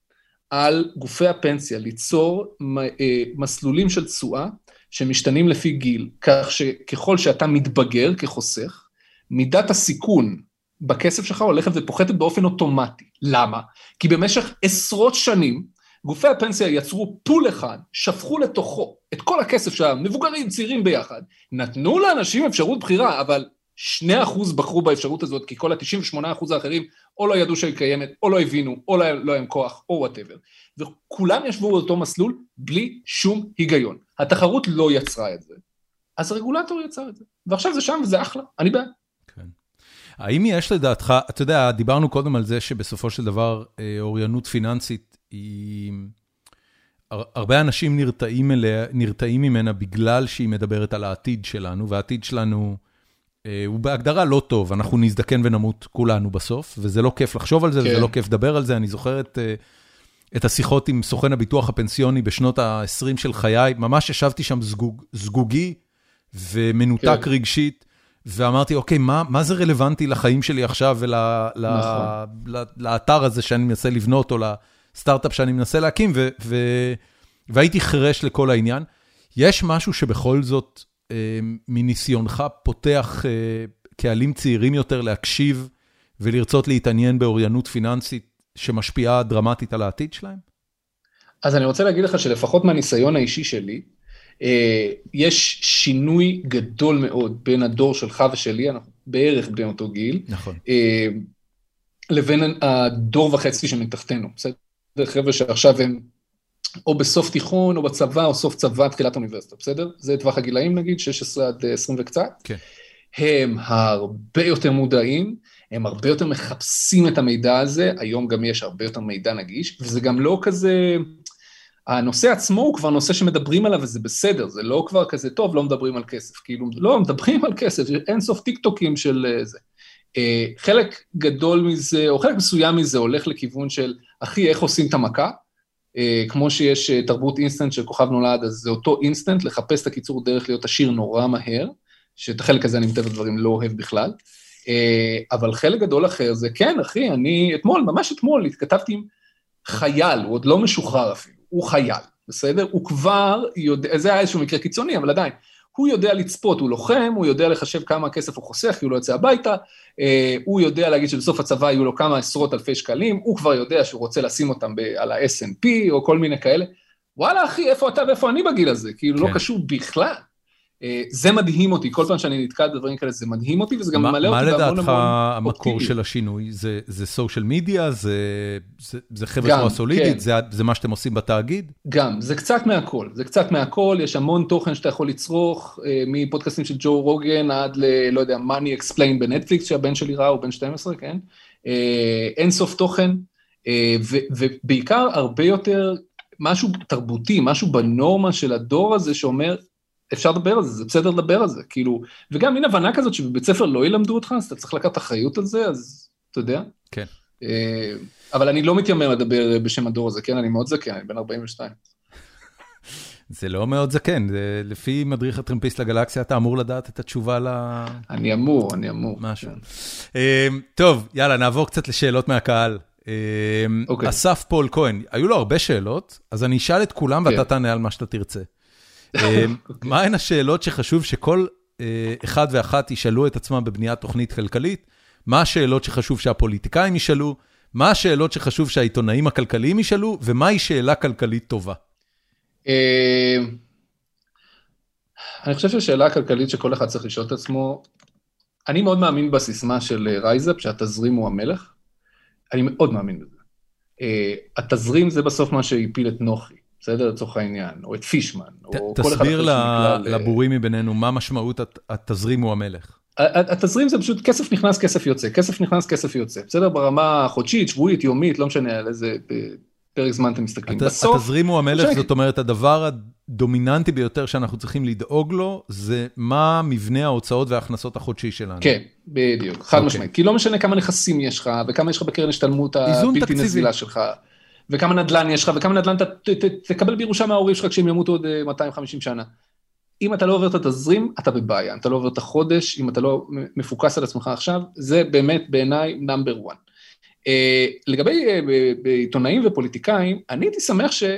על גופי הפנסיה ליצור מסלולים של תשואה שמשתנים לפי גיל, כך שככל שאתה מתבגר כחוסך, מידת הסיכון בכסף שלך הולכת ופוחתת באופן אוטומטי. למה? כי במשך עשרות שנים, גופי הפנסיה יצרו פול אחד, שפכו לתוכו את כל הכסף שלהם, מבוגרים, צעירים ביחד, נתנו לאנשים אפשרות בחירה, אבל שני אחוז בחרו באפשרות הזאת, כי כל ה-תשעים ושמונה אחוז האחרים, או לא ידעו שהיא קיימת, או לא הבינו, או לא, לא הם כוח, או whatever. וכולם ישבו באותו מסלול, בלי שום היגיון. התחרות לא יצרה את זה. אז הרגולטור יצר את זה. ועכשיו זה שם, וזה אחלה. אני בעד. כן. האם יש לדעתך, אתה יודע, דיברנו קודם על זה שבסופו של דבר, אוריינות פיננסית היא, הרבה אנשים נרתעים, אליה, נרתעים ממנה בגלל שהיא מדברת על העתיד שלנו, והעתיד שלנו הוא בהגדרה לא טוב, אנחנו נזדקן ונמות כולנו בסוף, וזה לא כיף לחשוב על זה, כן. וזה לא כיף לדבר על זה, אני זוכר את, את השיחות עם סוכן הביטוח הפנסיוני בשנות ה-עשרים של חיי, ממש ישבתי שם זגוג, זגוגי ומנותק כן. רגשית, ואמרתי, אוקיי, מה, מה זה רלוונטי לחיים שלי עכשיו, ולאתר הזה שאני מנסה לבנות, או סטארט-אפ שאני מנסה להקים, ו- ו- והייתי חרש לכל העניין. יש משהו שבכל זאת, מניסיונך פותח קהלים צעירים יותר להקשיב, ולרצות להתעניין באוריינות פיננסית, שמשפיעה דרמטית על העתיד שלהם? אז אני רוצה להגיד לך שלפחות מהניסיון האישי שלי, יש שינוי גדול מאוד בין הדור שלך ושלי, אנחנו בערך בני אותו גיל, נכון. לבין הדור וחצי שמתחתנו. בסדר, חבר'ה שעכשיו הם או בסוף תיכון, או בצבא, או סוף צבא, תחילת האוניברסיטה, בסדר? זה טווח הגילאים נגיד, שש עשרה עד עשרים וקצת. כן. הם הרבה יותר מודעים, הם הרבה יותר מחפשים את המידע הזה, היום גם יש הרבה יותר מידע נגיש, וזה גם לא כזה, הנושא עצמו הוא כבר נושא שמדברים עליו, וזה בסדר, זה לא כבר כזה טוב, לא מדברים על כסף, כאילו, לא, מדברים על כסף, אין סוף טיק-טוקים של זה. חלק גדול מזה, או חלק מסוים מזה, הולך לכיוון של, אחי, איך עושים את המכה? כמו שיש תרבות אינסטנט של כוכב נולד, אז זה אותו אינסטנט, לחפש את הקיצור דרך להיות עשיר נורא מהר, שאת החלק הזה אני מטבע דברים לא אוהב בכלל, אבל חלק גדול אחר זה, כן, אחי, אני אתמול, ממש אתמול, התכתבתי עם חייל, הוא עוד לא משוחרר אפילו, הוא חייל, בסדר? הוא כבר יודע, זה היה איזשהו מקרה קיצוני, אבל עדיין, הוא יודע לצפות, הוא לוחם, הוא יודע לחשב כמה כסף הוא חוסך, כי הוא לא יוצא הביתה, הוא יודע להגיד שבסוף הצבא היו לו כמה עשרות אלפי שקלים, הוא כבר יודע שהוא רוצה לשים אותם על ה-אס אנד פי, או כל מיני כאלה, וואלה אחי, איפה אתה ואיפה אני בגיל הזה? כאילו לא קשור בכלל. זה מדהים אותי, כל פעם שאני נתקע בדברים כאלה, זה מדהים אותי, וזה גם ממלא אותי בהמון המון אופטימי. מה לדעתך המקור של השינוי? זה סושיאל מדיה? זה חבר'ה כמו הסולידית? זה מה שאתם עושים בתאגיד? גם, זה קצת מהכל, זה קצת מהכל, יש המון תוכן שאתה יכול לצרוך, מפודקאסטים של ג'ו רוגן, עד ל, לא יודע, Money Explained בנטפליקס, שהבן שלי ראה, הוא בן שתים עשרה, כן? אין סוף תוכן, ובעיקר הרבה יותר, משהו תרבותי, משהו בנורמה של הדור הזה שאומר, אפשר לדבר על זה, זה בסדר לדבר על זה, כאילו, וגם מין הבנה כזאת שבבית ספר לא ילמדו אותך, אז אתה צריך לקחת אחריות על זה, אז אתה יודע. כן. אבל אני לא מתיימר לדבר בשם הדור הזה, כן, אני מאוד זקן, אני בן ארבעים ושתיים. זה לא מאוד זקן, לפי מדריך הטרמפיסט לגלקסיה, אתה אמור לדעת את התשובה ל... אני אמור, אני אמור. משהו. טוב, יאללה, נעבור קצת לשאלות מהקהל. אסף פול כהן, היו לו הרבה שאלות, אז אני אשאל את כולם ואתה תענה על מה שאתה תרצה. מה הן השאלות שחשוב שכל אחד ואחת ישאלו את עצמם בבניית תוכנית כלכלית? מה השאלות שחשוב שהפוליטיקאים ישאלו? מה השאלות שחשוב שהעיתונאים הכלכליים ישאלו? ומהי שאלה כלכלית טובה? אני חושב שהשאלה הכלכלית שכל אחד צריך לשאול את עצמו, אני מאוד מאמין בסיסמה של רייזאפ, שהתזרים הוא המלך. אני מאוד מאמין בזה. התזרים זה בסוף מה שהפיל את נוחי. בסדר, לצורך העניין, או את פישמן, או כל אחד אחר תסביר לבורים מבינינו, מה משמעות התזרים הוא המלך? התזרים זה פשוט כסף נכנס, כסף יוצא, כסף נכנס, כסף יוצא, בסדר? ברמה חודשית, שבועית, יומית, לא משנה על איזה פרק זמן אתם מסתכלים. התזרים הוא המלך, זאת אומרת, הדבר הדומיננטי ביותר שאנחנו צריכים לדאוג לו, זה מה מבנה ההוצאות וההכנסות החודשי שלנו. כן, בדיוק, חד משמעית, כי לא משנה כמה נכסים יש לך, וכמה יש לך בקרן השתלמות הבלתי נזילה שלך. וכמה נדל"ן יש לך, וכמה נדל"ן תקבל בירושה מההורים שלך כשהם ימותו עוד מאתיים וחמישים שנה. אם אתה לא עובר את התזרים, אתה בבעיה. אם אתה לא עובר את החודש, אם אתה לא מפוקס על עצמך עכשיו, זה באמת בעיניי נאמבר וואן. לגבי עיתונאים ופוליטיקאים, אני הייתי שמח ש...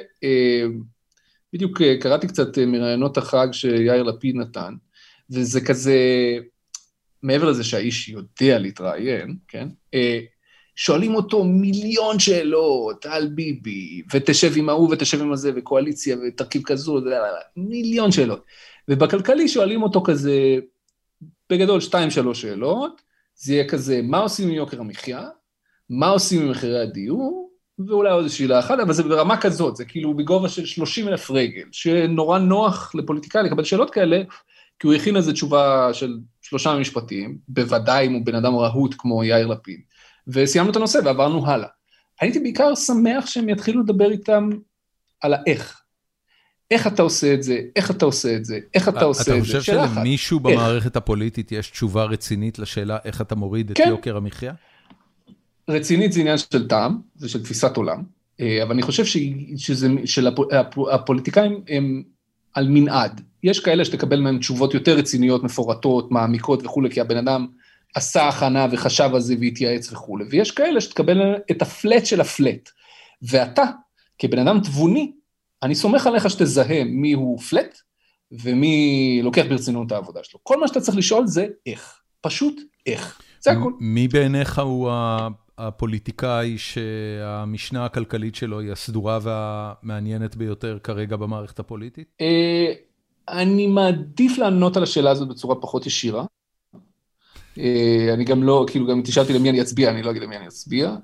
בדיוק קראתי קצת מראיונות החג שיאיר לפיד נתן, וזה כזה, מעבר לזה שהאיש יודע להתראיין, כן? שואלים אותו מיליון שאלות על ביבי, ותשב עם ההוא ותשב עם הזה, וקואליציה ותרכיב כזו, מיליון שאלות. ובכלכלי שואלים אותו כזה, בגדול שתיים שלוש שאלות, זה יהיה כזה, מה עושים עם יוקר המחיה, מה עושים עם מחירי הדיור, ואולי עוד שאלה אחת, אבל זה ברמה כזאת, זה כאילו בגובה של שלושים אלף רגל, שנורא נוח לפוליטיקאי לקבל שאלות כאלה, כי הוא הכין איזו תשובה של שלושה משפטים, בוודאי אם הוא בן אדם רהוט כמו יאיר לפיד. וסיימנו את הנושא ועברנו הלאה. הייתי בעיקר שמח שהם יתחילו לדבר איתם על האיך. איך אתה עושה את זה, איך אתה עושה את זה, איך אתה עושה את זה. אתה חושב שלמישהו במערכת הפוליטית יש תשובה רצינית לשאלה איך אתה מוריד את יוקר המחיה? רצינית זה עניין של טעם, זה של תפיסת עולם, אבל אני חושב שהפוליטיקאים הם על מנעד. יש כאלה שתקבל מהם תשובות יותר רציניות, מפורטות, מעמיקות וכו', כי הבן אדם עשה הכנה וחשב על זה והתייעץ וכו'. ויש כאלה שתקבל את הפלט של הפלט. ואתה, כבן אדם תבוני, אני סומך עליך שתזהה מי הוא פלט, ומי לוקח ברצינות את העבודה שלו. כל מה שאתה צריך לשאול זה איך. פשוט איך. זה הכל. מי בעיניך הוא הפוליטיקאי שהמשנה הכלכלית שלו היא הסדורה והמעניינת ביותר כרגע במערכת הפוליטית? אני מעדיף לענות על השאלה הזאת בצורה פחות ישירה. אני גם לא, כאילו גם תשאלתי למי אני אצביע, אני לא אגיד למי אני אצביע.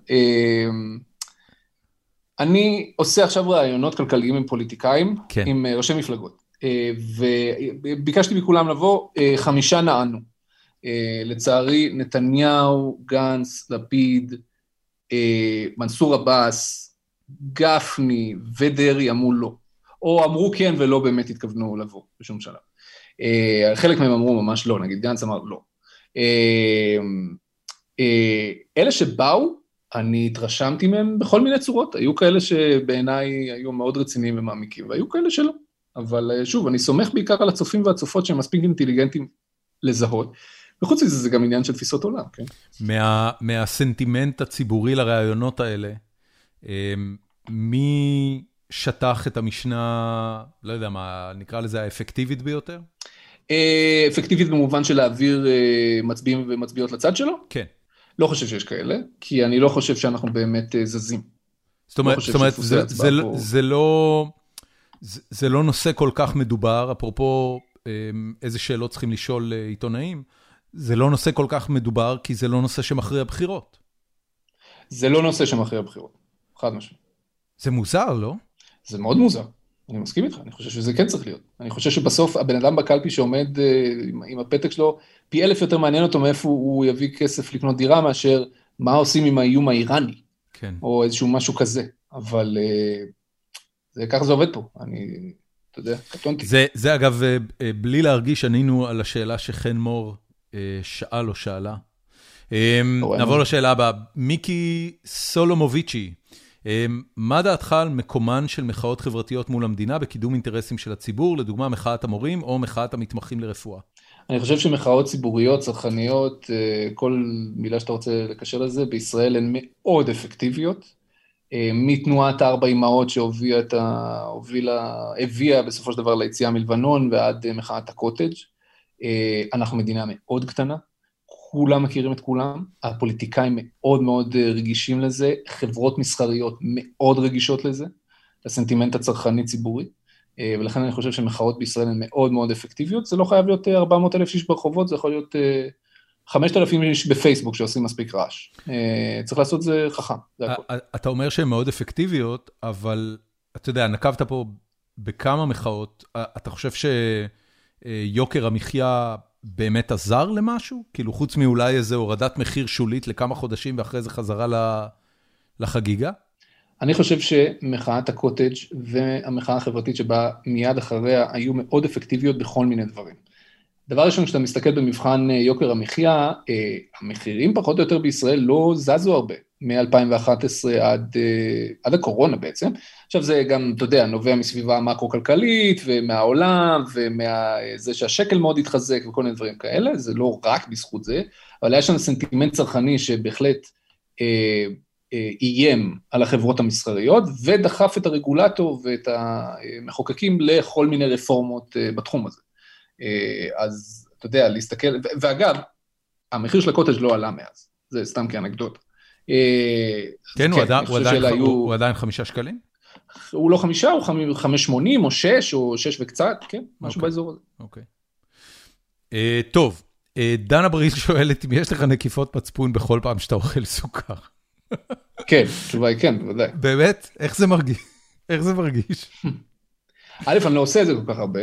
אני עושה עכשיו רעיונות כלכליים עם פוליטיקאים, כן. עם ראשי מפלגות, וביקשתי מכולם לבוא, חמישה נענו. לצערי, נתניהו, גנץ, לפיד, מנסור עבאס, גפני ודרי אמרו לא, או אמרו כן ולא באמת התכוונו לבוא בשום שלב. חלק מהם אמרו ממש לא, נגיד גנץ אמר לא. אלה שבאו, אני התרשמתי מהם בכל מיני צורות, היו כאלה שבעיניי היו מאוד רציניים ומעמיקים, והיו כאלה שלא. אבל שוב, אני סומך בעיקר על הצופים והצופות שהם מספיק אינטליגנטים לזהות, וחוץ מזה זה גם עניין של תפיסות עולם, כן? מה, מהסנטימנט הציבורי לרעיונות האלה, מי שטח את המשנה, לא יודע מה, נקרא לזה האפקטיבית ביותר? אפקטיבית במובן של להעביר מצביעים ומצביעות לצד שלו? כן. לא חושב שיש כאלה, כי אני לא חושב שאנחנו באמת זזים. זאת אומרת, זאת אומרת זה, זה, זה, לא, זה, זה לא נושא כל כך מדובר, אפרופו איזה שאלות צריכים לשאול עיתונאים, זה לא נושא כל כך מדובר, כי זה לא נושא שמכריע בחירות. זה לא נושא שמכריע בחירות, חד משמעית. זה מוזר, לא? זה מאוד מוזר. אני מסכים איתך, אני חושב שזה כן צריך להיות. אני חושב שבסוף הבן אדם בקלפי שעומד עם, עם הפתק שלו, פי אלף יותר מעניין אותו מאיפה הוא יביא כסף לקנות דירה, מאשר מה עושים עם האיום האיראני, כן. או איזשהו משהו כזה. אבל זה, ככה זה עובד פה, אני, אתה יודע, קטונתי. זה, זה אגב, בלי להרגיש, ענינו על השאלה שחן מור שאל או שאלה. נעבור לשאלה הבאה, מיקי סולומוביצ'י, מה דעתך על מקומן של מחאות חברתיות מול המדינה בקידום אינטרסים של הציבור, לדוגמה מחאת המורים או מחאת המתמחים לרפואה? אני חושב שמחאות ציבוריות, צרכניות, כל מילה שאתה רוצה לקשר לזה, בישראל הן מאוד אפקטיביות, מתנועת ארבע אמהות שהובילה, את ה... הובילה, הביאה בסופו של דבר ליציאה מלבנון ועד מחאת הקוטג'. אנחנו מדינה מאוד קטנה, כולם מכירים את כולם, הפוליטיקאים מאוד מאוד רגישים לזה, חברות מסחריות מאוד רגישות לזה, לסנטימנט הצרכני ציבורי, ולכן אני חושב שמחאות בישראל הן מאוד מאוד אפקטיביות, זה לא חייב להיות ארבע מאות אלף איש ברחובות, זה יכול להיות חמשת אלפים איש בפייסבוק שעושים מספיק רעש, צריך לעשות זה חכם, זה הכל. אתה אומר שהן מאוד אפקטיביות, אבל אתה יודע, נקבת פה בכמה מחאות, אתה חושב שיוקר המחיה באמת עזר למשהו? כאילו חוץ מאולי איזו הורדת מחיר שולית לכמה חודשים ואחרי זה חזרה לחגיגה? אני חושב שמחאת הקוטג' והמחאה החברתית שבאה מיד אחריה היו מאוד אפקטיביות בכל מיני דברים. דבר ראשון, כשאתה מסתכל במבחן יוקר המחיה, המחירים פחות או יותר בישראל לא זזו הרבה, מ-אלפיים ואחת עשרה עד, עד הקורונה בעצם. עכשיו זה גם, אתה יודע, נובע מסביבה המקרו-כלכלית ומהעולם ומזה שהשקל מאוד התחזק וכל מיני דברים כאלה, זה לא רק בזכות זה, אבל היה שם סנטימנט צרכני שבהחלט אה, אה, איים על החברות המסחריות ודחף את הרגולטור ואת המחוקקים לכל מיני רפורמות אה, בתחום הזה. אז אתה יודע, להסתכל, ואגב, המחיר של הקוטג' לא עלה מאז, זה סתם כאנקדוטה. כן, הוא עדיין חמישה שקלים? הוא לא חמישה, הוא חמש שמונים או שש, או שש וקצת, כן, משהו באזור הזה. אוקיי. טוב, דנה בריס שואלת אם יש לך נקיפות מצפון בכל פעם שאתה אוכל סוכר. כן, תשובה היא כן, בוודאי. באמת? איך זה מרגיש? איך זה מרגיש? א', אני לא עושה את זה כל כך הרבה,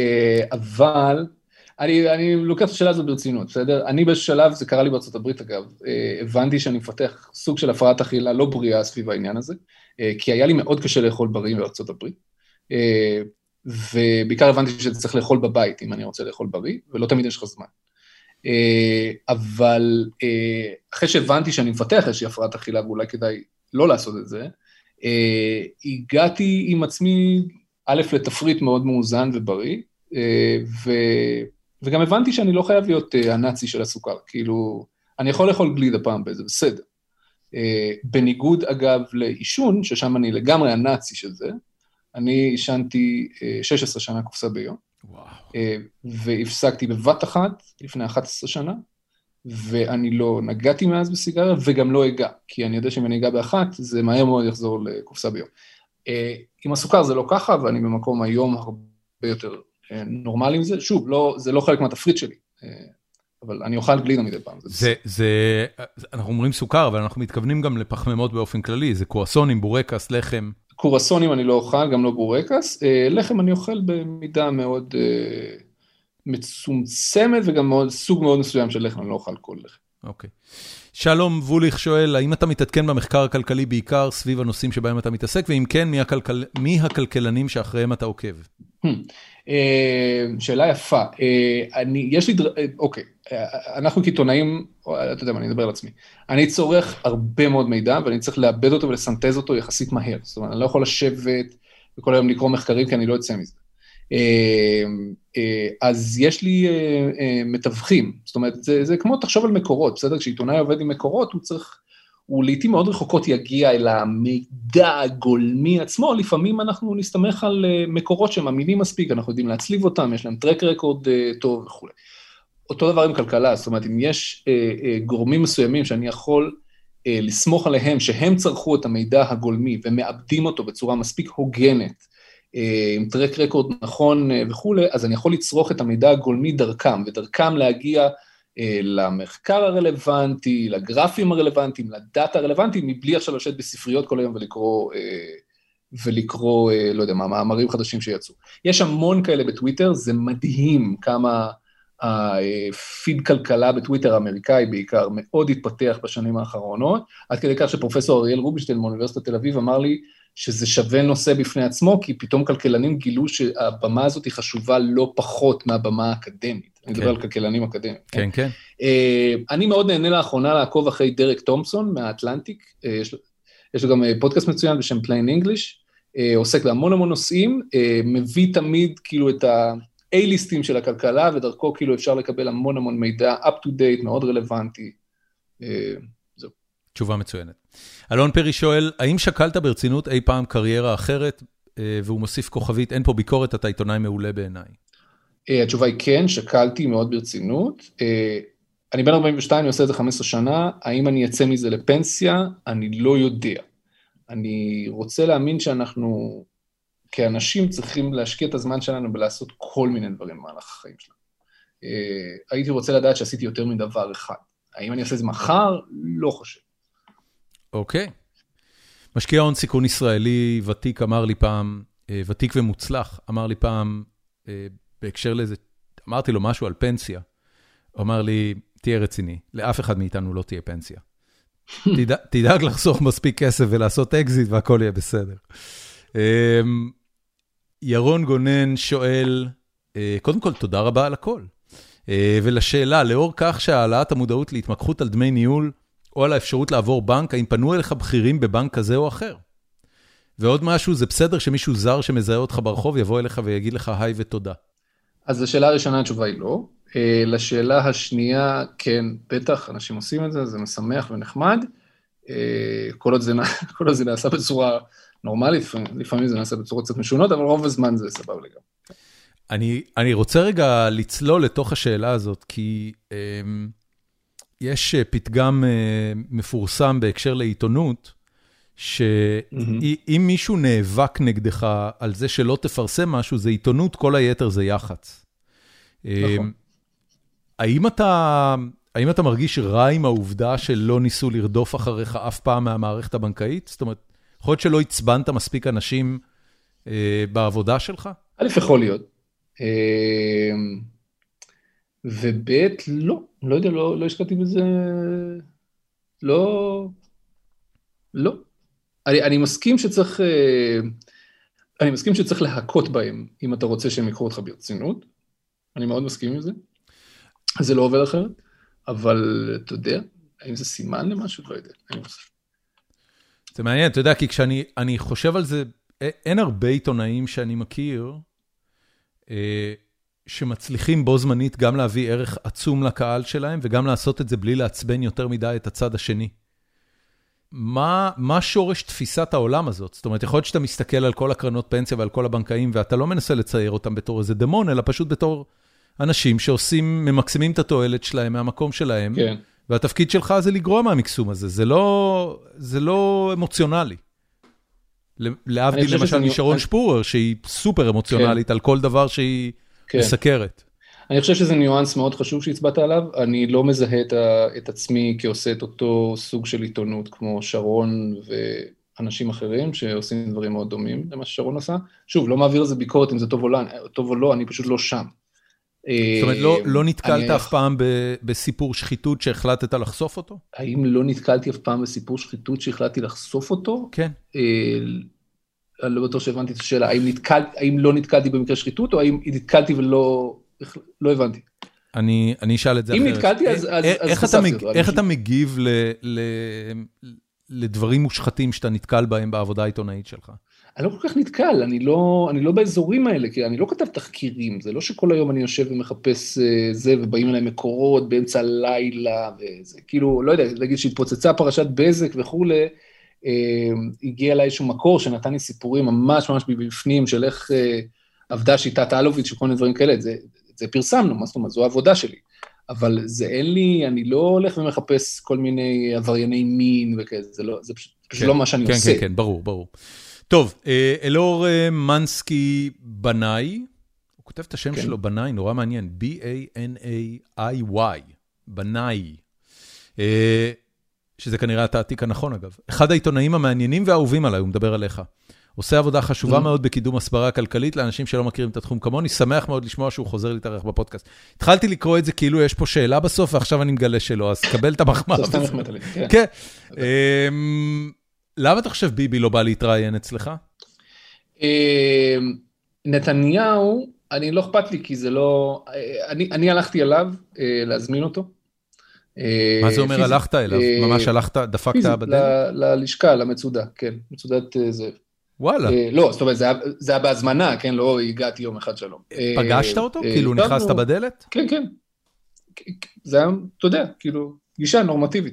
אבל אני, אני לוקח את השאלה הזאת ברצינות, בסדר? אני בשלב, זה קרה לי בארצות הברית אגב, הבנתי שאני מפתח סוג של הפרעת אכילה לא בריאה סביב העניין הזה, כי היה לי מאוד קשה לאכול בריא בארצות הברית, ובעיקר הבנתי שזה צריך לאכול בבית אם אני רוצה לאכול בריא, ולא תמיד יש לך זמן. אבל אחרי שהבנתי שאני מפתח איזושהי הפרעת אכילה, ואולי כדאי לא לעשות את זה, הגעתי עם עצמי, א', לתפריט מאוד מאוזן ובריא, ו... וגם הבנתי שאני לא חייב להיות הנאצי של הסוכר, כאילו, אני יכול לאכול גלידה פעם באיזה, בסדר, בניגוד אגב לאישון, ששם אני לגמרי הנאצי של זה, אני עישנתי שש עשרה שנה קופסה ביום, וואו. והפסקתי בבת אחת לפני אחת עשרה שנה, ואני לא נגעתי מאז בסיגריה, וגם לא אגע, כי אני יודע שאם אני אגע באחת, זה מהר מאוד יחזור לקופסה ביום. עם הסוכר זה לא ככה, ואני במקום היום הרבה יותר נורמלי עם זה. שוב, לא, זה לא חלק מהתפריט שלי, אבל אני אוכל גלידה מדי פעם. זה, זה, אנחנו אומרים סוכר, אבל אנחנו מתכוונים גם לפחמימות באופן כללי, זה קרואסונים, בורקס, לחם. קרואסונים אני לא אוכל, גם לא בורקס. לחם אני אוכל במידה מאוד מצומצמת, וגם מאוד, סוג מאוד מסוים של לחם, אני לא אוכל כל לחם. אוקיי. שלום ווליך שואל, האם אתה מתעדכן במחקר הכלכלי בעיקר סביב הנושאים שבהם אתה מתעסק, ואם כן, מי, הכלכל... מי הכלכלנים שאחריהם אתה עוקב? שאלה יפה. אני, יש לי, אוקיי, אנחנו כעיתונאים, אתה יודע מה, אני אדבר על עצמי. אני צורך הרבה מאוד מידע, ואני צריך לאבד אותו ולסנטז אותו יחסית מהר. זאת אומרת, אני לא יכול לשבת וכל היום לקרוא מחקרים, כי אני לא יוצא מזה. אז יש לי מתווכים, זאת אומרת, זה, זה כמו תחשוב על מקורות, בסדר? כשעיתונאי עובד עם מקורות, הוא צריך, הוא לעתים מאוד רחוקות יגיע אל המידע הגולמי עצמו, לפעמים אנחנו נסתמך על מקורות שהם אמינים מספיק, אנחנו יודעים להצליב אותם, יש להם טרק רקורד טוב וכו'. אותו דבר עם כלכלה, זאת אומרת, אם יש גורמים מסוימים שאני יכול לסמוך עליהם, שהם צרכו את המידע הגולמי ומאבדים אותו בצורה מספיק הוגנת, עם טרק רקורד נכון וכו', אז אני יכול לצרוך את המידע הגולמי דרכם, ודרכם להגיע למחקר הרלוונטי, לגרפים הרלוונטיים, לדאטה הרלוונטיים, מבלי עכשיו לשבת בספריות כל היום ולקרוא, ולקרוא, לא יודע מה, מאמרים חדשים שיצאו. יש המון כאלה בטוויטר, זה מדהים כמה הפיד כלכלה בטוויטר האמריקאי בעיקר מאוד התפתח בשנים האחרונות, עד כדי כך שפרופסור אריאל רובינשטיין מאוניברסיטת תל אביב אמר לי, שזה שווה נושא בפני עצמו, כי פתאום כלכלנים גילו שהבמה הזאת היא חשובה לא פחות מהבמה האקדמית. אני מדבר על כלכלנים אקדמיים. כן, כן. אני מאוד נהנה לאחרונה לעקוב אחרי דרק תומפסון מהאטלנטיק, יש לו גם פודקאסט מצוין בשם Plain English, עוסק בהמון המון נושאים, מביא תמיד כאילו את ה-A-ליסטים של הכלכלה, ודרכו כאילו אפשר לקבל המון המון מידע, up to date, מאוד רלוונטי. זהו. תשובה מצוינת. אלון פרי שואל, האם שקלת ברצינות אי פעם קריירה אחרת, והוא מוסיף כוכבית, אין פה ביקורת, אתה עיתונאי מעולה בעיניי. התשובה היא כן, שקלתי מאוד ברצינות. אני בן ארבעים ושתיים, אני עושה את זה חמש עשרה שנה, האם אני אצא מזה לפנסיה? אני לא יודע. אני רוצה להאמין שאנחנו, כאנשים, צריכים להשקיע את הזמן שלנו ולעשות כל מיני דברים במהלך החיים שלנו. הייתי רוצה לדעת שעשיתי יותר מדבר אחד. האם אני אעשה את זה מחר? לא חושב. אוקיי. משקיע הון סיכון ישראלי ותיק אמר לי פעם, ותיק ומוצלח, אמר לי פעם, בהקשר לזה, אמרתי לו משהו על פנסיה, הוא אמר לי, תהיה רציני, לאף אחד מאיתנו לא תהיה פנסיה. תדאג לחסוך מספיק כסף ולעשות אקזיט והכל יהיה בסדר. ירון גונן שואל, קודם כל תודה רבה על הכל. ולשאלה, לאור כך שהעלאת המודעות להתמקחות על דמי ניהול, או על האפשרות לעבור בנק, האם פנו אליך בכירים בבנק כזה או אחר? ועוד משהו, זה בסדר שמישהו זר שמזהה אותך ברחוב, יבוא אליך ויגיד לך היי ותודה. אז לשאלה הראשונה התשובה היא לא. לשאלה השנייה, כן, בטח, אנשים עושים את זה, זה משמח ונחמד. כל עוד זה, כל עוד זה נעשה בצורה נורמלית, לפעמים זה נעשה בצורה קצת משונות, אבל רוב הזמן זה סבב לגמרי. אני, אני רוצה רגע לצלול לתוך השאלה הזאת, כי יש פתגם מפורסם בהקשר לעיתונות, שאם מישהו נאבק נגדך על זה שלא תפרסם משהו, זה עיתונות, כל היתר זה יח"צ. נכון. האם אתה, האם אתה מרגיש רע עם העובדה שלא ניסו לרדוף אחריך אף פעם מהמערכת הבנקאית? זאת אומרת, יכול להיות שלא הצבנת מספיק אנשים אה, בעבודה שלך? א' יכול להיות. אה, וב' לא, לא יודע, לא, לא השקעתי בזה, לא, לא. אני, אני מסכים שצריך, אה, אני מסכים שצריך להכות בהם, אם אתה רוצה שהם יקחו אותך ברצינות. אני מאוד מסכים עם זה. זה לא עובר אחרת, אבל אתה יודע, האם זה סימן למשהו? לא יודע. זה מעניין, אתה יודע, כי כשאני אני חושב על זה, אין הרבה עיתונאים שאני מכיר, שמצליחים בו זמנית גם להביא ערך עצום לקהל שלהם, וגם לעשות את זה בלי לעצבן יותר מדי את הצד השני. מה, מה שורש תפיסת העולם הזאת? זאת אומרת, יכול להיות שאתה מסתכל על כל הקרנות פנסיה ועל כל הבנקאים, ואתה לא מנסה לצייר אותם בתור איזה דמון, אלא פשוט בתור אנשים שעושים, ממקסימים את התועלת שלהם מהמקום שלהם, כן. והתפקיד שלך זה לגרוע מהמקסום הזה, זה לא, זה לא אמוציונלי. להבדיל למשל משרון שפורר, שהיא סופר אמוציונלית על כל דבר שהיא מסקרת. אני חושב שזה ניואנס מאוד חשוב שהצבעת עליו, אני לא מזהה את עצמי כעושה את אותו סוג של עיתונות, כמו שרון ואנשים אחרים, שעושים דברים מאוד דומים למה ששרון עושה. שוב, לא מעביר איזה ביקורת אם זה טוב או לא, טוב או לא, אני פשוט לא שם. זאת אומרת, לא, לא נתקלת אף פעם בסיפור שחיתות שהחלטת לחשוף אותו? האם לא נתקלתי אף פעם בסיפור שחיתות שהחלטתי לחשוף אותו? כן. אני לא בטוח שהבנתי את השאלה, האם, נתקל, האם לא נתקלתי במקרה שחיתות, או האם נתקלתי ולא לא הבנתי. אני, אני אשאל את זה אם אחרת. אם נתקלתי, אז, אז, איך, אז איך חשפתי אתה, אותו. איך אתה מגיב ל, ל, לדברים מושחתים שאתה נתקל בהם בעבודה העיתונאית שלך? אני לא כל כך נתקל, אני לא, אני לא באזורים האלה, כי אני לא כתב תחקירים, זה לא שכל היום אני יושב ומחפש זה, ובאים אליי מקורות באמצע הלילה, וזה כאילו, לא יודע, להגיד שהתפוצצה פרשת בזק וכולי, הגיע אליי איזשהו מקור שנתן לי סיפורים ממש ממש בפנים של איך עבדה שיטת אלוביץ' וכל מיני דברים כאלה, זה, זה פרסמנו, מה זאת אומרת, זו העבודה שלי, אבל זה אין לי, אני לא הולך ומחפש כל מיני עברייני מין וכזה, זה לא, זה פשוט, פשוט כן, לא מה שאני כן, עושה. כן, כן, ברור, ברור. טוב, אלאור מנסקי בנאי, הוא כותב את השם כן. שלו בנאי, נורא מעניין, בי איי אן איי איי וואי, בנאי, שזה כנראה התעתיק הנכון אגב. אחד העיתונאים המעניינים והאהובים עליי, הוא מדבר עליך. עושה עבודה חשובה מאוד בקידום הסברה כלכלית לאנשים שלא מכירים את התחום כמוני, שמח מאוד לשמוע שהוא חוזר להתארח בפודקאסט. התחלתי לקרוא את זה כאילו יש פה שאלה בסוף, ועכשיו אני מגלה שלא, אז קבל את המחמאה. כן. למה אתה חושב ביבי לא בא להתראיין אצלך? נתניהו, אני לא אכפת לי, כי זה לא, אני הלכתי אליו להזמין אותו. מה זה אומר הלכת אליו? ממש הלכת, דפקת בדלת? ללשכה, למצודה, כן, מצודת זה. וואלה. לא, זאת אומרת, זה היה בהזמנה, כן, לא הגעתי יום אחד שלום. פגשת אותו? כאילו נכנסת בדלת? כן, כן. זה היה, אתה יודע, כאילו, גישה נורמטיבית.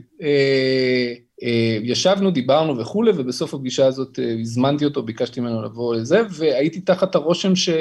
ישבנו, דיברנו וכו', ובסוף הפגישה הזאת הזמנתי אותו, ביקשתי ממנו לבוא לזה, והייתי תחת הרושם ש...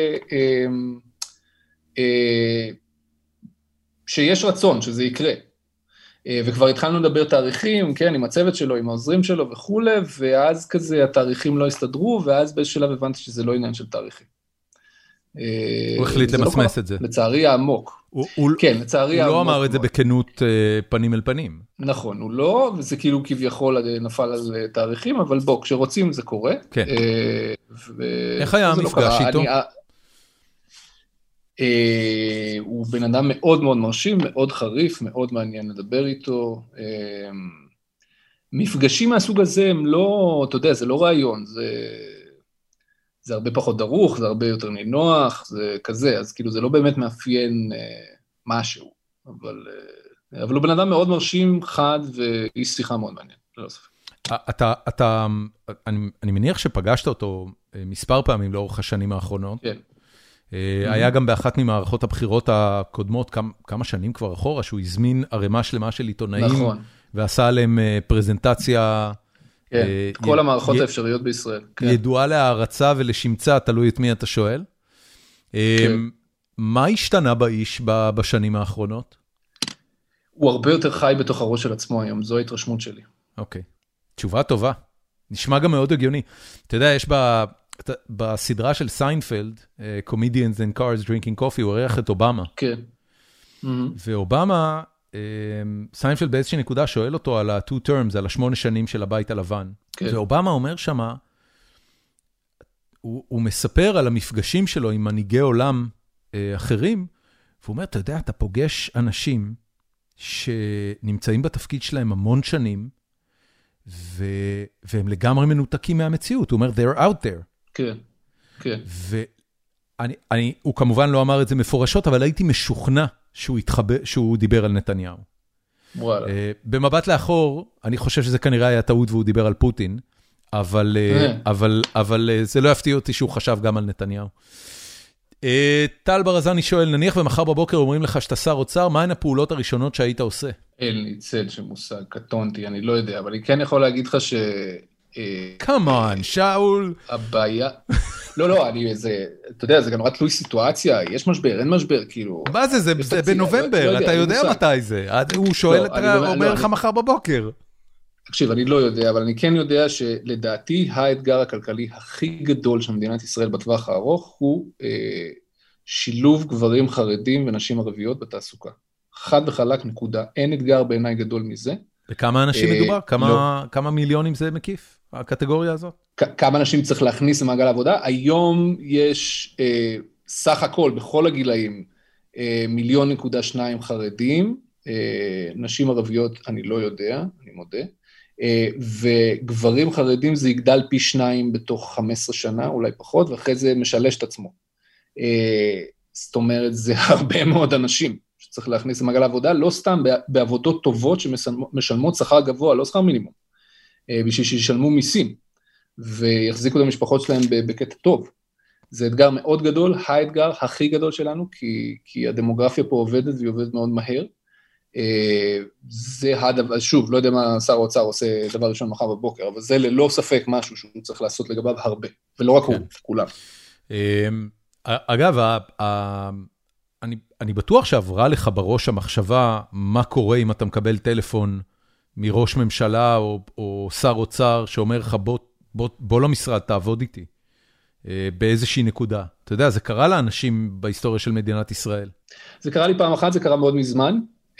שיש רצון שזה יקרה. וכבר התחלנו לדבר תאריכים, כן, עם הצוות שלו, עם העוזרים שלו וכו', ואז כזה התאריכים לא הסתדרו, ואז באיזשהו שלב הבנתי שזה לא עניין של תאריכים. הוא החליט למסמס את זה. לצערי העמוק. כן, לצערי העמוק. הוא לא אמר את זה בכנות פנים אל פנים. נכון, הוא לא, וזה כאילו כביכול נפל על תאריכים, אבל בוא, כשרוצים זה קורה. כן. איך היה המפגש איתו? הוא בן אדם מאוד מאוד מרשים, מאוד חריף, מאוד מעניין לדבר איתו. מפגשים מהסוג הזה הם לא, אתה יודע, זה לא רעיון, זה... זה הרבה פחות דרוך, זה הרבה יותר נינוח, זה כזה, אז כאילו זה לא באמת מאפיין אה, משהו, אבל, אה, אבל הוא בן אדם מאוד מרשים, חד, ואיש שיחה מאוד מעניין, לא ספק. אתה, אתה, אני, אני מניח שפגשת אותו מספר פעמים לאורך השנים האחרונות. כן. אה, היה גם באחת ממערכות הבחירות הקודמות, כמה, כמה שנים כבר אחורה, שהוא הזמין ערימה שלמה של עיתונאים, נכון. ועשה עליהם אה, פרזנטציה, כן, כל המערכות האפשריות בישראל. ידועה להערצה ולשמצה, תלוי את מי אתה שואל. מה השתנה באיש בשנים האחרונות? הוא הרבה יותר חי בתוך הראש של עצמו היום, זו ההתרשמות שלי. אוקיי, תשובה טובה. נשמע גם מאוד הגיוני. אתה יודע, יש בסדרה של סיינפלד, Comedians in Cars Drinking Coffee, הוא ערך את אובמה. כן. ואובמה... סיינפלד באיזושהי נקודה שואל אותו על ה-two terms, על השמונה שנים של הבית הלבן. כן. ואובמה אומר שמה, הוא, הוא מספר על המפגשים שלו עם מנהיגי עולם אה, אחרים, והוא אומר, אתה יודע, אתה פוגש אנשים שנמצאים בתפקיד שלהם המון שנים, ו, והם לגמרי מנותקים מהמציאות. הוא אומר, they're out there. כן, כן. ואני, אני, הוא כמובן לא אמר את זה מפורשות, אבל הייתי משוכנע, שהוא, התחבא, שהוא דיבר על נתניהו. וואלה. Uh, במבט לאחור, אני חושב שזה כנראה היה טעות והוא דיבר על פוטין, אבל, uh, אבל, אבל uh, זה לא יפתיע אותי שהוא חשב גם על נתניהו. Uh, טל ברזני שואל, נניח ומחר בבוקר אומרים לך שאתה שר אוצר, מהן הפעולות הראשונות שהיית עושה? אין לי צל שמושג, קטונתי, אני לא יודע, אבל אני כן יכול להגיד לך ש... come on, שאול. הבעיה... לא, לא, אני, זה, אתה יודע, זה גם נורא תלוי סיטואציה, יש משבר, אין משבר, כאילו... מה זה, זה, זה בנובמבר, אתה יודע מתי זה. הוא שואל, אתה אומר לך מחר בבוקר. תקשיב, אני לא יודע, אבל אני כן יודע שלדעתי האתגר הכלכלי הכי גדול של מדינת ישראל בטווח הארוך הוא אה, שילוב גברים חרדים ונשים ערביות בתעסוקה. חד וחלק נקודה, אין אתגר בעיניי גדול מזה. וכמה אנשים אה, מדובר? כמה, לא. כמה מיליונים זה מקיף, הקטגוריה הזאת? כ- כמה אנשים צריך להכניס למעגל העבודה? היום יש אה, סך הכל בכל הגילאים אה, מיליון נקודה שניים חרדים, אה, נשים ערביות אני לא יודע, אני מודה. וגברים חרדים זה יגדל פי שניים בתוך חמש עשרה שנה, אולי פחות, ואחרי זה משלש את עצמו. זאת אומרת, זה הרבה מאוד אנשים שצריך להכניס למעגל העבודה, לא סתם בעבודות טובות שמשלמות שכר גבוה, לא שכר מינימום, בשביל שישלמו מיסים, ויחזיקו את המשפחות שלהם בקטע טוב. זה אתגר מאוד גדול, האתגר הכי גדול שלנו, כי, כי הדמוגרפיה פה עובדת, והיא עובדת מאוד מהר, זה הדבר, שוב, לא יודע מה שר האוצר עושה דבר ראשון מחר בבוקר, אבל זה ללא ספק משהו שהוא צריך לעשות לגביו הרבה, ולא רק הוא, כולם. אגב, אני בטוח שעברה לך בראש המחשבה, מה קורה אם אתה מקבל טלפון מראש ממשלה או שר אוצר שאומר לך, בוא למשרד, תעבוד איתי, באיזושהי נקודה. אתה יודע, זה קרה לאנשים בהיסטוריה של מדינת ישראל. זה קרה לי פעם אחת, זה קרה מאוד מזמן,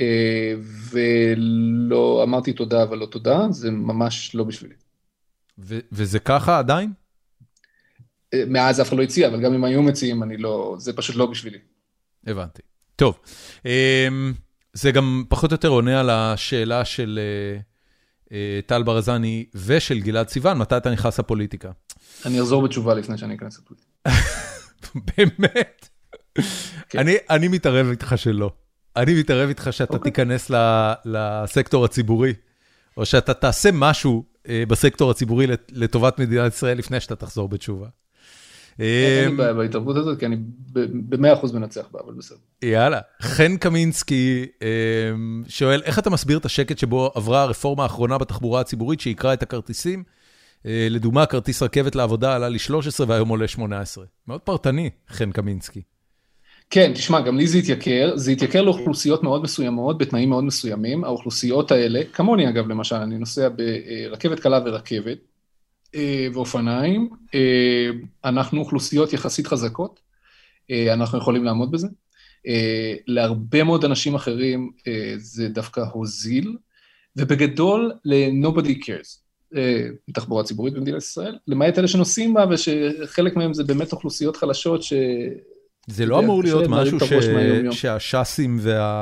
ולא אמרתי תודה, אבל לא תודה, זה ממש לא בשבילי. וזה ככה עדיין? מאז אף אחד לא הציע, אבל גם אם היו מציעים, אני לא, זה פשוט לא בשבילי. הבנתי. טוב, זה גם פחות או יותר עונה על השאלה של טל ברזני ושל גלעד סיוון, מתי אתה נכנס לפוליטיקה? אני אחזור בתשובה לפני שאני אכנס לפוליטיקה. באמת? אני מתערב איתך שלא. אני מתערב איתך שאתה תיכנס לסקטור הציבורי, או שאתה תעשה משהו בסקטור הציבורי לטובת מדינת ישראל לפני שאתה תחזור בתשובה. אין לי בעיה בהתערבות הזאת, כי אני במאה אחוז מנצח בה, אבל בסדר. יאללה. חן קמינסקי שואל, איך אתה מסביר את השקט שבו עברה הרפורמה האחרונה בתחבורה הציבורית, שיקרה את הכרטיסים? לדוגמה, כרטיס רכבת לעבודה עלה לי שלוש עשרה והיום עולה שמונה עשרה. מאוד פרטני, חן קמינסקי. כן, תשמע, גם לי זה התייקר, זה התייקר לאוכלוסיות מאוד מסוימות, בתנאים מאוד מסוימים, האוכלוסיות האלה, כמוני אגב למשל, אני נוסע ברכבת קלה ורכבת, ואופניים, אנחנו אוכלוסיות יחסית חזקות, אנחנו יכולים לעמוד בזה, להרבה מאוד אנשים אחרים זה דווקא הוזיל, ובגדול ל-nobody cares, תחבורה ציבורית במדינת ישראל, למעט אלה שנוסעים בה, ושחלק מהם זה באמת אוכלוסיות חלשות ש... זה לא אמור להיות משהו שהש"סים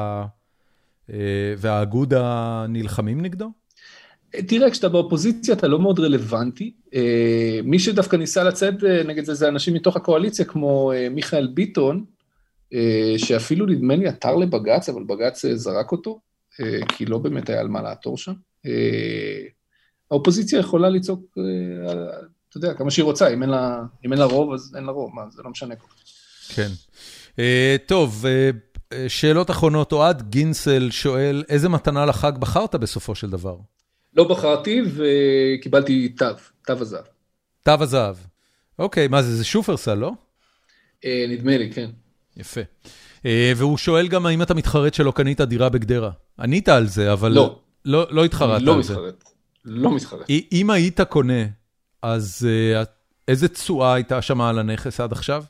והאגודה נלחמים נגדו? תראה, כשאתה באופוזיציה אתה לא מאוד רלוונטי, מי שדווקא ניסה לצאת נגד זה, זה אנשים מתוך הקואליציה, כמו מיכאל ביטון, שאפילו נדמה לי עתר לבג"ץ, אבל בג"ץ זרק אותו, כי לא באמת היה על מה לעתור שם. האופוזיציה יכולה לצעוק, אתה יודע, כמה שהיא רוצה, אם אין לה רוב, אז אין לה רוב, מה, זה לא משנה כל כך. כן. טוב, שאלות אחרונות, אוהד גינסל שואל, איזה מתנה לחג בחרת בסופו של דבר? לא בחרתי וקיבלתי תו, תו הזהב. תו הזהב. אוקיי, מה זה, זה שופרסל, לא? נדמה לי, כן. יפה. והוא שואל גם האם אתה מתחרט שלא קנית דירה בגדרה. ענית על זה, אבל לא, לא, לא התחרט לא על זה. מתחרט. לא מתחרט. אם היית קונה, אז איזה תשואה הייתה שם על הנכס עד עכשיו?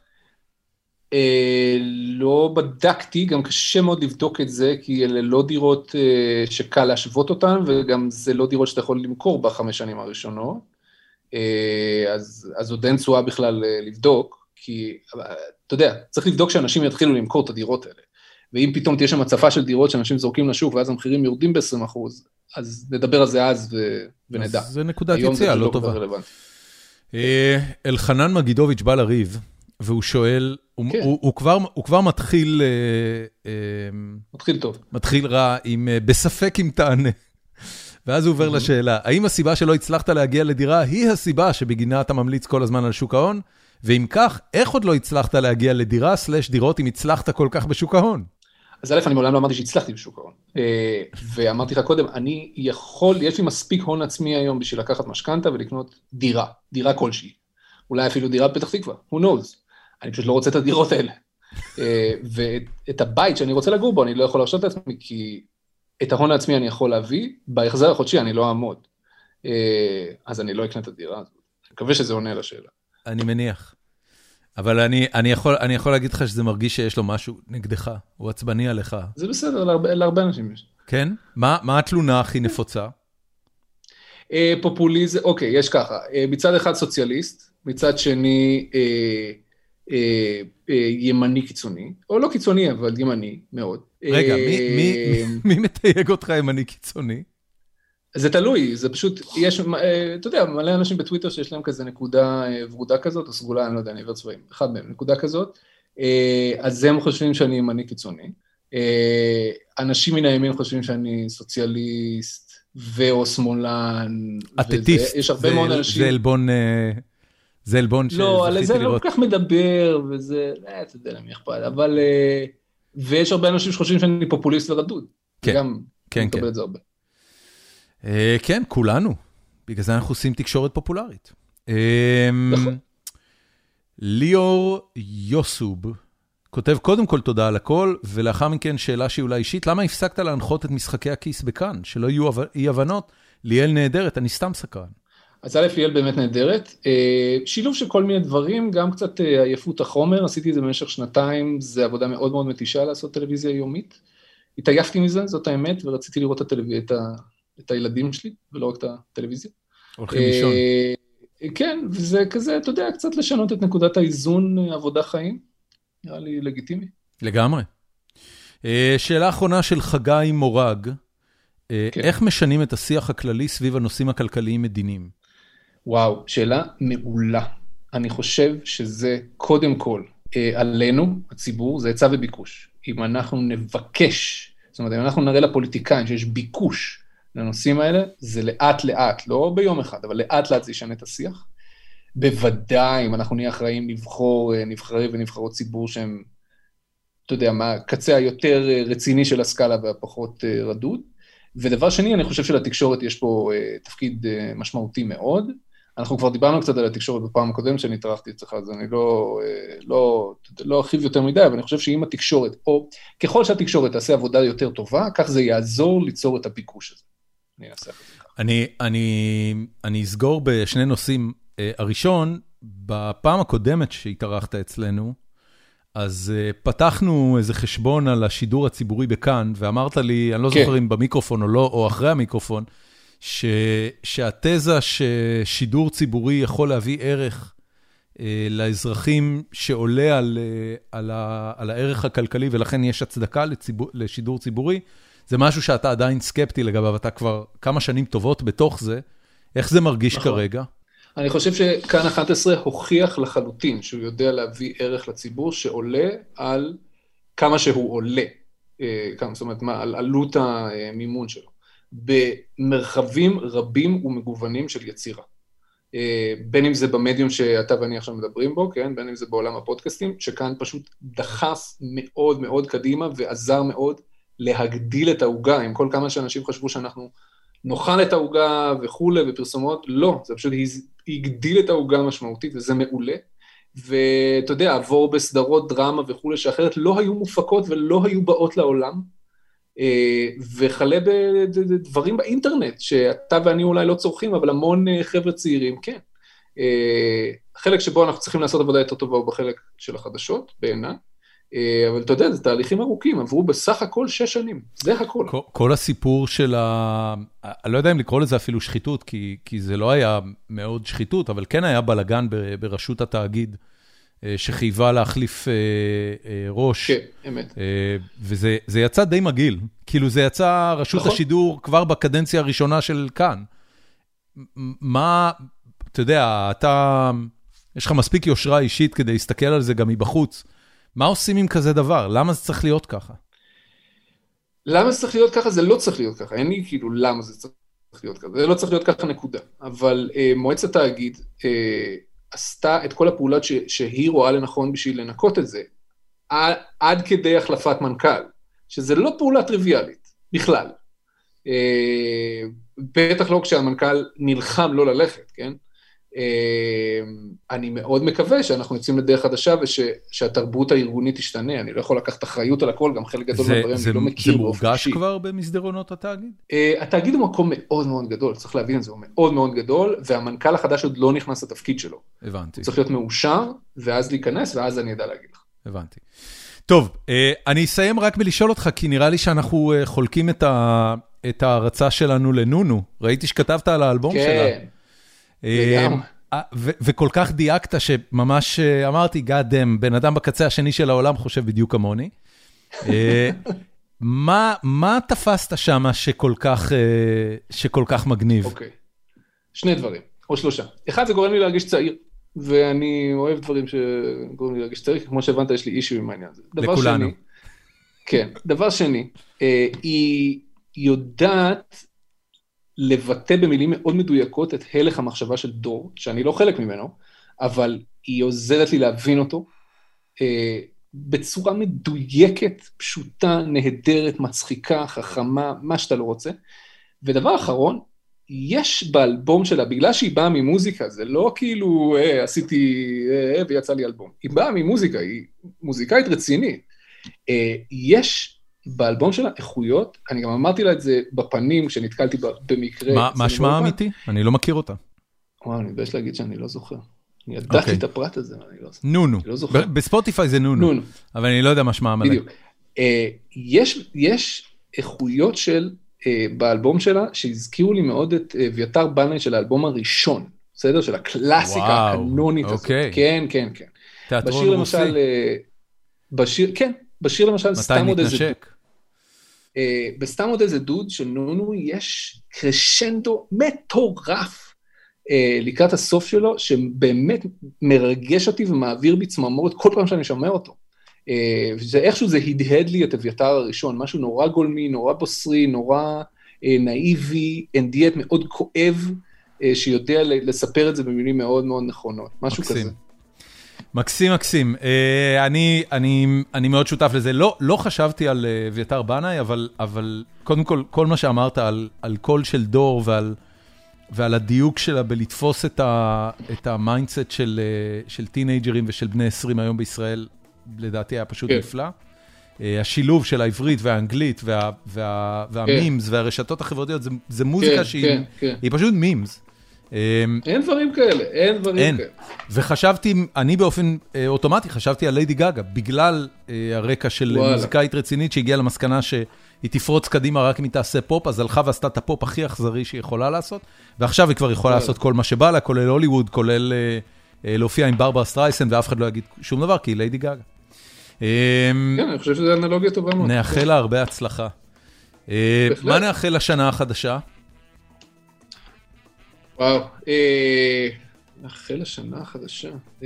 לא בדקתי, גם קשה מאוד לבדוק את זה, כי אלה לא דירות שקל להשוות אותן, וגם זה לא דירות שאתה יכול למכור בחמש שנים הראשונות, אז, אז עוד אין תשואה בכלל לבדוק, כי אתה יודע, צריך לבדוק שאנשים יתחילו למכור את הדירות האלה, ואם פתאום תהיה שם הצפה של דירות שאנשים זורקים לשוק, ואז המחירים יורדים ב-עשרים אחוז, אז נדבר על זה אז ו... ונדע. זה נקודת יציאה, לא טובה. אלחנן מגידוביץ' בא לריב, והוא שואל, הוא, כן. הוא, הוא, כבר, הוא כבר מתחיל... מתחיל טוב. מתחיל רע, עם, בספק אם תענה. ואז הוא עובר mm-hmm. לשאלה, האם הסיבה שלא הצלחת להגיע לדירה, היא הסיבה שבגינה אתה ממליץ כל הזמן על שוק ההון? ואם כך, איך עוד לא הצלחת להגיע לדירה, סלש דירות, אם הצלחת כל כך בשוק ההון? אז א', אני מעולם לא אמרתי שהצלחתי בשוק ההון. ואמרתי לך קודם, אני יכול, יש לי מספיק הון עצמי היום בשביל לקחת משכנתה ולקנות דירה, דירה כלשהי. אולי אפילו דירה בפתח תקווה, who knows. אני פשוט לא רוצה את הדירות האלה. ואת הבית שאני רוצה לגור בו, אני לא יכול להרשות לעצמי, כי את ההון העצמי אני יכול להביא, בהחזר החודשי אני לא אעמוד. אז אני לא אקנה את הדירה הזאת. אני מקווה שזה עונה לשאלה. אני מניח. אבל אני, אני יכול, אני יכול להגיד לך שזה מרגיש שיש לו משהו נגדך, הוא עצבני עליך. זה בסדר, להרבה, להרבה אנשים יש. כן? מה, מה התלונה הכי נפוצה? פופוליזם, אוקיי, יש ככה. מצד אחד סוציאליסט, מצד שני אה, אה, אה, ימני קיצוני, או לא קיצוני, אבל ימני מאוד. רגע, מי, מי, מי מתייג אותך ימני קיצוני? זה תלוי, זה פשוט, יש, אתה יודע, מלא אנשים בטוויטר שיש להם כזה נקודה ורודה כזאת, או סגולה, אני לא יודע, אני עבר צבעים, אחד מהם, נקודה כזאת, אז הם חושבים שאני ימני קיצוני, אנשים מן הימין חושבים שאני סוציאליסט, ואו שמאלן, אטטיסט, יש הרבה מאוד אנשים... זה אלבון, זה אלבון שזכיתי לראות. לא, על זה לא כל כך מדבר, וזה, אתה יודע, למי אכפת, אבל, ויש הרבה אנשים שחושבים שאני פופוליסט ורדוד, גם מקבל את זה הרבה. כן, כולנו. בגלל זה אנחנו עושים תקשורת פופולרית. ליאור יוסוב כותב קודם כל תודה על הכל, ולאחר מכן שאלה שהיא אולי אישית, למה הפסקת להנחות את משחקי הכיס בכאן? שלא יהיו אי הבנות, ליאל נהדרת, אני סתם סקרן. אז א' ליאל באמת נהדרת, שילוב של כל מיני דברים, גם קצת עייפות החומר, עשיתי את זה במשך שנתיים, זה עבודה מאוד מאוד מתישה לעשות טלוויזיה יומית, התעייפתי מזה, זאת האמת, ורציתי לראות את הטלוויזיה, את ה... את הילדים שלי, ולא רק את הטלוויזיה. הולכים לישון. כן, וזה כזה, אתה יודע, קצת לשנות את נקודת האיזון עבודה חיים, נראה לי לגיטימי. לגמרי. שאלה אחרונה של חגי מורג, איך משנים את השיח הכללי סביב הנושאים הכלכליים מדיניים? וואו, שאלה מעולה. אני חושב שזה קודם כל עלינו, הציבור, זה היצע וביקוש. אם אנחנו נבקש, זאת אומרת, אם אנחנו נראה לפוליטיקאים שיש ביקוש, לנושאים האלה, זה לאט לאט, לא ביום אחד, אבל לאט לאט זה ישנה את השיח. בוודאי, אם אנחנו נהיה אחראים לבחור נבחרי ונבחרות ציבור שהם, אתה יודע מה, קצה היותר רציני של הסקאלה והפחות רדוד. ודבר שני, אני חושב שלתקשורת יש פה תפקיד משמעותי מאוד. אנחנו כבר דיברנו קצת על התקשורת בפעם הקודמת שאני התארחתי אצלך, אז אני לא, לא, לא ארחיב יותר מדי, אבל אני חושב שאם התקשורת, או ככל שהתקשורת תעשה עבודה יותר טובה, כך זה יעזור ליצור את הביקוש הזה. אני, אני, אני אסגור בשני נושאים. הראשון, בפעם הקודמת שהתארחת אצלנו, אז פתחנו איזה חשבון על השידור הציבורי בכאן, ואמרת לי, אני לא זוכר אם במיקרופון או לא, או אחרי המיקרופון, ש, שהתזה ששידור ציבורי יכול להביא ערך לאזרחים שעולה על, על, ה, על הערך הכלכלי, ולכן יש הצדקה לציבור, לשידור ציבורי, זה משהו שאתה עדיין סקפטי לגביו, אתה כבר כמה שנים טובות בתוך זה, איך זה מרגיש נכון. כרגע? אני חושב שכאן אחת עשרה הוכיח לחלוטין, שהוא יודע להביא ערך לציבור, שעולה על כמה שהוא עולה, זאת אומרת, על עלות המימון שלו, במרחבים רבים ומגוונים של יצירה. בין אם זה במדיום שאתה ואני עכשיו מדברים בו, כן? בין אם זה בעולם הפודקאסטים, שכאן פשוט דחף מאוד מאוד קדימה, ועזר מאוד להגדיל את ההוגה, עם כל כמה שאנשים חשבו שאנחנו נאכל את ההוגה וכו' ופרסומות, לא, זה פשוט הגדיל את ההוגה המשמעותית, וזה מעולה, ואתה יודע, עבור בסדרות דרמה וכו' שאחרת לא היו מופקות ולא היו באות לעולם, וחלה בדברים באינטרנט, שאתה ואני אולי לא צורכים, אבל המון חבר'ה צעירים, כן. החלק שבו אנחנו צריכים לעשות עבודה יותר טובה הוא בחלק של החדשות, בעיניי, אבל אתה יודע, זה תהליכים ארוכים, עברו בסך הכל שש שנים, זה הכל. כל, כל הסיפור של ה... אני לא יודע אם לקרוא לזה אפילו שחיתות, כי, כי זה לא היה מאוד שחיתות, אבל כן היה בלגן ברשות התאגיד, שחייבה להחליף ראש. כן, אמת. וזה זה יצא די מגעיל, כאילו זה יצא רשות נכון. השידור כבר בקדנציה הראשונה של כאן. מה, אתה יודע, אתה, יש לך מספיק יושרה אישית כדי להסתכל על זה גם מבחוץ, מה עושים עם כזה דבר? למה זה צריך להיות ככה? למה זה צריך להיות ככה? זה לא צריך להיות ככה. אין לי כאילו למה זה צריך להיות ככה. זה לא צריך להיות ככה נקודה. אבל אה, מועצת התאגיד אה, עשתה את כל הפעולות ש, שהיא רואה לנכון בשביל לנקות את זה, עד, עד כדי החלפת מנכ"ל, שזה לא פעולה טריוויאלית. בכלל. בטח לא כשהמנכ"ל נלחם לא ללכת, כן? אני מאוד מקווה שאנחנו יוצאים לדרך חדשה ושהתרבות הארגונית תשתנה, אני לא יכול לקחת אחריות על הכל, גם חלק גדול מהדברים אני לא מכיר. זה מורגש כבר במסדרונות התאגיד? התאגיד הוא מקום מאוד מאוד גדול, צריך להבין את זה, הוא מאוד מאוד גדול, והמנכ"ל החדש עוד לא נכנס לתפקיד שלו. הבנתי. הוא צריך להיות מאושר, ואז להיכנס, ואז אני אדע להגיד לך. הבנתי. טוב, אני אסיים רק בלשאול אותך, כי נראה לי שאנחנו חולקים את ההרצה שלנו לנונו. ראיתי שכתבת על האלבום שלה. כן. וכל כך דייקת שממש אמרתי, God damn, בן אדם בקצה השני של העולם חושב בדיוק כמוני. מה תפסת שם שכל כך מגניב? אוקיי, שני דברים, או שלושה. אחד, זה גורם לי להרגיש צעיר, ואני אוהב דברים שגורם לי להרגיש צעיר, כמו שהבנת, יש לי אישו עם העניין הזה. לכולנו. כן, דבר שני, היא יודעת לבטא במילים מאוד מדויקות את הלך המחשבה של דור, שאני לא חלק ממנו, אבל היא עוזרת לי להבין אותו, אה, בצורה מדויקת, פשוטה, נהדרת, מצחיקה, חכמה, מה שאתה לא רוצה. ודבר אחרון, יש באלבום שלה, בגלל שהיא באה ממוזיקה, זה לא כאילו, אה, עשיתי, אה, ויצא לי אלבום. היא באה ממוזיקה, היא מוזיקאית רצינית. אה, יש באלבום שלה איכויות, אני גם אמרתי לה את זה בפנים, כשנתקלתי במקרה. מה שמה אמיתי? אני לא מכיר אותה. וואו, אני מבקש להגיד שאני לא זוכר. אני ידעתי את הפרט הזה, אבל אני לא זוכר. נונו. בספוטיפיי זה נונו. אבל אני לא יודע מה שמה המלא. בדיוק. יש איכויות של, באלבום שלה, שהזכירו לי מאוד את אביתר בנאי של האלבום הראשון, בסדר? של הקלאסיקה הקנונית הזאת. כן, כן, כן. תיאטרון רוסי. בשיר, כן. בשיר למשל, סתם עוד איזה דוד. בסתם עוד איזה דוד של נונו, יש קרשנדו מטורף לקראת הסוף שלו, שבאמת מרגש אותי ומעביר בצמרמורת כל פעם שאני שומע אותו. ואיכשהו זה הדהד לי את אביתר הראשון, משהו נורא גולמי, נורא בוסרי, נורא נאיבי, אנדיאט מאוד כואב, שיודע לספר את זה במילים מאוד מאוד נכונות, משהו כזה. מקסים, מקסים. אני, אני, אני מאוד שותף לזה. לא, לא חשבתי על אביתר בנאי, אבל, אבל קודם כל, כל מה שאמרת על, על קול של דור ועל, ועל הדיוק שלה בלתפוס את ה, את המיינדסט של, של טינג'רים ושל בני עשרים היום בישראל, לדעתי היה פשוט נפלא. השילוב של העברית והאנגלית וה, וה, והמימס והרשתות החברתיות, זה, זה מוזיקה שהיא, היא פשוט מימס. אין דברים כאלה, אין דברים כאלה. וחשבתי, אני באופן אוטומטי חשבתי על ליידי גגה, בגלל הרקע של מוזיקאית רצינית שהגיעה למסקנה שהיא תפרוץ קדימה רק אם היא תעשה פופ, אז הלכה ועשתה את הפופ הכי אכזרי שהיא יכולה לעשות, ועכשיו היא כבר יכולה לעשות כל מה שבא לה, כולל הוליווד, כולל להופיע עם ברברה סטרייסנד, ואף אחד לא יגיד שום דבר, כי היא ליידי גגה. כן, אני חושב שזו אנלוגיה טובה מאוד. נאחל לה הרבה הצלחה. מה נאחל לשנה החדשה? וואו, נאחל לשנה החדשה.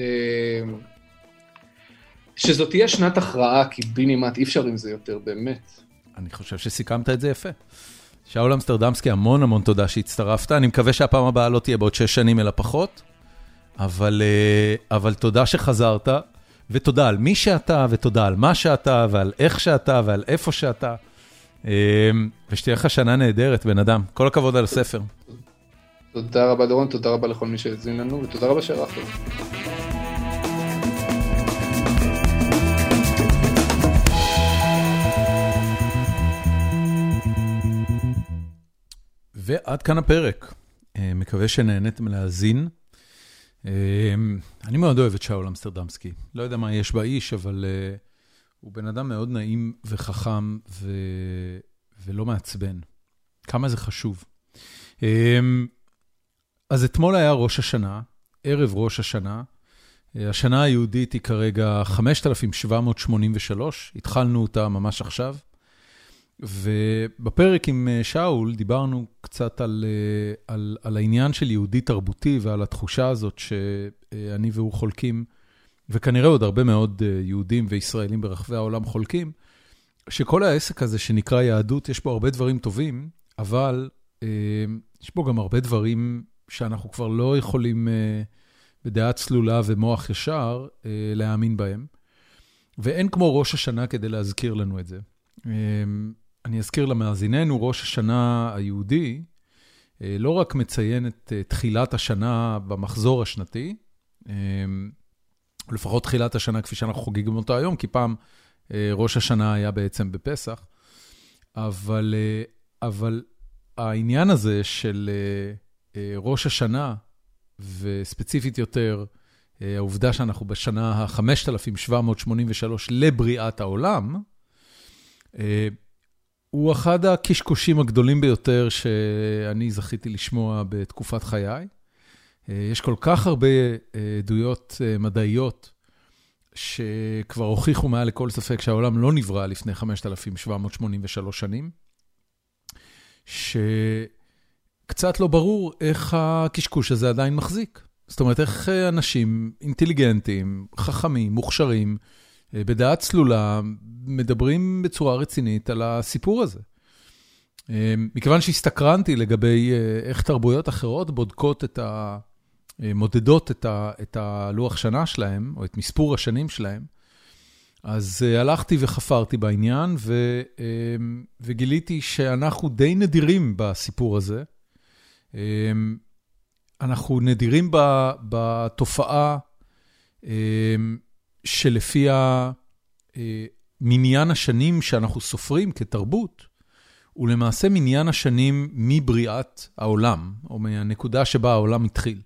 שזאת תהיה שנת הכרעה, כי בינימט אי אפשר עם זה יותר, באמת. אני חושב שסיכמת את זה יפה. שאול אמסטרדמסקי, המון המון תודה שהצטרפת. אני מקווה שהפעם הבאה לא תהיה בעוד שש שנים אלא פחות, אבל, אבל תודה שחזרת, ותודה על מי שאתה, ותודה על מה שאתה, ועל איך שאתה, ועל איפה שאתה. ושתהיה לך שנה נהדרת, בן אדם. כל הכבוד על הספר. תודה רבה דורון, תודה רבה לכל מי שהזין לנו, ותודה רבה שערכת. ועד כאן הפרק. מקווה שנהנתם להאזין. אני מאוד אוהב את שאול אמסטרדמסקי. לא יודע מה יש באיש, אבל הוא בן אדם מאוד נעים וחכם ולא מעצבן. כמה זה חשוב. אז אתמול היה ראש השנה, ערב ראש השנה. השנה היהודית היא כרגע חמשת אלפים שבע מאות שמונים ושלוש, התחלנו אותה ממש עכשיו. ובפרק עם שאול דיברנו קצת על, על, על העניין של יהודי תרבותי ועל התחושה הזאת שאני והוא חולקים, וכנראה עוד הרבה מאוד יהודים וישראלים ברחבי העולם חולקים, שכל העסק הזה שנקרא יהדות יש בו הרבה דברים טובים, אבל יש בו גם הרבה דברים שאנחנו כבר לא יכולים בדעה צלולה ומוח ישר להאמין בהם, ואין כמו ראש השנה כדי להזכיר לנו את זה. אני אזכיר למאזיננו, ראש השנה היהודי, לא רק מציין את תחילת השנה במחזור השנתי, לפחות תחילת השנה כפי שאנחנו חוגגים אותו היום, כי פעם ראש השנה היה בעצם בפסח, אבל, אבל העניין הזה של ראש השנה, וספציפית יותר, העובדה שאנחנו בשנה ה-חמשת אלפים שבע מאות שמונים ושלוש לבריאת העולם, הוא אחד הקשקושים הגדולים ביותר שאני זכיתי לשמוע בתקופת חיי. יש כל כך הרבה עדויות מדעיות שכבר הוכיחו מעל לכל ספק שהעולם לא נברא לפני חמשת אלפים שבע מאות שמונים ושלוש שנים, שקצת לא ברור איך הקשקוש הזה עדיין מחזיק. זאת אומרת, איך אנשים אינטליגנטים, חכמים, מוכשרים, בדעת צלולה, מדברים בצורה רצינית על הסיפור הזה. מכיוון שהסתקרנתי לגבי איך תרבויות אחרות בודקות את ה... מודדות את, ה... את הלוח שנה שלהם, או את מספור השנים שלהם, אז הלכתי וחפרתי בעניין, ו... וגיליתי שאנחנו די נדירים בסיפור הזה. אנחנו נדירים בתופעה שלפי מניין השנים שאנחנו סופרים כתרבות, הוא למעשה מניין השנים מבריאת העולם, או מהנקודה שבה העולם התחיל.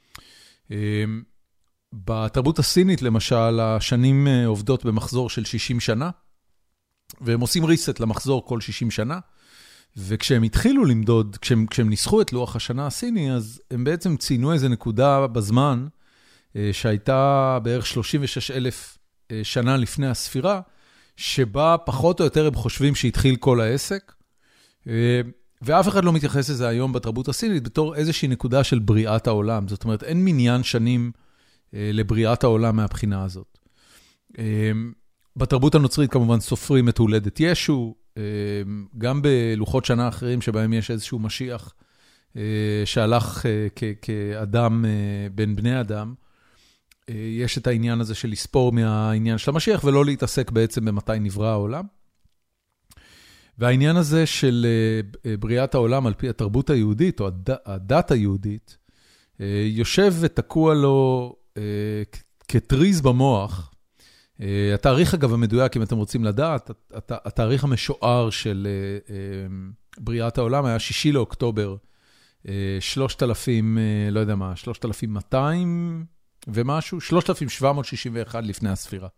בתרבות הסינית, למשל, השנים עובדות במחזור של שישים שנה, והם עושים ריסט למחזור כל שישים שנה, וכשהם התחילו למדוד, כשהם, כשהם ניסחו את לוח השנה הסיני, אז הם בעצם ציינו איזו נקודה בזמן, שהייתה בערך שלושים ושש אלף שנה לפני הספירה, שבה פחות או יותר הם חושבים שהתחיל כל העסק, ואף אחד לא מתייחס לזה היום בתרבות הסינית, בתור איזושהי נקודה של בריאת העולם. זאת אומרת, אין מניין שנים לבריאת העולם מהבחינה הזאת. בתרבות הנוצרית כמובן סופרים את הולדת ישו, גם בלוחות שנה אחרים שבהם יש איזשהו משיח שהלך כאדם בין בני אדם, יש את העניין הזה של לספור מהעניין של המשיח, ולא להתעסק בעצם במתי נברא העולם. והעניין הזה של בריאת העולם על פי התרבות היהודית, או הד... הדת היהודית, יושב ותקוע לו כטריז במוח. התאריך אגב המדויק, אם אתם רוצים לדעת, התאריך המשוער של בריאת העולם היה שישי לאוקטובר, שלושת אלפים, לא יודע מה, שלושת אלפים מאתיים ומשהו, שלושת אלפים שבע מאות שישים ואחת לפני הספירה.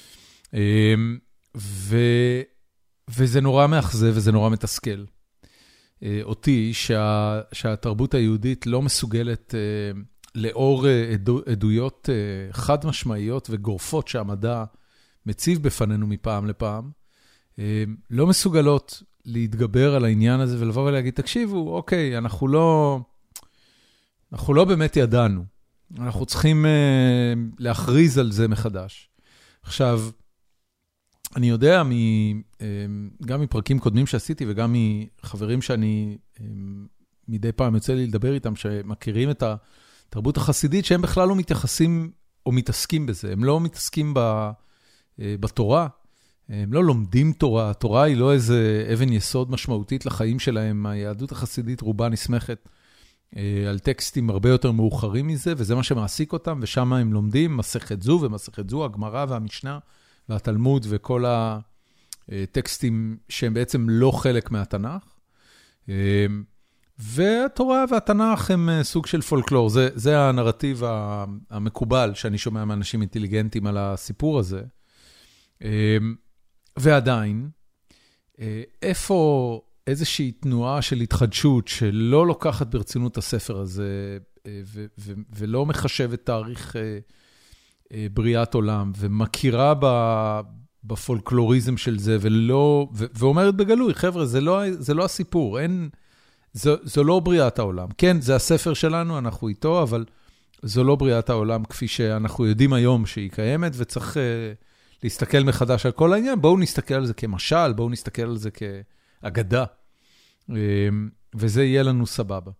ו... וזה נורא מאכזב וזה נורא מתסכל. אותי שה... שהתרבות היהודית לא מסוגלת לאור עדו... עדויות חד משמעיות וגורפות שהמדע מציב בפנינו מפעם לפעם, לא מסוגלות להתגבר על העניין הזה ולבוא ולהגיד, תקשיבו, אוקיי, אנחנו לא, אנחנו לא באמת ידענו. אנחנו צריכים uh, להכריז על זה מחדש. עכשיו, אני יודע, מ, uh, גם מפרקים קודמים שעשיתי, וגם מחברים שאני uh, מדי פעם יוצא לי לדבר איתם, שמכירים את התרבות החסידית, שהם בכלל לא מתייחסים או מתעסקים בזה. הם לא מתעסקים ב, uh, בתורה, הם לא לומדים תורה. התורה היא לא איזה אבן יסוד משמעותית לחיים שלהם. היהדות החסידית רובה נסמכת על טקסטים הרבה יותר מאוחרים מזה, וזה מה שמעסיק אותם, ושם הם לומדים מסכת זו ומסכת זו, הגמרא והמשנה והתלמוד וכל הטקסטים שהם בעצם לא חלק מהתנ"ך. והתורה והתנ"ך הם סוג של פולקלור. זה, זה הנרטיב המקובל שאני שומע מאנשים אינטליגנטים על הסיפור הזה. ועדיין, איפה איזושהי תנועה של התחדשות שלא לוקחת ברצינות הספר הזה, ו- ו- ולא מחשבת תאריך בריאת עולם, ומכירה ב- בפולקלוריזם של זה, ולא, ו- ואומרת בגלוי, חבר'ה, זה לא, זה לא הסיפור, אין, זו, זו לא בריאת העולם. כן, זה הספר שלנו, אנחנו איתו, אבל זו לא בריאת העולם כפי שאנחנו יודעים היום שהיא קיימת, וצריך להסתכל מחדש על כל העניין. בואו נסתכל על זה כמשל, בואו נסתכל על זה כאגדה, וזה יהיה לנו סבבה.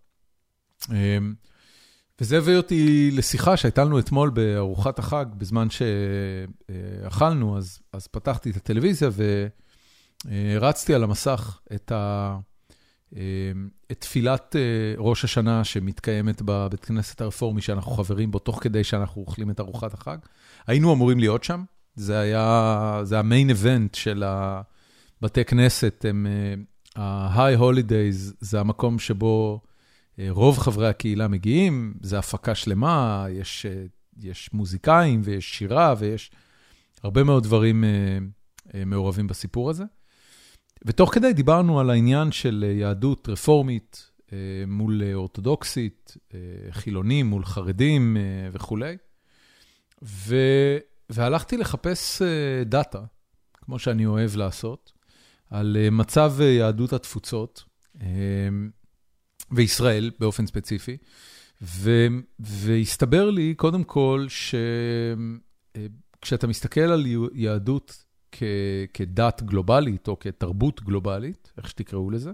וזה הביא אותי לשיחה שהייתה לנו אתמול בארוחת החג, בזמן שאכלנו, אז, אז פתחתי את הטלוויזיה, רצתי על המסך את ה... את תפילת ראש השנה שמתקיימת בבית כנסת הרפורמי שאנחנו חברים בו, תוך כדי שאנחנו אוכלים את ארוחת החג. היינו אמורים להיות שם, זה היה, זה המיין איבנט של הבתי כנסת, הם, ה-High Holidays, זה המקום שבו רוב חברי הקהילה מגיעים, זה הפקה שלמה, יש, יש מוזיקאים ויש שירה ויש הרבה מאוד דברים מעורבים בסיפור הזה. ותוך כדי דיברנו על העניין של יהדות רפורמית מול אורתודוקסית, חילונים מול חרדים וכו'. ו... והלכתי לחפש דאטה, כמו שאני אוהב לעשות, על מצב יהדות התפוצות, וישראל באופן ספציפי, ו... והסתבר לי קודם כל שכשאתה מסתכל על יהדות כ... כדת גלובלית או כתרבות גלובלית, איך שתקראו לזה,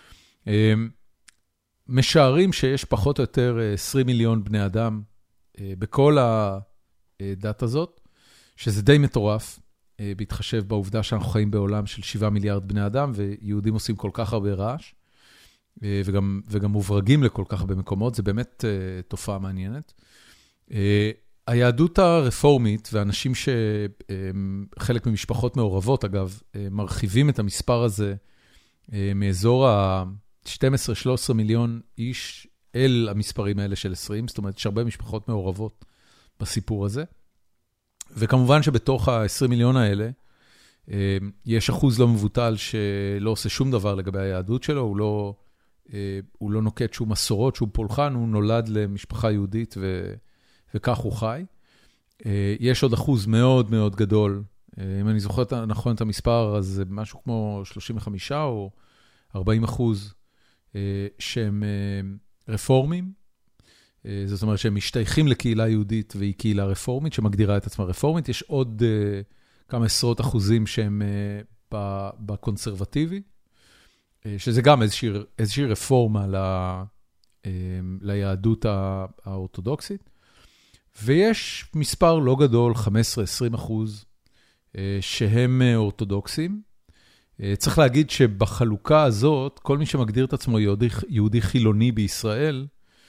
משערים שיש פחות או יותר עשרים מיליון בני אדם בכל הדת הזאת, שזה די מטורף, בהתחשב בעובדה שאנחנו חיים בעולם של שבעה מיליארד בני אדם, ויהודים עושים כל כך הרבה רעש, וגם, וגם מוברגים לכל כך הרבה מקומות, זה באמת תופעה מעניינת. היהדות הרפורמית, ואנשים שחלק ממשפחות מעורבות, אגב, מרחיבים את המספר הזה מאזור ה-שתים עשרה שלוש עשרה מיליון איש אל המספרים האלה של עשרים, זאת אומרת, יש הרבה משפחות מעורבות בסיפור הזה. וכמובן שבתוך ה-עשרים מיליון האלה, יש אחוז לא מבוטל שלא עושה שום דבר לגבי היהדות שלו, הוא לא, הוא לא נוקט שום מסורות, שום פולחן, הוא נולד למשפחה יהודית ו... וכך הוא חי. יש עוד אחוז מאוד מאוד גדול, אם אני זוכר נכון את המספר, אז זה משהו כמו שלושים וחמישה או ארבעים אחוז שהם רפורמים, זאת אומרת שהם משתייכים לקהילה יהודית והיא קהילה רפורמית, שמגדירה את עצמה רפורמית. יש עוד כמה עשרות אחוזים שהם בקונסרבטיבי, שזה גם איזושהי, איזושהי רפורמה ל, ליהדות האורתודוקסית. ויש מספר לא גדול, חמש עשרה עד עשרים אחוז, שהם אורתודוקסים. צריך להגיד שבחלוקה הזאת, כל מי שמגדיר את עצמו יהודי, יהודי חילוני בישראל,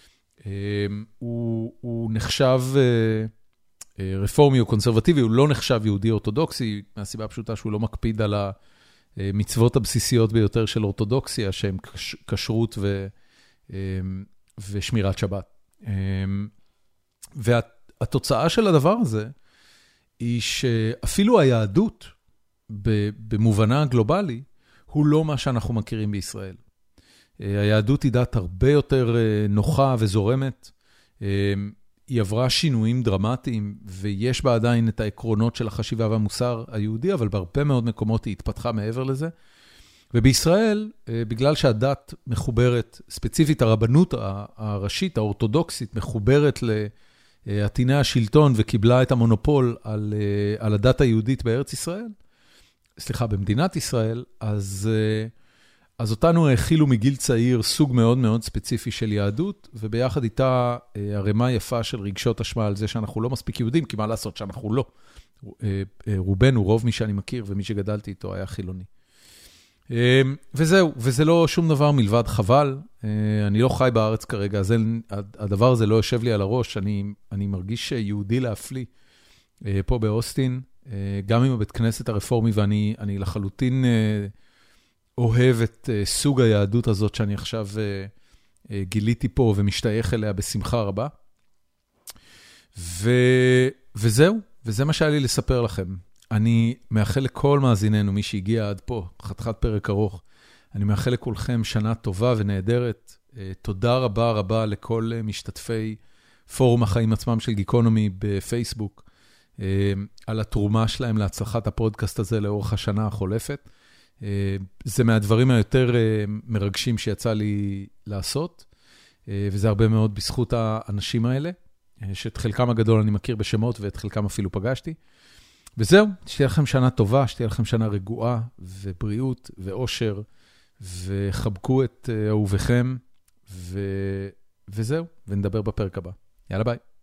הוא, הוא נחשב רפורמי או קונסרבטיבי, הוא לא נחשב יהודי אורתודוקסי, מהסיבה הפשוטה שהוא לא מקפיד על המצוות הבסיסיות ביותר של אורתודוקסיה, שהן כשרות ו, ושמירת שבת. והתוצאה של הדבר הזה, היא שאפילו היהדות, במובנה הגלובלי, הוא לא מה שאנחנו מכירים בישראל. היהדות היא דת הרבה יותר נוחה וזורמת, היא עברה שינויים דרמטיים, ויש בה עדיין את העקרונות של החשיבה והמוסר היהודי, אבל בהרבה מאוד מקומות היא התפתחה מעבר לזה. ובישראל, בגלל שהדת מחוברת, ספציפית הרבנות הראשית, האורתודוקסית, מחוברת לעטיני השלטון, וקיבלה את המונופול על, על הדת היהודית בארץ ישראל, סליחה, במדינת ישראל, אז, אז אותנו האכילו מגיל צעיר סוג מאוד מאוד ספציפי של יהדות, וביחד איתה הרמה יפה של רגשות אשמה על זה שאנחנו לא מספיק יהודים, כי מה לעשות שאנחנו לא. רובנו, רוב מי שאני מכיר ומי שגדלתי איתו היה חילוני. וזהו, וזה לא שום דבר מלבד חבל. אני לא חי בארץ כרגע, אז הדבר הזה לא יושב לי על הראש. אני, אני מרגיש יהודי להפליא פה באוסטין, גם עם הבית כנסת הרפורמי, ואני אני לחלוטין אוהב את סוג היהדות הזאת שאני עכשיו גיליתי פה ומשתייך אליה בשמחה רבה. ו, וזהו, וזה מה שהיה לי לספר לכם. אני מאחל לכל מאזיננו, מי שהגיע עד פה, חתיכת פרק ארוך, אני מאחל לכולכם שנה טובה ונהדרת. תודה רבה רבה לכל משתתפי פורום החיים עצמם של גיקונומי בפייסבוק, על התרומה שלהם להצלחת הפודקאסט הזה לאורך השנה החולפת. זה מהדברים היותר מרגשים שיצא לי לעשות, וזה הרבה מאוד בזכות האנשים האלה, שאת חלקם הגדול אני מכיר בשמות ואת חלקם אפילו פגשתי. וזהו, שתהיה לכם שנה טובה, שתהיה לכם שנה רגועה ובריאות ואושר, וחבקו את אהוביכם, ו... וזהו, ונדבר בפרק הבא. יאללה ביי.